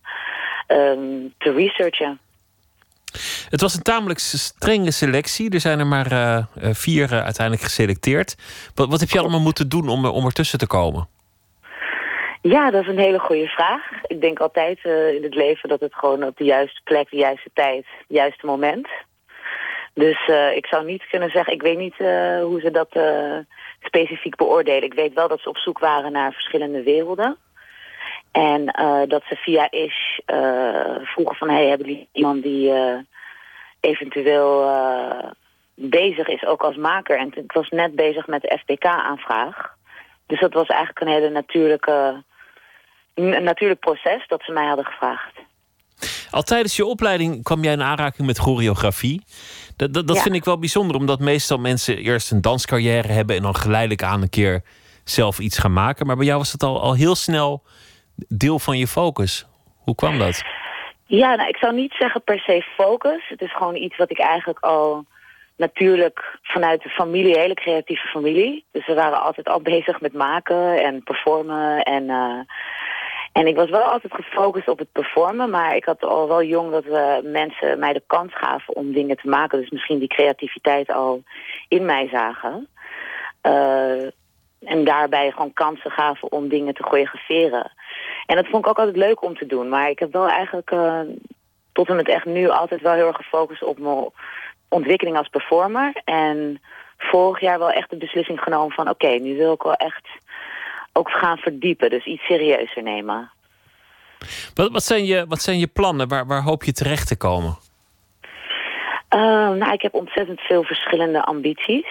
te researchen. Het was een tamelijk strenge selectie. Er zijn er maar 4 uiteindelijk geselecteerd. Wat heb je allemaal moeten doen om ertussen te komen? Ja, dat is een hele goede vraag. Ik denk altijd in het leven dat het gewoon op de juiste plek, de juiste tijd, het juiste moment. Dus ik zou niet kunnen zeggen, ik weet niet hoe ze dat specifiek beoordelen. Ik weet wel dat ze op zoek waren naar verschillende werelden. En dat ze via Ish vroegen van, hey, hebben jullie iemand die eventueel bezig is, ook als maker. En ik was net bezig met de FPK-aanvraag. Dus dat was eigenlijk een hele natuurlijk proces dat ze mij hadden gevraagd. Al tijdens je opleiding kwam jij in aanraking met choreografie. Dat vind ik wel bijzonder, omdat meestal mensen eerst een danscarrière hebben en dan geleidelijk aan een keer zelf iets gaan maken. Maar bij jou was het al heel snel deel van je focus. Hoe kwam dat? Ja, nou, ik zou niet zeggen per se focus. Het is gewoon iets wat ik eigenlijk al natuurlijk vanuit de familie, een hele creatieve familie. Dus we waren altijd al bezig met maken en performen. En ik was wel altijd gefocust op het performen. Maar ik had al wel jong dat we mensen mij de kans gaven om dingen te maken. Dus misschien die creativiteit al in mij zagen. En daarbij gewoon kansen gaven om dingen te choreograferen. En dat vond ik ook altijd leuk om te doen. Maar ik heb wel eigenlijk tot en met echt nu altijd wel heel erg gefocust op mijn ontwikkeling als performer. En vorig jaar wel echt de beslissing genomen van oké, nu wil ik wel echt ook gaan verdiepen. Dus iets serieuzer nemen. Wat zijn je plannen? Waar hoop je terecht te komen? Nou, ik heb ontzettend veel verschillende ambities.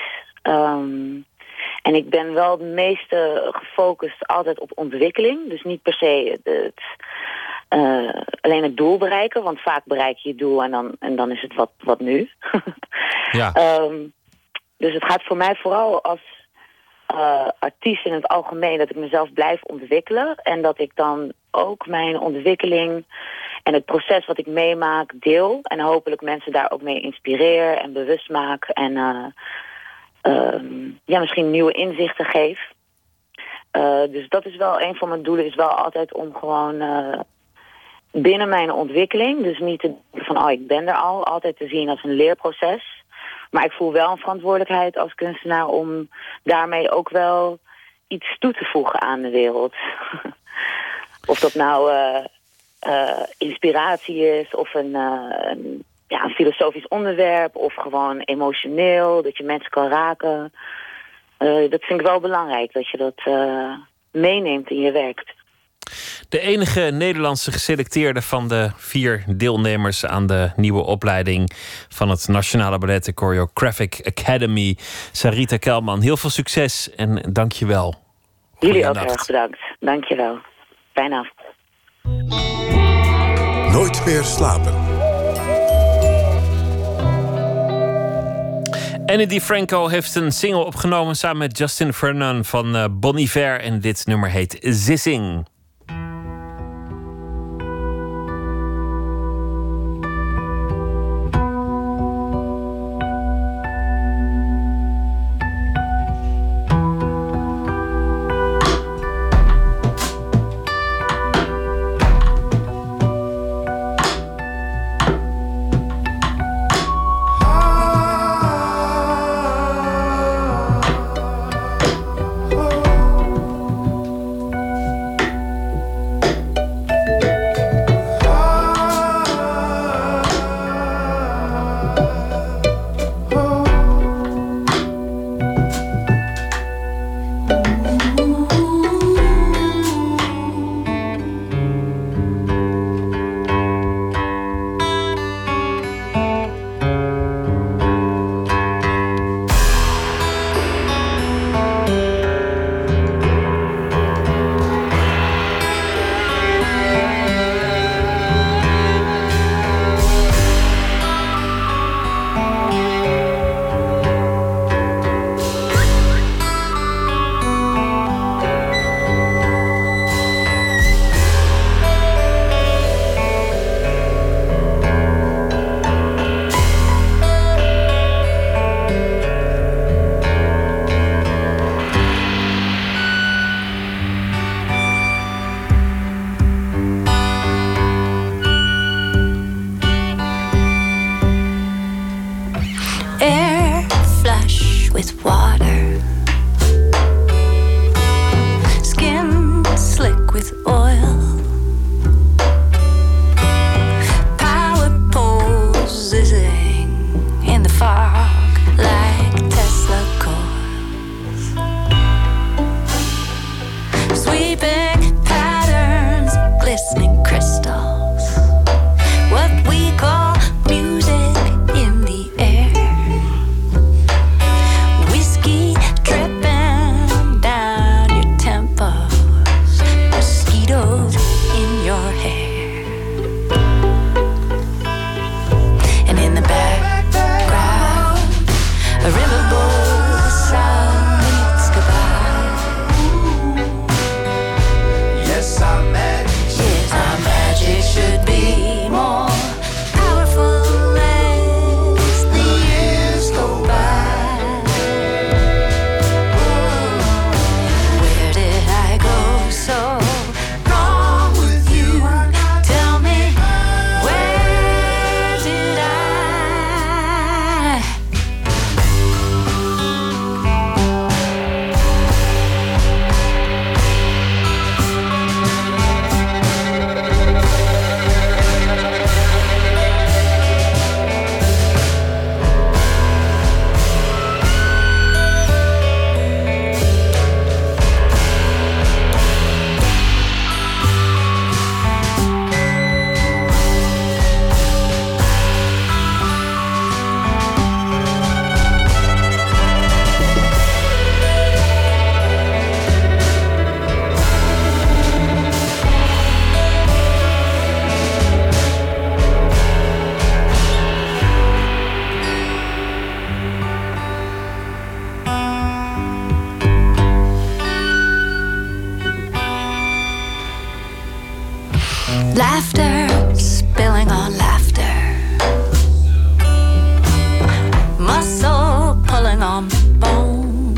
En ik ben wel het meeste gefocust altijd op ontwikkeling. Dus niet per se alleen het doel bereiken. Want vaak bereik je het doel en dan is het wat nu. Ja. Dus het gaat voor mij vooral als artiest in het algemeen dat ik mezelf blijf ontwikkelen. En dat ik dan ook mijn ontwikkeling en het proces wat ik meemaak deel. En hopelijk mensen daar ook mee inspireer en bewust maak. En misschien nieuwe inzichten geef. Dus dat is wel een van mijn doelen, is wel altijd om gewoon binnen mijn ontwikkeling, dus niet te denken van ik ben er al, altijd te zien als een leerproces. Maar ik voel wel een verantwoordelijkheid als kunstenaar om daarmee ook wel iets toe te voegen aan de wereld. Of dat nou inspiratie is of een filosofisch onderwerp of gewoon emotioneel, dat je mensen kan raken. Dat vind ik wel belangrijk, dat je dat meeneemt in je werk. De enige Nederlandse geselecteerde van de 4 deelnemers aan de nieuwe opleiding van het Nationale Ballet de Choreographic Academy, Sarita Kelman. Heel veel succes en dank je wel. Jullie ook heel erg bedankt. Dank je wel. Fijne avond. Nooit meer slapen. Annie DiFranco heeft een single opgenomen samen met Justin Vernon van Bon Iver. En dit nummer heet Zissing. Laughter, spilling on laughter. Muscle pulling on bone.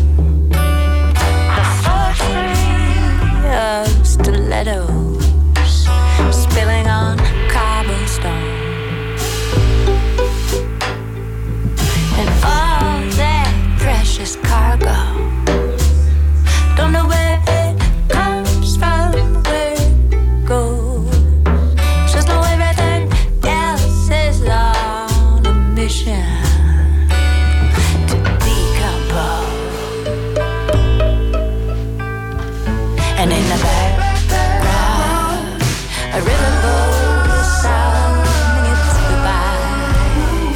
The sorcery of stilettos spilling on cobblestone. And all that precious cargo. Don't know where it comes from, where it goes. Just know everything else is on a mission to decompose. And in the background, a riverboat sounding its goodbye.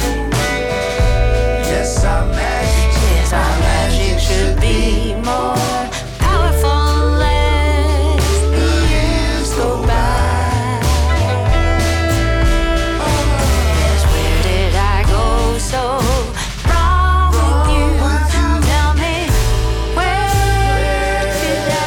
Yes, our magic should be more powerful as the years go by. Yes, where did I go so wrong with you? Tell me, where did I?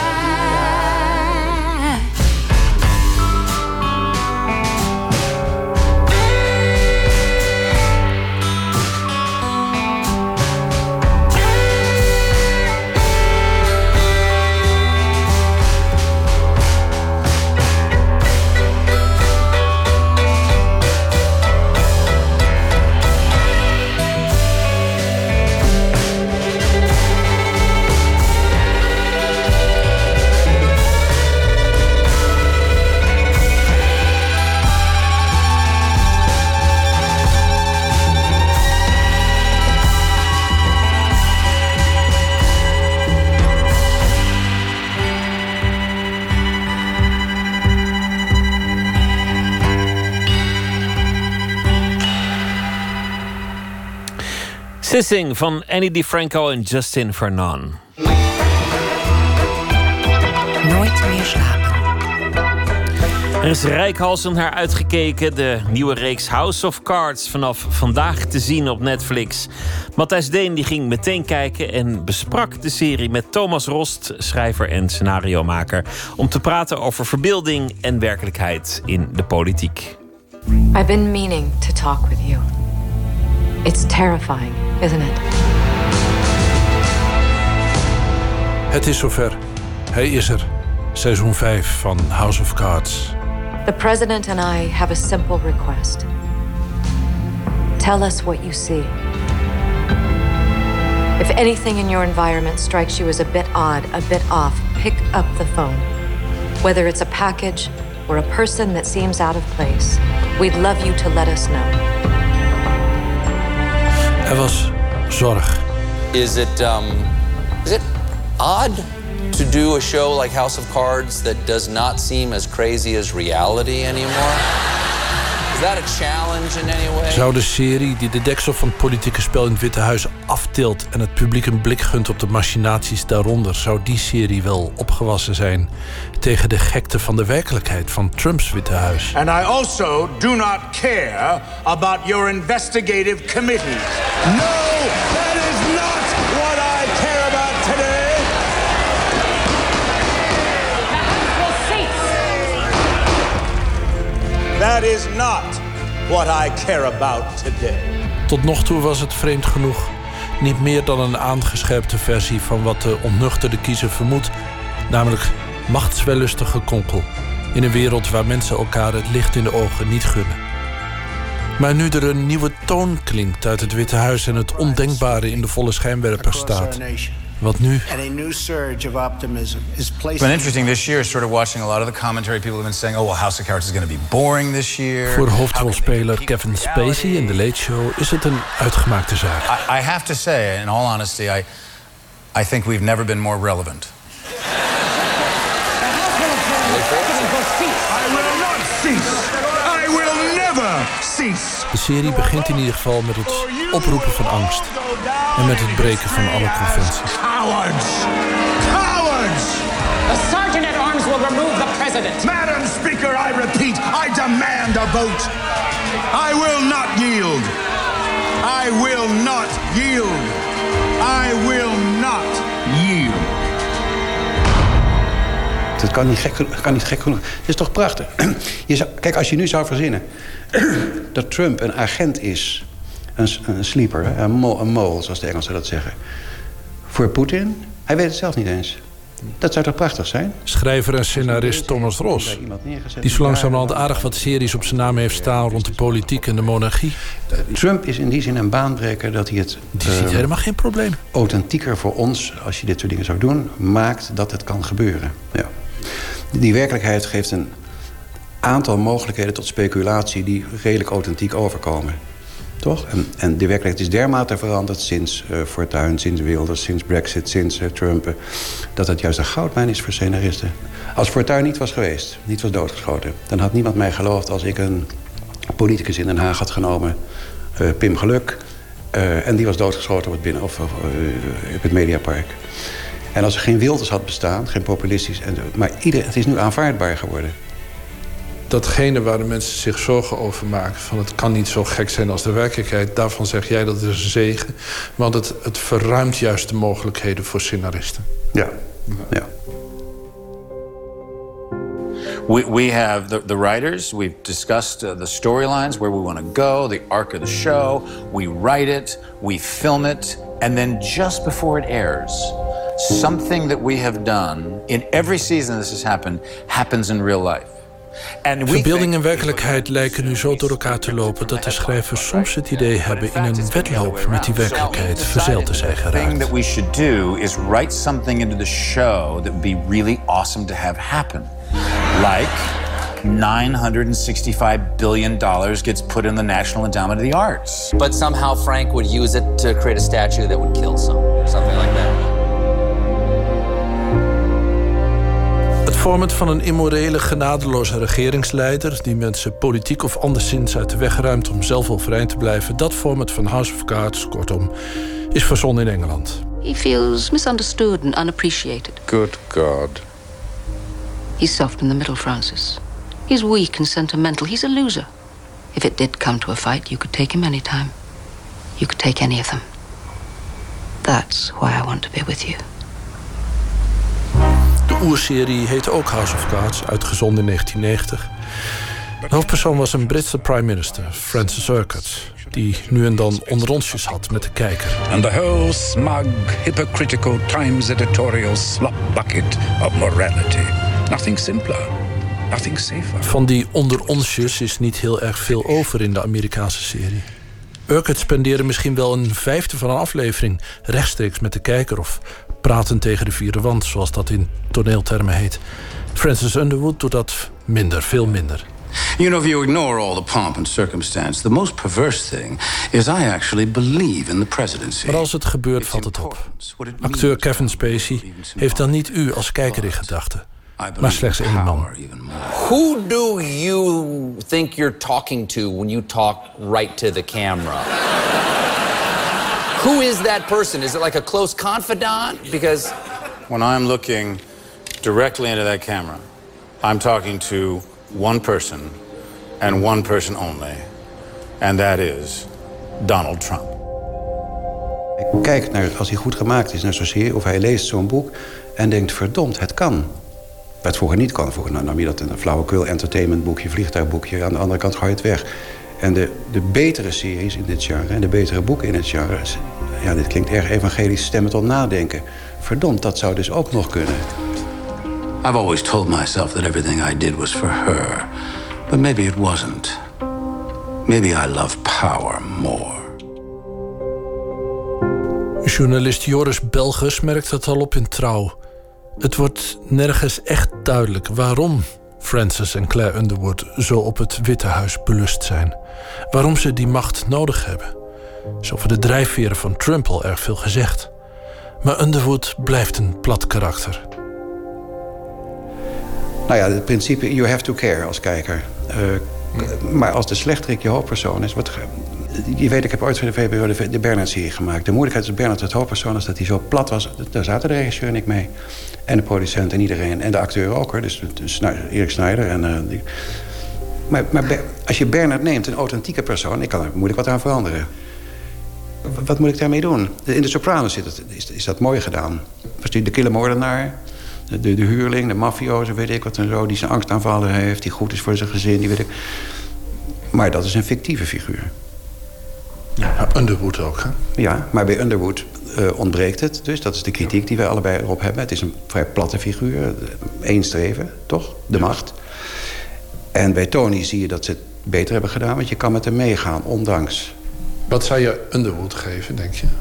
Sissing van Annie DiFranco en Justin Vernon. Nooit meer slapen. Er is reikhalzend naar uitgekeken. De nieuwe reeks House of Cards vanaf vandaag te zien op Netflix. Matthijs Deen die ging meteen kijken en besprak de serie met Thomas Rost, schrijver en scenariomaker, om te praten over verbeelding en werkelijkheid in de politiek. I've been meaning to talk with you. It's terrifying, isn't it? Het is zover. Hij is er. Seizoen 5 van House of Cards. The president and I have a simple request. Tell us what you see. If anything in your environment strikes you as a bit odd, a bit off, pick up the phone. Whether it's a package or a person that seems out of place, we'd love you to let us know. Er was zorg. Is it odd to do a show like House of Cards that does not seem as crazy as reality anymore? Is that a challenge in any way? Zou de serie die de deksel van het politieke spel in het Witte Huis aftilt en het publiek een blik gunt op de machinaties daaronder, zou die serie wel opgewassen zijn tegen de gekte van de werkelijkheid van Trumps Witte Huis? And I also do not care about your investigative committees. No, that is not what I care about today. The House will cease. That is not what I care about today. Tot nog toe was het vreemd genoeg niet meer dan een aangescherpte versie van wat de ontnuchterde kiezer vermoedt, namelijk machtswellustig gekonkel in een wereld waar mensen elkaar het licht in de ogen niet gunnen. Maar nu er een nieuwe toon klinkt uit het Witte Huis en het ondenkbare in de volle schijnwerper staat, wat nu? It's been interesting this year, sort of watching a lot of the commentary. People have been saying, oh, well, House of Cards is going to be boring this year. Voor hoofdrolspeler Kevin Spacey in The Late Show is het een uitgemaakte zaak. I have to say, in all honesty, I think we've never been more relevant. I will not cease. I will never cease. De serie begint in ieder geval met het oproepen van angst en met het breken van alle conventies. Cowards! Cowards! The sergeant at arms will remove the president. Madam Speaker, I repeat, I demand a vote. I will not yield. I will not yield. I will not yield. Dat kan niet gek genoeg. Het is toch prachtig? Kijk, als je nu zou verzinnen dat Trump een agent is, een sleeper, een mole, zoals de Engelsen dat zeggen, voor Poetin, hij weet het zelf niet eens. Dat zou toch prachtig zijn? Schrijver en scenarist Thomas Ross, die zo langzamerhand aardig wat series op zijn naam heeft staan rond de politiek en de monarchie. Trump is in die zin een baanbreker dat hij het... Die ziet helemaal geen probleem. Authentieker voor ons, als je dit soort dingen zou doen, maakt dat het kan gebeuren. Ja. Die werkelijkheid geeft een aantal mogelijkheden tot speculatie die redelijk authentiek overkomen. Toch? En de werkelijkheid is dermate veranderd sinds Fortuyn, sinds Wilders, sinds Brexit, sinds Trump, dat het juist een goudmijn is voor scenaristen. Als Fortuyn niet was geweest, niet was doodgeschoten, dan had niemand mij geloofd als ik een politicus in Den Haag had genomen, Pim Geluk, en die was doodgeschoten op het Mediapark. En als er geen Wilders had bestaan, geen populistisch, maar het is nu aanvaardbaar geworden. Datgene waar de mensen zich zorgen over maken, van het kan niet zo gek zijn als de werkelijkheid, daarvan zeg jij dat is een zegen. Want het verruimt juist de mogelijkheden voor scenaristen. Ja. We have the writers. We've discussed the storylines, where we want to go, the arc of the show. We write it, we film it, and then just before it airs, something that we have done in every season this has happened happens in real life. Verbeelding en werkelijkheid lijken nu zo door elkaar te lopen dat de schrijvers soms het idee hebben in een wedloop met die werkelijkheid verzeild te zijn geraakt. The thing that we should do is write something into the show that would be really awesome to have happen. Like $965 billion gets put in the National Endowment of the Arts. But somehow Frank would use it to create a statue that would kill something like that. Het format van een immorele, genadeloze regeringsleider die mensen politiek of anderszins uit de weg ruimt om zelf overeind te blijven, dat format van House of Cards, kortom, is verzonnen in Engeland. He feels misunderstood and unappreciated. Good God. He's soft in the middle, Francis. He's weak and sentimental. He's a loser. If it did come to a fight, you could take him anytime. You could take any of them. That's why I want to be with you. De oerserie heette ook House of Cards, uitgezonden in 1990. De hoofdpersoon was een Britse prime minister, Francis Urquhart, die nu en dan onderonsjes had met de kijker. And the whole smug, hypocritical Times editorial slop bucket of morality. Nothing simpler, nothing safer. Van die onderonsjes is niet heel erg veel over in de Amerikaanse serie. Urquhart spendeerde misschien wel een vijfde van een aflevering rechtstreeks met de kijker of praten tegen de vierde wand, zoals dat in toneeltermen heet. Francis Underwood doet dat minder, veel minder. You know, if you ignore all the pomp and circumstance, the most perverse thing is I actually believe in the presidency. Maar als het gebeurt, valt het op. Acteur Kevin Spacey heeft dan niet u als kijker in gedachten, maar slechts één man. Who do you think you're talking to when you talk right to the camera? Who is that person? Is it like a close confidant? Because when I'm looking directly into that camera, I'm talking to one person and one person only. And that is Donald Trump. Hij kijkt naar, als hij goed gemaakt is, naar zo'n serie, of hij leest zo'n boek en denkt, verdomd, het kan. Wat het vroeger niet kon. Vroeger nam je dat een flauwekul entertainmentboekje, vliegtuigboekje. Aan de andere kant gooi je het weg. En de betere series in dit genre en de betere boeken in het genre, ja, dit klinkt erg evangelisch, stemmen tot nadenken. Verdomd, dat zou dus ook nog kunnen. I've always told myself that everything I did was for her. But maybe it wasn't. Maybe I love power more. Journalist Joris Belges merkt het al op in Trouw. Het wordt nergens echt duidelijk waarom Francis en Claire Underwood zo op het Witte Huis belust zijn. Waarom ze die macht nodig hebben. Is over de drijfveren van Trump al erg veel gezegd. Maar Underwood blijft een plat karakter. Nou ja, het principe, you have to care als kijker. Maar als de slechterik je hoofdpersoon is... Je weet, ik heb ooit voor de VPRO de Bernard-serie gemaakt. De moeilijkheid is Bernard het hoofdpersoon is dat hij zo plat was. Daar zaten de regisseur en ik mee. En de producent en iedereen. En de acteur ook, hoor. Dus Erik Snijder. Maar als je Bernard neemt, een authentieke persoon... ik kan er moeilijk wat aan veranderen. Wat moet ik daarmee doen? In de Sopranos is dat mooi gedaan. Was die de kille moordenaar? De huurling, de mafioso, weet ik wat en zo... die zijn angstaanvallen heeft, die goed is voor zijn gezin, die weet ik. Maar dat is een fictieve figuur. Ja, Underwood ook, hè? Ja, maar bij Underwood ontbreekt het. Dus dat is de kritiek die wij allebei erop hebben. Het is een vrij platte figuur. Eén streven, toch? De macht. En bij Tony zie je dat ze het beter hebben gedaan... want je kan met hem meegaan, ondanks. Wat zou je Underwood geven, denk je?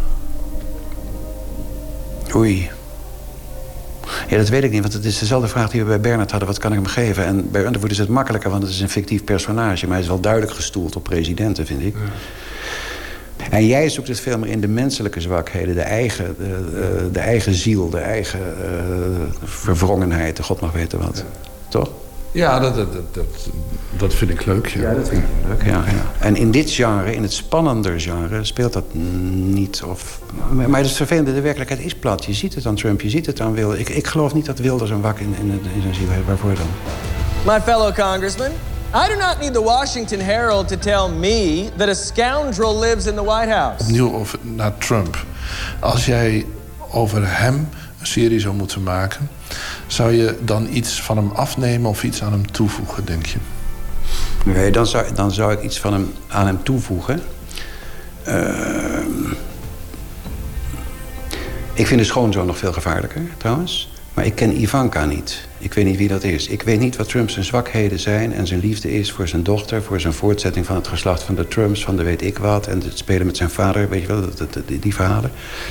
Oei. Ja, dat weet ik niet, want het is dezelfde vraag die we bij Bernard hadden. Wat kan ik hem geven? En bij Underwood is het makkelijker, want het is een fictief personage. Maar hij is wel duidelijk gestoeld op presidenten, vind ik. Ja. En jij zoekt het veel meer in de menselijke zwakheden. De eigen ziel, de eigen verwrongenheid. De God mag weten wat. Ja. Toch? Ja, dat vind ik leuk. Ja, dat vind ik leuk. Ja. En in dit genre, in het spannender genre, speelt dat niet. Maar het is vervelende, de werkelijkheid is plat. Je ziet het aan Trump, je ziet het aan Wilders. Ik geloof niet dat Wilders een wak in zijn ziel heeft. Waarvoor dan? My fellow congressman, I do not need the Washington Herald to tell me that a scoundrel lives in the White House. Opnieuw naar Trump. Als jij over hem een serie zou moeten maken... zou je dan iets van hem afnemen of iets aan hem toevoegen, denk je? Nee, dan zou ik iets van aan hem toevoegen. Ik vind de schoonzoon nog veel gevaarlijker, trouwens. Maar ik ken Ivanka niet. Ik weet niet wie dat is. Ik weet niet wat Trump zijn zwakheden zijn... en zijn liefde is voor zijn dochter... voor zijn voortzetting van het geslacht van de Trumps... van de weet ik wat, en het spelen met zijn vader... weet je wel, die verhalen.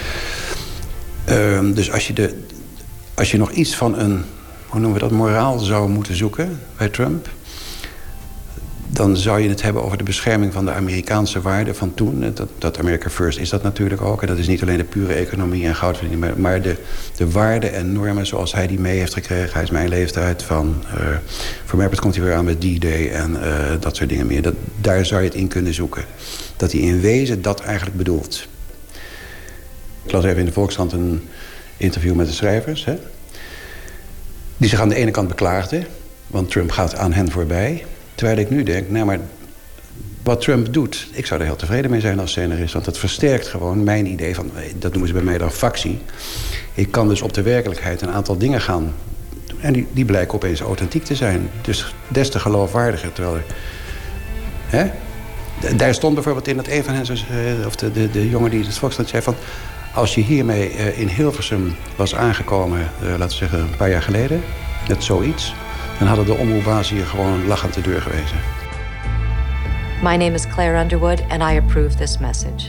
Dus als je nog iets van een... hoe noemen we dat, moraal zou moeten zoeken bij Trump... dan zou je het hebben over de bescherming van de Amerikaanse waarden van toen. Dat America First is dat natuurlijk ook. En dat is niet alleen de pure economie en goudverdiening... maar de waarden en normen zoals hij die mee heeft gekregen. Hij is mijn leeftijd van... voor mij komt hij weer aan met D-Day en dat soort dingen meer. Daar zou je het in kunnen zoeken. Dat hij in wezen dat eigenlijk bedoelt. Ik las even in de Volkskrant een interview met de schrijvers... Hè, die zich aan de ene kant beklaagden... want Trump gaat aan hen voorbij... Terwijl ik nu denk, nou maar wat Trump doet... ik zou er heel tevreden mee zijn als scenarist... want dat versterkt gewoon mijn idee van... dat noemen ze bij mij dan factie. Ik kan dus op de werkelijkheid een aantal dingen gaan... en die blijken opeens authentiek te zijn. Dus des te geloofwaardiger. Terwijl hè? Daar stond bijvoorbeeld in dat een van hen... of de jongen die het Volkskrant zei van... als je hiermee in Hilversum was aangekomen... laten we zeggen een paar jaar geleden... met zoiets... dan hadden de omroepbaas hier gewoon lachend de deur gewezen. My name is Claire Underwood and I approve this message.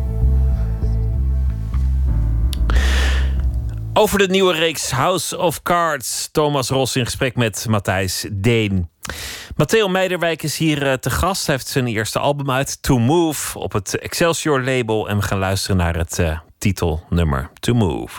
Over de nieuwe reeks House of Cards. Thomas Ros in gesprek met Matthijs Deen. Matteo Meiderwijk is hier te gast. Hij heeft zijn eerste album uit, To Move, op het Excelsior label. En we gaan luisteren naar het titelnummer, To Move.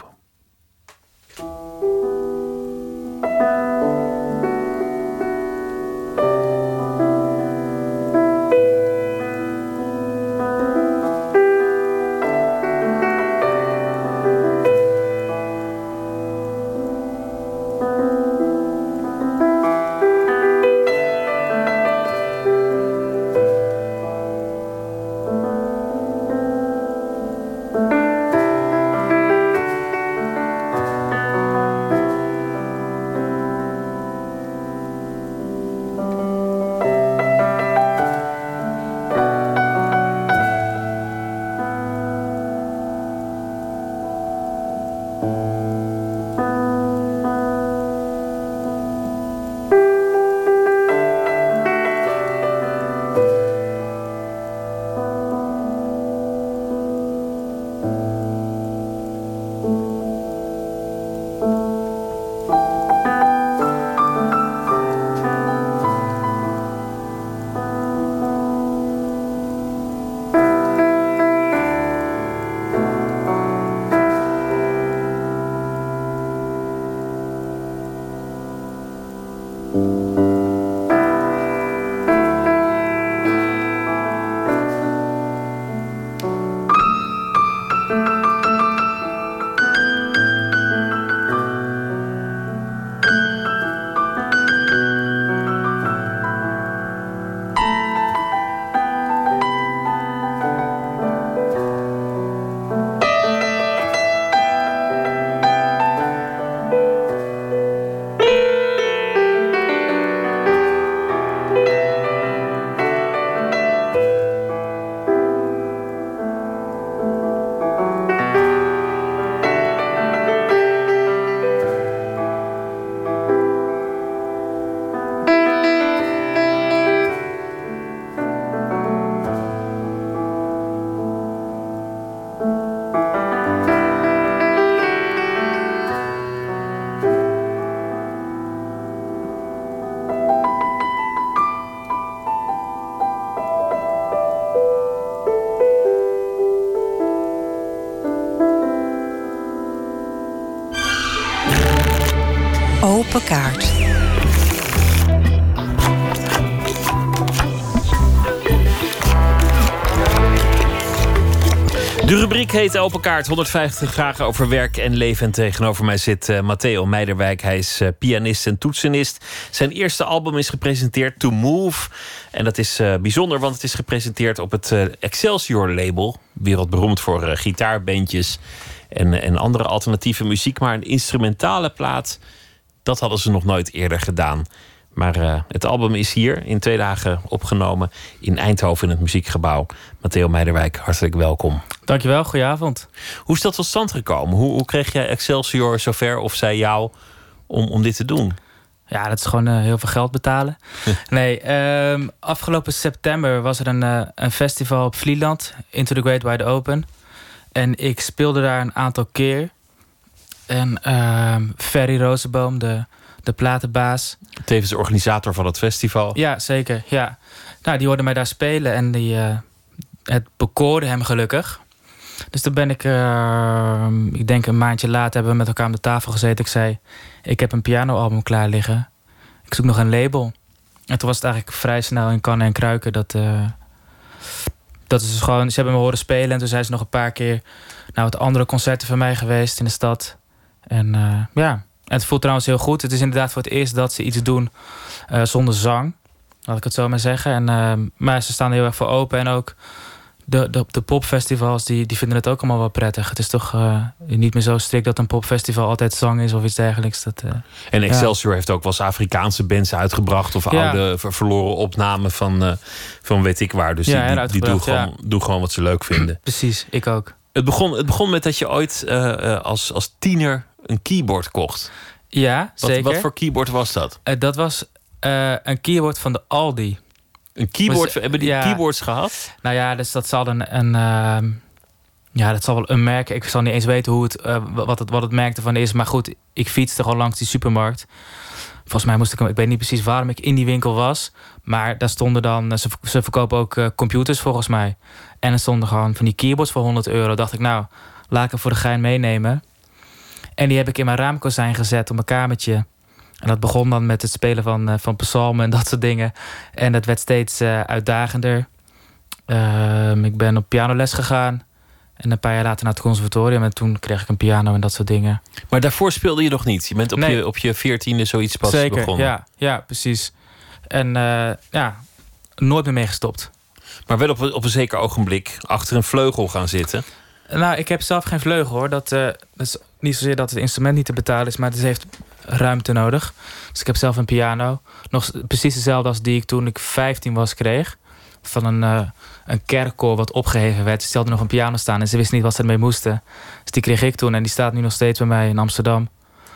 Open kaart. De rubriek heet Open Kaart. 150 vragen over werk en leven. En tegenover mij zit Matteo Meiderwijk. Hij is pianist en toetsenist. Zijn eerste album is gepresenteerd, To Move. En dat is bijzonder, want het is gepresenteerd op het Excelsior-label. Wereldberoemd voor gitaarbandjes en andere alternatieve muziek. Maar een instrumentale plaat, dat hadden ze nog nooit eerder gedaan. Maar het album is hier in 2 dagen opgenomen in Eindhoven in het Muziekgebouw. Matteo Meiderwijk, hartelijk welkom. Dankjewel, goedenavond. Hoe is dat tot stand gekomen? Hoe kreeg jij Excelsior zover of zij jou om dit te doen? Ja, dat is gewoon heel veel geld betalen. Nee, afgelopen september was er een festival op Vlieland, Into the Great Wide Open. En ik speelde daar een aantal keer. En Ferry Rozenboom, de platenbaas. Tevens organisator van het festival. Ja, zeker. Ja. Nou, die hoorde mij daar spelen en het bekoorde hem gelukkig. Dus toen ben ik denk een maandje later hebben we met elkaar aan de tafel gezeten. Ik zei, ik heb een pianoalbum klaar liggen. Ik zoek nog een label. En toen was het eigenlijk vrij snel in kannen en kruiken. Dat is dus gewoon, ze hebben me horen spelen. En toen zijn ze nog een paar keer naar wat andere concerten van mij geweest in de stad. En ja, het voelt trouwens heel goed. Het is inderdaad voor het eerst dat ze iets doen zonder zang. Laat ik het zo maar zeggen. Maar ze staan er heel erg voor open. En ook de popfestivals, die vinden het ook allemaal wel prettig. Het is toch niet meer zo strikt dat een popfestival altijd zang is of iets dergelijks. En Excelsior heeft ook wel eens Afrikaanse bands uitgebracht. Of oude verloren opnamen van weet ik waar. Dus die doen gewoon wat ze leuk vinden. Precies, ik ook. Het begon met dat je ooit als tiener een keyboard kocht. Ja, zeker. Wat voor keyboard was dat? Dat was een keyboard van de Aldi. Een keyboard? Hebben die keyboards gehad? Nou ja, dus dat zal dat zal wel een merk. Ik zal niet eens weten wat het merk ervan is. Maar goed, ik fietste gewoon langs die supermarkt. Volgens mij ik weet niet precies waarom ik in die winkel was. Maar daar stonden dan, ze verkopen ook computers volgens mij. En er stonden gewoon van die keyboards voor €100. Dacht ik, nou, laat ik hem voor de gein meenemen. En die heb ik in mijn raamkozijn gezet op mijn kamertje. En dat begon dan met het spelen van psalmen en dat soort dingen. En dat werd steeds uitdagender. Ik ben op pianoles gegaan. En een paar jaar later naar het conservatorium. En toen kreeg ik een piano en dat soort dingen. Maar daarvoor speelde je nog niet? Je bent op je 14e zoiets pas begonnen? Ja, precies. En nooit meer mee gestopt. Maar wel op een zeker ogenblik achter een vleugel gaan zitten? Nou, ik heb zelf geen vleugel hoor. Dat is niet zozeer dat het instrument niet te betalen is, maar het heeft ruimte nodig. Dus ik heb zelf een piano. Nog precies dezelfde als die ik toen ik 15 was kreeg. Van een kerkkoor wat opgeheven werd. Ze hadden nog een piano staan en ze wisten niet wat ze ermee moesten. Dus die kreeg ik toen en die staat nu nog steeds bij mij in Amsterdam.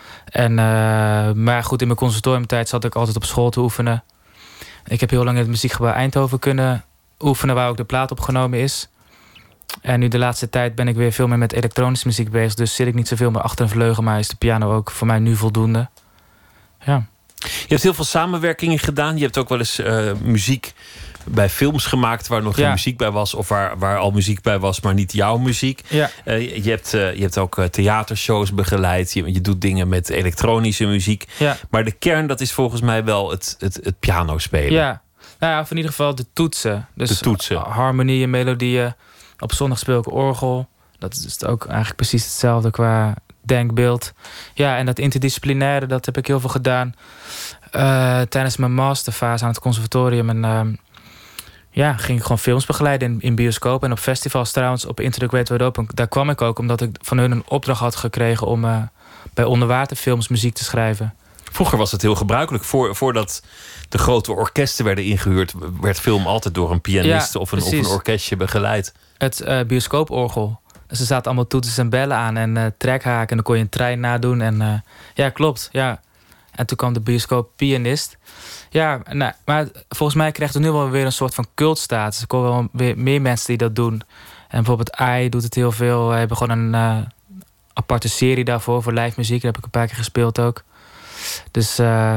Maar goed, in mijn conservatoriumtijd zat ik altijd op school te oefenen. Ik heb heel lang in het Muziekgebouw Eindhoven kunnen oefenen, waar ook de plaat opgenomen is. En nu de laatste tijd ben ik weer veel meer met elektronische muziek bezig. Dus zit ik niet zoveel meer achter een vleugel. Maar is de piano ook voor mij nu voldoende. Ja. Je hebt heel veel samenwerkingen gedaan. Je hebt ook wel eens muziek bij films gemaakt waar nog geen muziek bij was. Of waar al muziek bij was, maar niet jouw muziek. Ja. Je hebt ook theatershows begeleid. Je doet dingen met elektronische muziek. Ja. Maar de kern, dat is volgens mij wel het piano spelen. Ja. Nou ja, of in ieder geval de toetsen. Dus de toetsen. Harmonieën, melodieën. Op zondag speel ik orgel. Dat is dus ook eigenlijk precies hetzelfde qua denkbeeld. Ja, en dat interdisciplinaire, dat heb ik heel veel gedaan tijdens mijn masterfase aan het conservatorium. En ging ik gewoon films begeleiden in bioscoop en op festivals trouwens. Op Into the Great Wide Open, daar kwam ik ook omdat ik van hun een opdracht had gekregen om bij onderwaterfilms muziek te schrijven. Vroeger was het heel gebruikelijk. Voordat de grote orkesten werden ingehuurd, werd film altijd door een pianist of een orkestje begeleid. Het bioscooporgel. Dus er zaten allemaal toetsen en bellen aan en trekhaken. En dan kon je een trein nadoen. En klopt. Ja. En toen kwam de bioscooppianist. Ja, maar volgens mij krijgt het nu wel weer een soort van cultstatus. Ik hoor wel weer meer mensen die dat doen. En bijvoorbeeld AI doet het heel veel. We hebben gewoon een aparte serie daarvoor, voor live muziek. Daar heb ik een paar keer gespeeld ook. Dus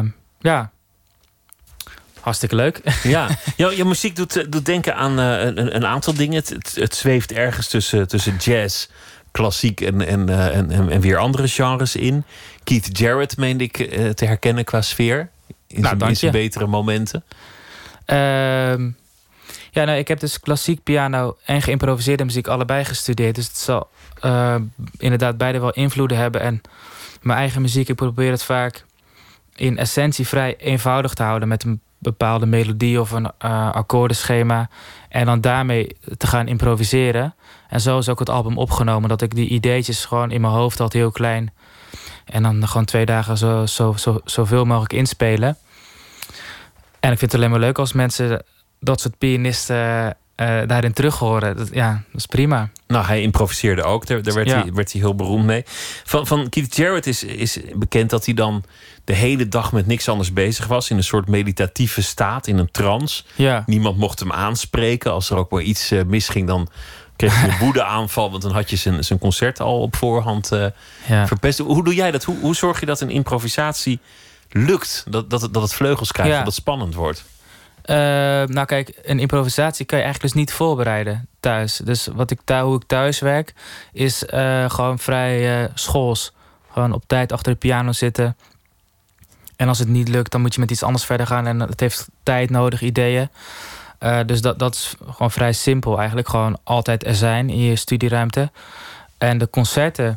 hartstikke leuk. Ja, jouw muziek doet denken aan een aantal dingen. Het zweeft ergens tussen jazz, klassiek en weer andere genres in. Keith Jarrett meende ik te herkennen qua sfeer. In zijn betere momenten. Ik heb dus klassiek piano en geïmproviseerde muziek allebei gestudeerd. Dus het zal inderdaad beide wel invloeden hebben. En mijn eigen muziek, ik probeer het vaak in essentie vrij eenvoudig te houden. Met een bepaalde melodie of een akkoordenschema. En dan daarmee te gaan improviseren. En zo is ook het album opgenomen. Dat ik die ideetjes gewoon in mijn hoofd had, heel klein. En dan gewoon 2 dagen zoveel mogelijk inspelen. En ik vind het alleen maar leuk als mensen dat soort pianisten daarin terug horen. Dat is prima. Nou, hij improviseerde ook. Daar werd hij heel beroemd mee. Van Keith Jarrett is bekend dat hij dan de hele dag met niks anders bezig was. In een soort meditatieve staat, in een trance. Ja. Niemand mocht hem aanspreken. Als er ook maar iets misging, dan kreeg hij een woedeaanval. Want dan had je zijn concert al op voorhand verpest. Hoe doe jij dat? Hoe zorg je dat een improvisatie lukt? Dat het vleugels krijgt, dat het spannend wordt? Kijk, een improvisatie kan je eigenlijk dus niet voorbereiden thuis. Dus hoe ik thuis werk, is gewoon vrij schools. Gewoon op tijd achter de piano zitten. En als het niet lukt, dan moet je met iets anders verder gaan. En het heeft tijd nodig, ideeën. Dus dat is gewoon vrij simpel eigenlijk. Gewoon altijd er zijn in je studieruimte. En de concerten,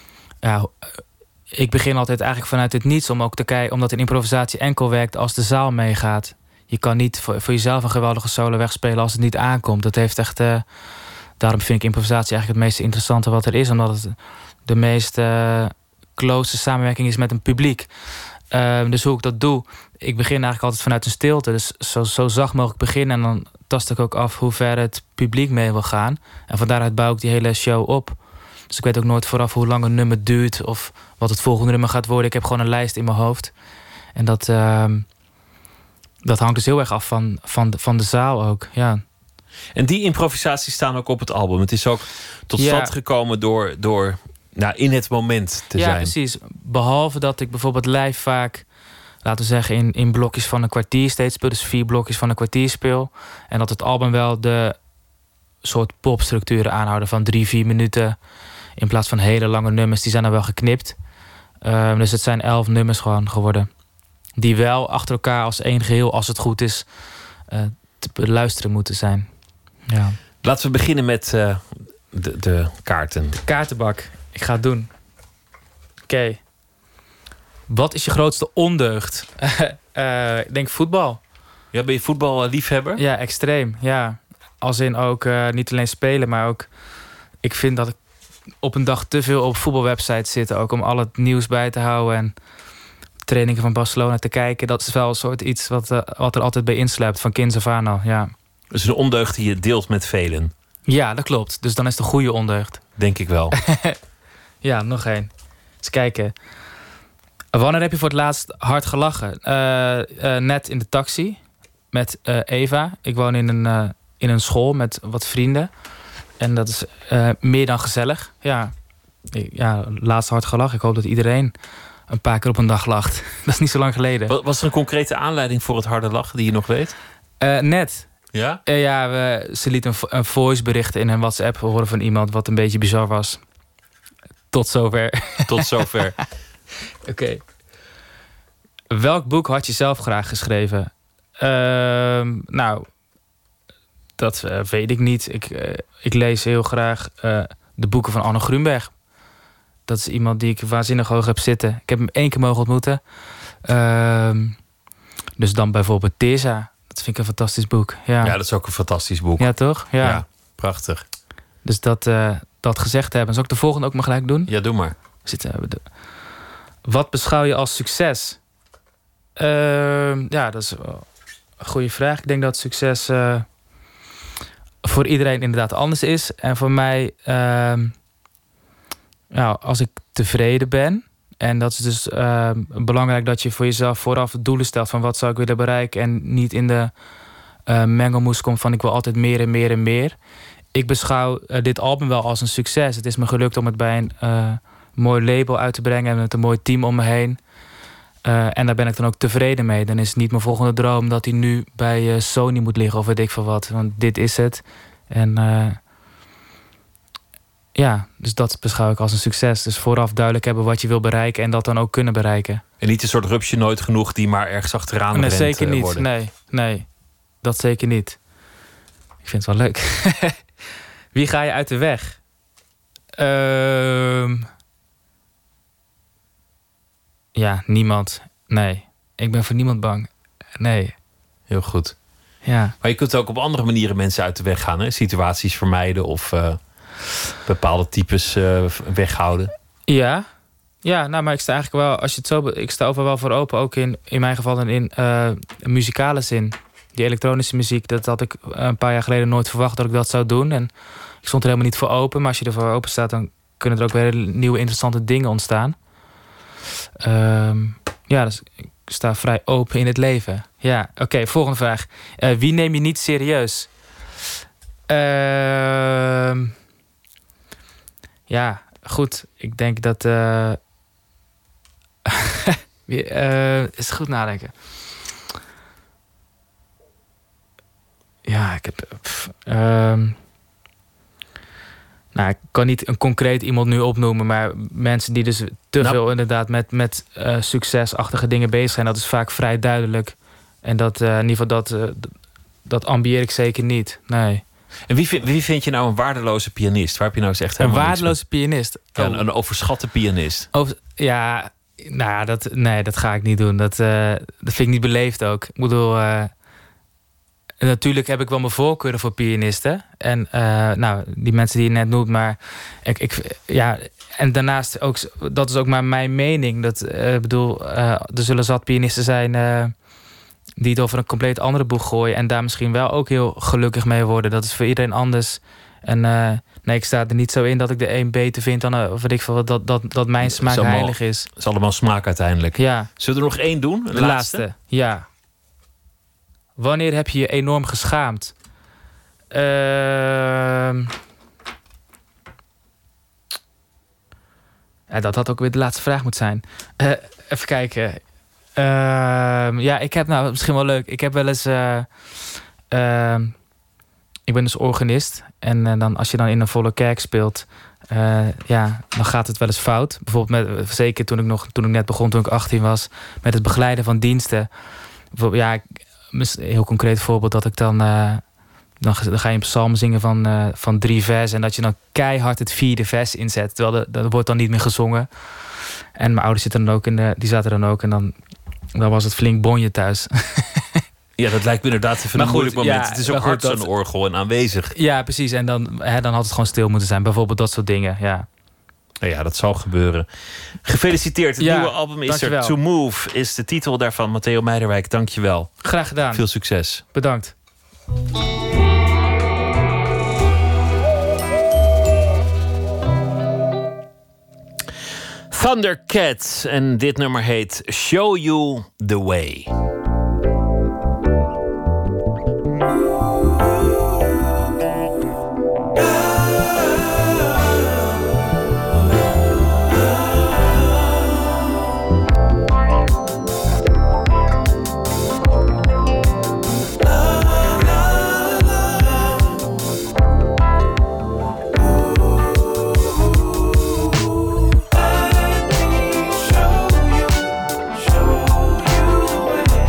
ik begin altijd eigenlijk vanuit het niets om ook te kijken, omdat een improvisatie enkel werkt als de zaal meegaat. Je kan niet voor jezelf een geweldige solo wegspelen als het niet aankomt. Dat heeft echt. Daarom vind ik improvisatie eigenlijk het meest interessante wat er is, omdat het de meest close samenwerking is met een publiek. Dus hoe ik dat doe, ik begin eigenlijk altijd vanuit een stilte. Dus zo zacht mogelijk beginnen en dan tast ik ook af hoe ver het publiek mee wil gaan. En van daaruit bouw ik die hele show op. Dus ik weet ook nooit vooraf hoe lang een nummer duurt of wat het volgende nummer gaat worden. Ik heb gewoon een lijst in mijn hoofd. En dat hangt dus heel erg af van de zaal ook, ja. En die improvisaties staan ook op het album. Het is ook tot stand gekomen door in het moment te zijn. Ja, precies. Behalve dat ik bijvoorbeeld live vaak, laten we zeggen, in blokjes van een kwartier steeds speel. Dus 4 blokjes van een kwartier speel. En dat het album wel de soort popstructuren aanhouden van 3-4 minuten. In plaats van hele lange nummers, die zijn dan wel geknipt. Dus het zijn 11 nummers gewoon geworden. Die wel achter elkaar als één geheel, als het goed is, te beluisteren moeten zijn. Ja. Laten we beginnen met de kaarten. De kaartenbak. Ik ga het doen. Oké. Wat is je grootste ondeugd? Ik denk voetbal. Ja, ben je voetballiefhebber? Ja, extreem. Ja. Als in ook niet alleen spelen, maar ook, ik vind dat ik op een dag te veel op voetbalwebsites zit. Ook om al het nieuws bij te houden en trainingen van Barcelona te kijken. Dat is wel een soort iets wat er altijd bij insluipt, van kinds af aan al. Ja. Dus een ondeugd die je deelt met velen. Ja, dat klopt. Dus dan is het een goede ondeugd. Denk ik wel. Ja, nog één. Eens kijken. Wanneer heb je voor het laatst hard gelachen? Net in de taxi met Eva. Ik woon in een school met wat vrienden. En dat is meer dan gezellig. Ja, laatst hard gelachen. Ik hoop dat iedereen een paar keer op een dag lacht. Dat is niet zo lang geleden. Was er een concrete aanleiding voor het harde lachen die je nog weet? Net. Ja? Ze liet een voicebericht in een WhatsApp horen van iemand wat een beetje bizar was. Tot zover. Tot zover. Oké. Welk boek had je zelf graag geschreven? Dat weet ik niet. Ik lees heel graag de boeken van Arno Grunberg. Dat is iemand die ik waanzinnig hoog heb zitten. Ik heb hem 1 keer mogen ontmoeten. Dus dan bijvoorbeeld Teersa. Dat vind ik een fantastisch boek. Ja, dat is ook een fantastisch boek. Ja, toch? Ja, prachtig. Dus dat gezegd hebben. Zal ik de volgende ook maar gelijk doen? Ja, doe maar. Wat beschouw je als succes? Dat is een goede vraag. Ik denk dat succes voor iedereen inderdaad anders is. En voor mij, als ik tevreden ben. En dat is dus belangrijk dat je voor jezelf vooraf doelen stelt van wat zou ik willen bereiken. En niet in de mengelmoes komt van ik wil altijd meer en meer en meer. Ik beschouw dit album wel als een succes. Het is me gelukt om het bij een mooi label uit te brengen. En met een mooi team om me heen. En daar ben ik dan ook tevreden mee. Dan is het niet mijn volgende droom dat hij nu bij Sony moet liggen of weet ik veel wat. Want dit is het. En dus dat beschouw ik als een succes. Dus vooraf duidelijk hebben wat je wil bereiken en dat dan ook kunnen bereiken. En niet een soort rupsje nooit genoeg die maar ergens achteraan Nee, rent, zeker niet. worden. Nee, dat zeker niet. Ik vind het wel leuk. Wie ga je uit de weg? Ja, niemand. Nee. Ik ben voor niemand bang. Nee. Heel goed. Ja. Maar je kunt ook op andere manieren mensen uit de weg gaan. Hè? Situaties vermijden of bepaalde types weghouden. Ja, maar ik sta eigenlijk wel, als je het zo, ik sta overal wel voor open, ook in mijn geval en in muzikale zin. Die elektronische muziek, dat had ik een paar jaar geleden nooit verwacht dat ik dat zou doen. En ik stond er helemaal niet voor open, maar als je er voor open staat, dan kunnen er ook weer nieuwe interessante dingen ontstaan. Dus ik sta vrij open in het leven. Ja, oké, volgende vraag. Wie neem je niet serieus? Ja, goed. Ik denk dat... is goed nadenken. Ja, ik heb... ik kan niet een concreet iemand nu opnoemen, maar mensen die dus te veel inderdaad met succesachtige dingen bezig zijn, dat is vaak vrij duidelijk. En dat in ieder geval dat ambieer ik zeker niet. Nee. En wie vind je nou een waardeloze pianist? Waar heb je nou eens echt een waardeloze pianist? Ja, een overschatte pianist. Dat ga ik niet doen. Dat vind ik niet beleefd ook. Ik bedoel, natuurlijk heb ik wel mijn voorkeuren voor pianisten. En die mensen die je net noemt, maar en daarnaast ook, dat is ook maar mijn mening. Dat er zullen zat pianisten zijn die het over een compleet andere boeg gooien en daar misschien wel ook heel gelukkig mee worden. Dat is voor iedereen anders. En ik sta er niet zo in dat ik de een beter vind dan weet ik veel, dat mijn smaak heilig is. Het is allemaal smaak uiteindelijk. Ja. Zullen we er nog één doen? De laatste. Ja. Wanneer heb je je enorm geschaamd? Dat had ook weer de laatste vraag moeten zijn. Even kijken. Ik heb misschien wel leuk. Ik heb wel eens... ik ben dus organist. En dan als je dan in een volle kerk speelt... dan gaat het wel eens fout. Bijvoorbeeld zeker toen ik net begon, toen ik 18 was... met het begeleiden van diensten. Een heel concreet voorbeeld dat ik dan ga je een psalm zingen van 3 versen... en dat je dan keihard het 4e vers inzet. Terwijl dat wordt dan niet meer gezongen. En mijn ouders die zaten dan ook... en dan was het flink bonje thuis. Ja, dat lijkt me inderdaad even een moeilijk moment. Ja, het is ook hard zo'n orgel en aanwezig. Ja, precies. En dan had het gewoon stil moeten zijn. Bijvoorbeeld dat soort dingen, ja. Ja, dat zal gebeuren. Gefeliciteerd. Het nieuwe album is dankjewel. er. To Move is de titel daarvan. Matteo Meiderwijk, dank je wel. Graag gedaan. Veel succes. Bedankt. Thundercats. En dit nummer heet Show You The Way. Show you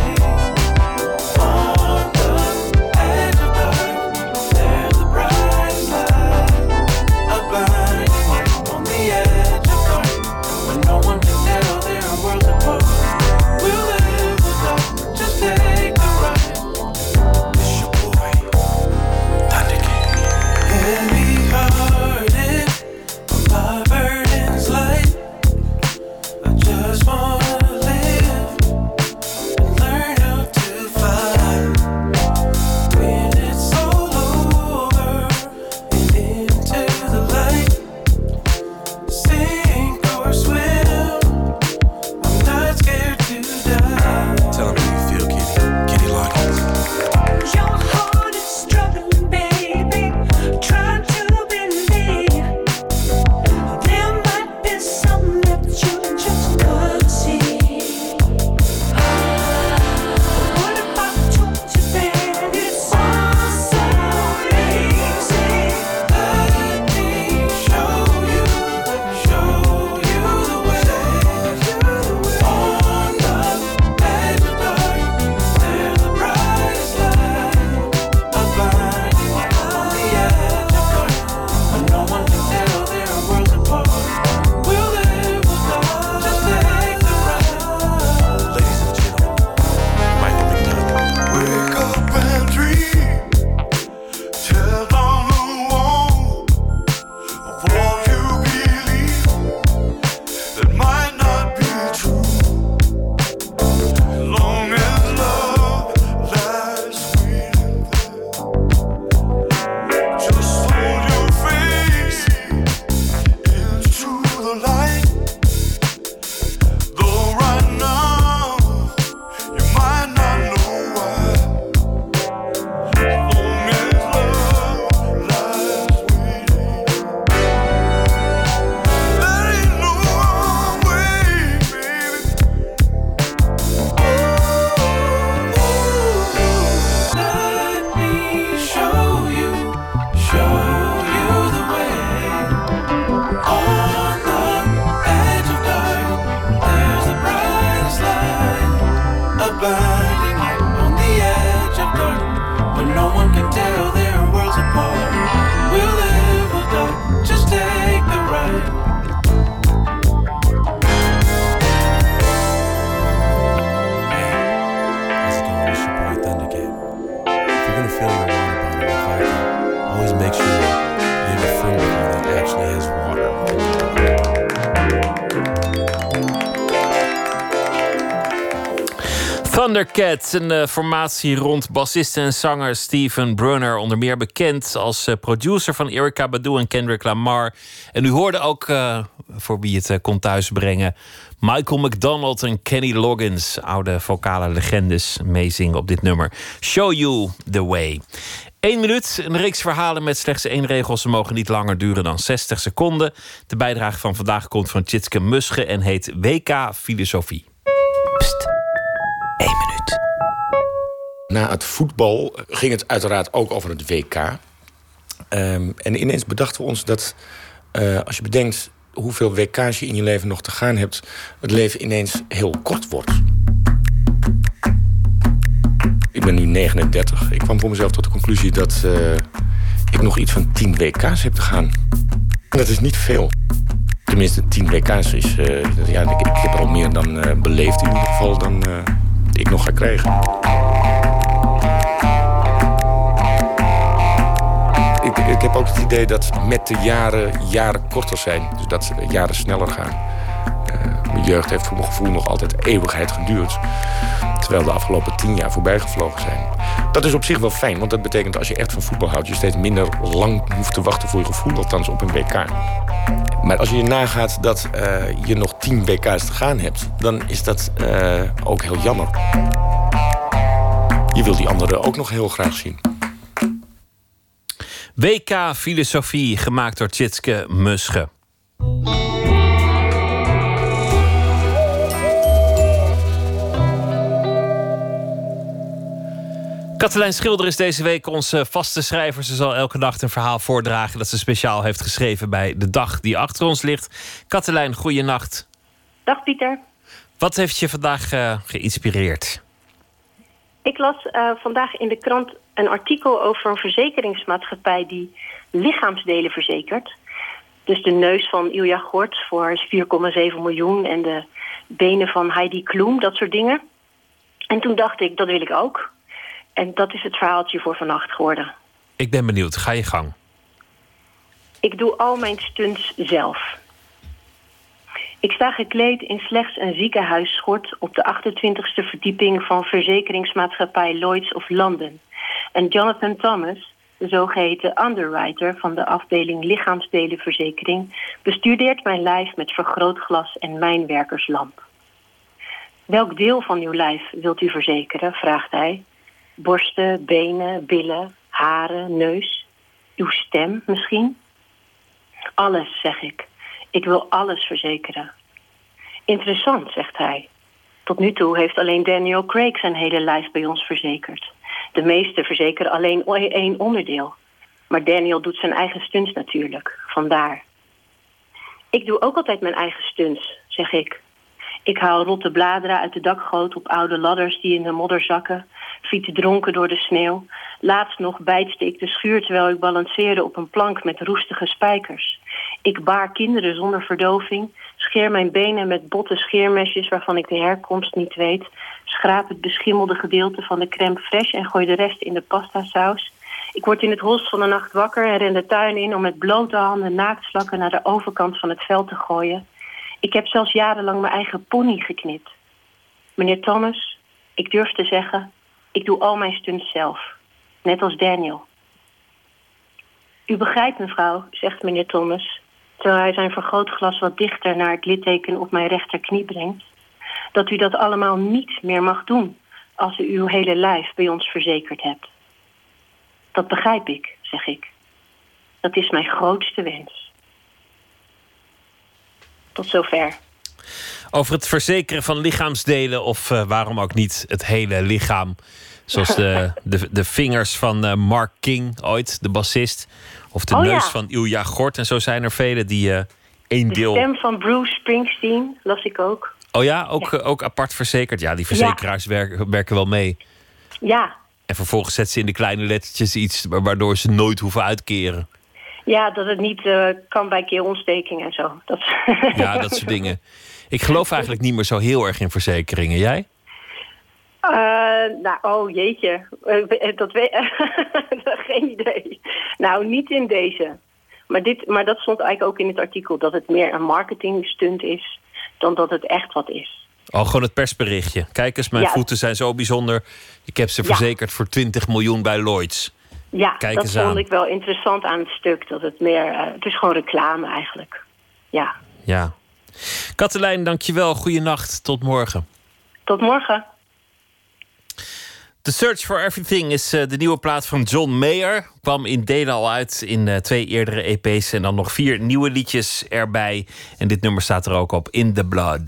Thundercat, een formatie rond bassist en zanger Steven Brunner. Onder meer bekend als producer van Erykah Badu en Kendrick Lamar. En u hoorde ook, voor wie het kon thuisbrengen, Michael McDonald en Kenny Loggins, oude vocale legendes, meezingen op dit nummer. Show You The Way. 1 minuut, een reeks verhalen met slechts 1 regel. Ze mogen niet langer duren dan 60 seconden. De bijdrage van vandaag komt van Tjitske Musche en heet WK Filosofie. Pst, 1 minuut. Na het voetbal ging het uiteraard ook over het WK. En ineens bedachten we ons dat als je bedenkt hoeveel WK's je in je leven nog te gaan hebt, het leven ineens heel kort wordt. Ik ben nu 39. Ik kwam voor mezelf tot de conclusie dat ik nog iets van 10 WK's heb te gaan. Dat is niet veel. Tenminste, 10 WK's is... ik heb er al meer dan beleefd in ieder geval dan ik nog ga krijgen. Ik heb ook het idee dat met de jaren korter zijn. Dus dat ze jaren sneller gaan. Mijn jeugd heeft voor mijn gevoel nog altijd eeuwigheid geduurd. Terwijl de afgelopen 10 jaar voorbij gevlogen zijn. Dat is op zich wel fijn, want dat betekent als je echt van voetbal houdt, je steeds minder lang hoeft te wachten voor je gevoel, althans op een WK. Maar als je nagaat dat je nog 10 WK's te gaan hebt, dan is dat ook heel jammer. Je wil die anderen ook nog heel graag zien. WK Filosofie, gemaakt door Tjitske Musche. Katelijn Schilder is deze week onze vaste schrijver. Ze zal elke nacht een verhaal voordragen dat ze speciaal heeft geschreven bij de dag die achter ons ligt. Katelijn, goeienacht. Dag Pieter. Wat heeft je vandaag geïnspireerd? Ik las vandaag in de krant een artikel over een verzekeringsmaatschappij die lichaamsdelen verzekert. Dus de neus van Ilja Gort voor 4,7 miljoen en de benen van Heidi Klum, dat soort dingen. En toen dacht ik, dat wil ik ook. En dat is het verhaaltje voor vannacht geworden. Ik ben benieuwd, ga je gang. Ik doe al mijn stunts zelf. Ik sta gekleed in slechts een ziekenhuisschort op de 28e verdieping van verzekeringsmaatschappij Lloyd's of London. En Jonathan Thomas, de zogeheten underwriter van de afdeling lichaamsdelenverzekering, bestudeert mijn lijf met vergrootglas en mijnwerkerslamp. Welk deel van uw lijf wilt u verzekeren, vraagt hij. Borsten, benen, billen, haren, neus. Uw stem misschien? Alles, zeg ik. Ik wil alles verzekeren. Interessant, zegt hij. Tot nu toe heeft alleen Daniel Craig zijn hele lijf bij ons verzekerd. De meesten verzekeren alleen 1 onderdeel. Maar Daniel doet zijn eigen stunts natuurlijk. Vandaar. Ik doe ook altijd mijn eigen stunts, zeg ik. Ik haal rotte bladeren uit de dakgoot op oude ladders die in de modder zakken. Fiets dronken door de sneeuw. Laatst nog bijtste ik de schuur terwijl ik balanceerde op een plank met roestige spijkers. Ik baar kinderen zonder verdoving. Scheer mijn benen met botte scheermesjes waarvan ik de herkomst niet weet. Schraap het beschimmelde gedeelte van de crème fraîche en gooi de rest in de pastasaus. Ik word in het holst van de nacht wakker en ren de tuin in om met blote handen naaktslakken naar de overkant van het veld te gooien. Ik heb zelfs jarenlang mijn eigen pony geknipt. Meneer Thomas, ik durf te zeggen, ik doe al mijn stunts zelf. Net als Daniel. U begrijpt, mevrouw, zegt meneer Thomas, terwijl hij zijn vergrootglas wat dichter naar het litteken op mijn rechterknie brengt, dat u dat allemaal niet meer mag doen als u uw hele lijf bij ons verzekerd hebt. Dat begrijp ik, zeg ik. Dat is mijn grootste wens. Tot zover. Over het verzekeren van lichaamsdelen of waarom ook niet het hele lichaam. Zoals de vingers van Mark King ooit, de bassist. Of de neus van Ilja Gort. En zo zijn er velen die één deel... De stem van Bruce Springsteen las ik ook. Oh ja, ook apart verzekerd. Ja, die verzekeraars werken wel mee. Ja. En vervolgens zetten ze in de kleine lettertjes iets waardoor ze nooit hoeven uitkeren. Ja, dat het niet kan bij keelontsteking en zo. Ja, dat soort dingen. Ik geloof eigenlijk niet meer zo heel erg in verzekeringen. Jij? Oh jeetje. Geen idee. Nou, niet in deze. Maar dat stond eigenlijk ook in het artikel, dat het meer een marketing stunt is dan dat het echt wat is. Oh, gewoon het persberichtje. Kijk eens, mijn voeten zijn zo bijzonder. Ik heb ze verzekerd voor 20 miljoen bij Lloyds. Ja, Kijk dat eens vond aan. ik wel interessant aan het stuk. Dat het meer, het is gewoon reclame eigenlijk. Ja. Ja. Katelijn, dankjewel. Goeienacht. Tot morgen. Tot morgen. The Search for Everything is de nieuwe plaat van John Mayer. Kwam in delen al uit in 2 eerdere EP's. En dan nog 4 nieuwe liedjes erbij. En dit nummer staat er ook op, In the Blood.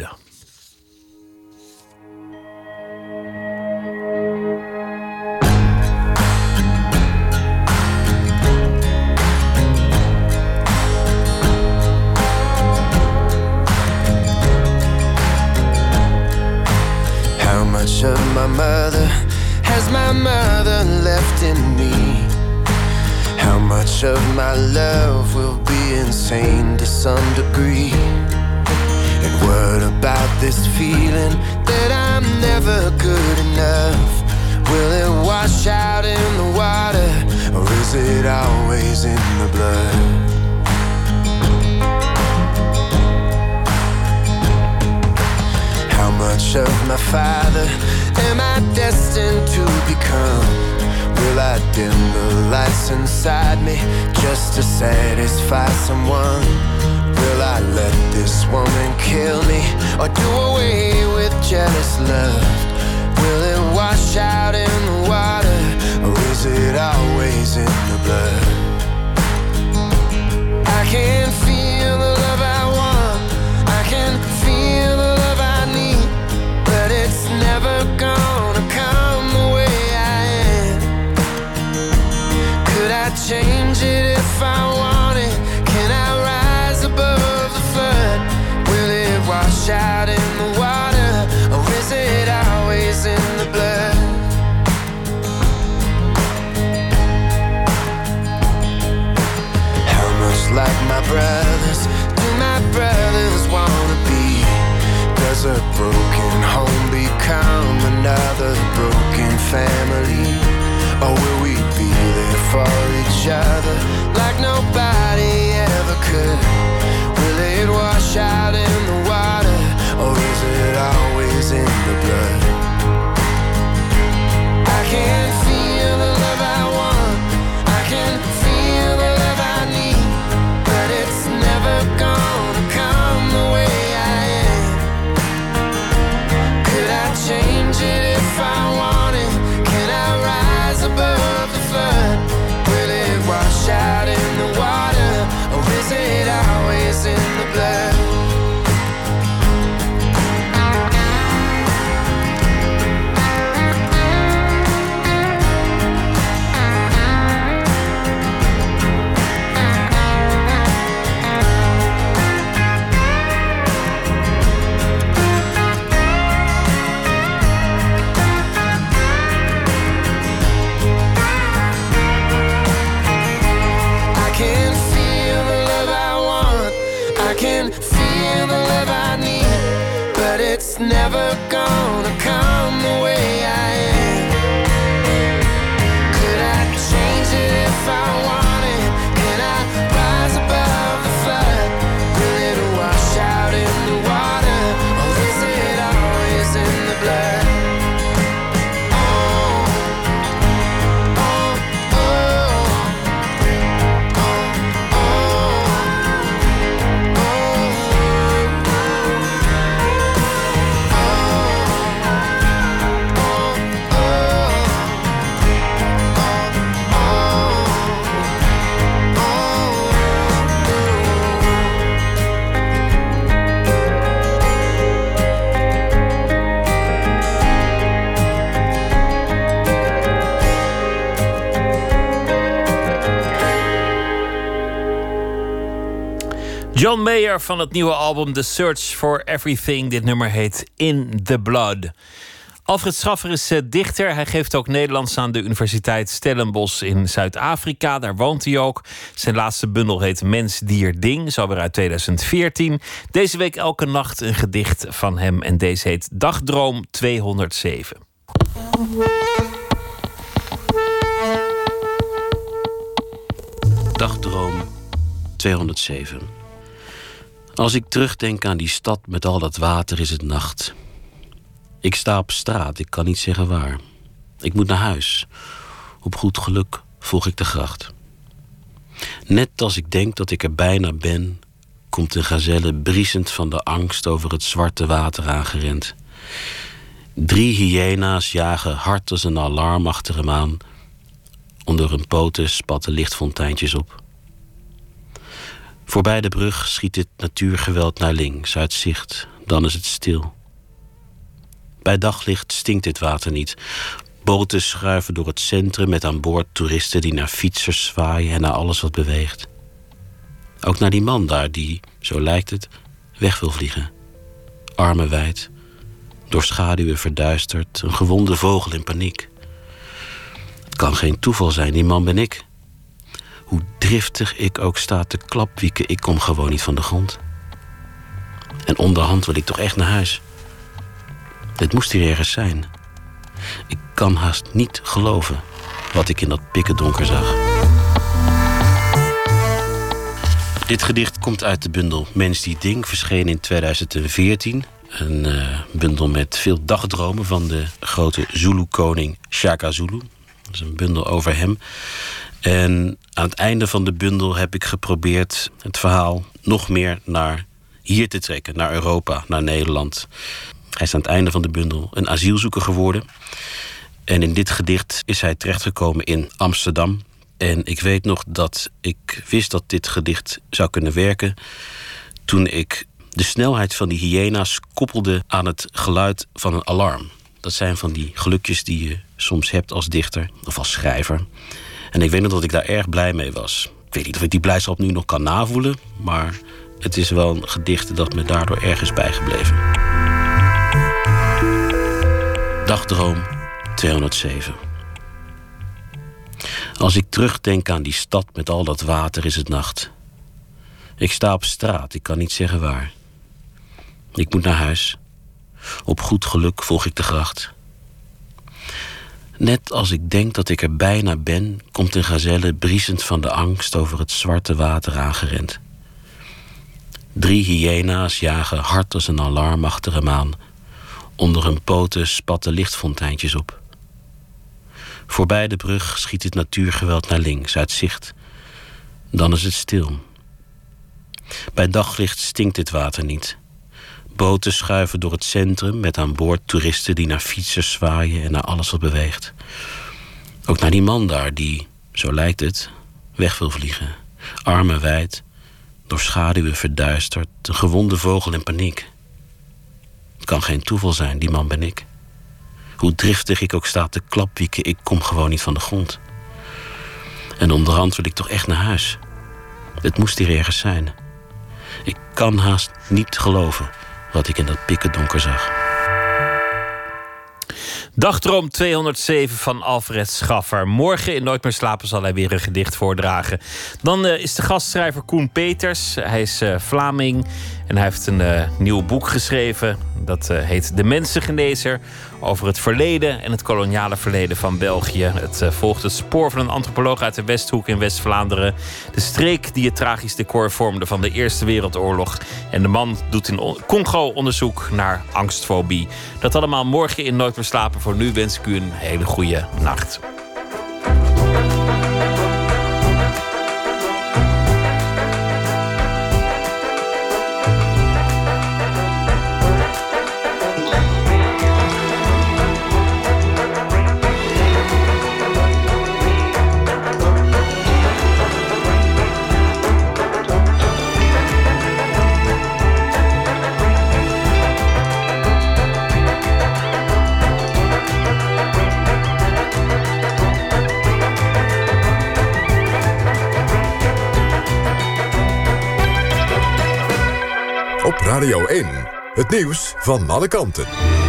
How much of my mother has my mother left in me? How much of my love will be insane to some degree? And what about this feeling that I'm never good enough? Will it wash out in the water, or is it always in the blood? How much of my father am I destined to become? Will I dim the lights inside me just to satisfy someone? Will I let this woman kill me or do away with jealous love? Will it wash out in the water, or is it always in the blood? I can feel the love I want, I can feel the love I need, but it's never gonna come the way I am. Could I change it if I wanted? Can I rise above the flood? Will it wash out in the water, or is it always in the blood? How much like my brothers do my brothers wanna be? Does a broken home become another broken family? Or will we be there for each other like nobody ever could? Will it wash out in the water, or is it always in the blood? I can feel the love I want, I can feel the love I need, but it's never gonna come the way I am. Could I change it if I wanted? Can I rise above the flood? Will it wash out in the water, or is it always in the blood? I can feel the love I want, I can feel the love I need, but it's never gonna come the way I am. Could I change it if I wanted? Can I rise above the flood? Will it wash out in the water, or is it always in the blood? John Mayer van het nieuwe album The Search for Everything. Dit nummer heet In the Blood. Alfred Schaffer is dichter. Hij geeft ook Nederlands aan de Universiteit Stellenbosch in Zuid-Afrika. Daar woont hij ook. Zijn laatste bundel heet Mens, Dier, Ding. Is alweer uit 2014. Deze week elke nacht een gedicht van hem. En deze heet Dagdroom 207. Dagdroom 207. Als ik terugdenk aan die stad met al dat water, is het nacht. Ik sta op straat, ik kan niet zeggen waar. Ik moet naar huis. Op goed geluk volg ik de gracht. Net als ik denk dat ik er bijna ben, komt een gazelle briesend van de angst over het zwarte water aangerend. 3 hyena's jagen hard als een alarm achter hem aan. Onder hun poten spatten lichtfonteintjes op. Voorbij de brug schiet het natuurgeweld naar links, uit zicht. Dan is het stil. Bij daglicht stinkt dit water niet. Boten schuiven door het centrum met aan boord toeristen die naar fietsers zwaaien en naar alles wat beweegt. Ook naar die man daar die, zo lijkt het, weg wil vliegen. Armen wijd, door schaduwen verduisterd, een gewonde vogel in paniek. Het kan geen toeval zijn, die man ben ik. Hoe driftig ik ook sta te klapwieken, ik kom gewoon niet van de grond. En onderhand wil ik toch echt naar huis. Het moest hier ergens zijn. Ik kan haast niet geloven wat ik in dat pikkendonker zag. Dit gedicht komt uit de bundel Mens die Ding, verschenen in 2014. Een bundel met veel dagdromen van de grote Zulu-koning Shaka Zulu. Dat is een bundel over hem. En aan het einde van de bundel heb ik geprobeerd het verhaal nog meer naar hier te trekken. Naar Europa, naar Nederland. Hij is aan het einde van de bundel een asielzoeker geworden. En in dit gedicht is hij terechtgekomen in Amsterdam. En ik weet nog dat ik wist dat dit gedicht zou kunnen werken toen ik de snelheid van die hyena's koppelde aan het geluid van een alarm. Dat zijn van die gelukjes die je soms hebt als dichter of als schrijver. En ik weet nog dat ik daar erg blij mee was. Ik weet niet of ik die blijdschap nu nog kan navoelen, maar het is wel een gedicht dat me daardoor erg is bijgebleven. Dagdroom 207. Als ik terugdenk aan die stad met al dat water, is het nacht. Ik sta op straat, ik kan niet zeggen waar. Ik moet naar huis. Op goed geluk volg ik de gracht. Net als ik denk dat ik er bijna ben, komt een gazelle briesend van de angst over het zwarte water aangerend. 3 hyena's jagen hard als een alarm achter hem aan. Onder hun poten spatten lichtfonteintjes op. Voorbij de brug schiet het natuurgeweld naar links, uit zicht. Dan is het stil. Bij daglicht stinkt dit water niet. Boten schuiven door het centrum met aan boord toeristen die naar fietsers zwaaien en naar alles wat beweegt. Ook naar die man daar die, zo lijkt het, weg wil vliegen. Armen wijd, door schaduwen verduisterd, een gewonde vogel in paniek. Het kan geen toeval zijn, die man ben ik. Hoe driftig ik ook sta te klapwieken, ik kom gewoon niet van de grond. En onderhand wil ik toch echt naar huis. Het moest hier ergens zijn. Ik kan haast niet geloven wat ik in dat pikkendonker zag. Dagdroom 207 van Alfred Schaffer. Morgen in Nooit meer slapen zal hij weer een gedicht voordragen. Dan is de gastschrijver Koen Peters. Hij is Vlaming en hij heeft een nieuw boek geschreven. Dat heet De Mensengenezer. Over het verleden en het koloniale verleden van België. Het volgt het spoor van een antropoloog uit de Westhoek in West-Vlaanderen. De streek die het tragisch decor vormde van de Eerste Wereldoorlog. En de man doet in Congo onderzoek naar angstfobie. Dat allemaal morgen in Nooit meer slapen. Voor nu wens ik u een hele goede nacht. Radio 1, het nieuws van alle kanten.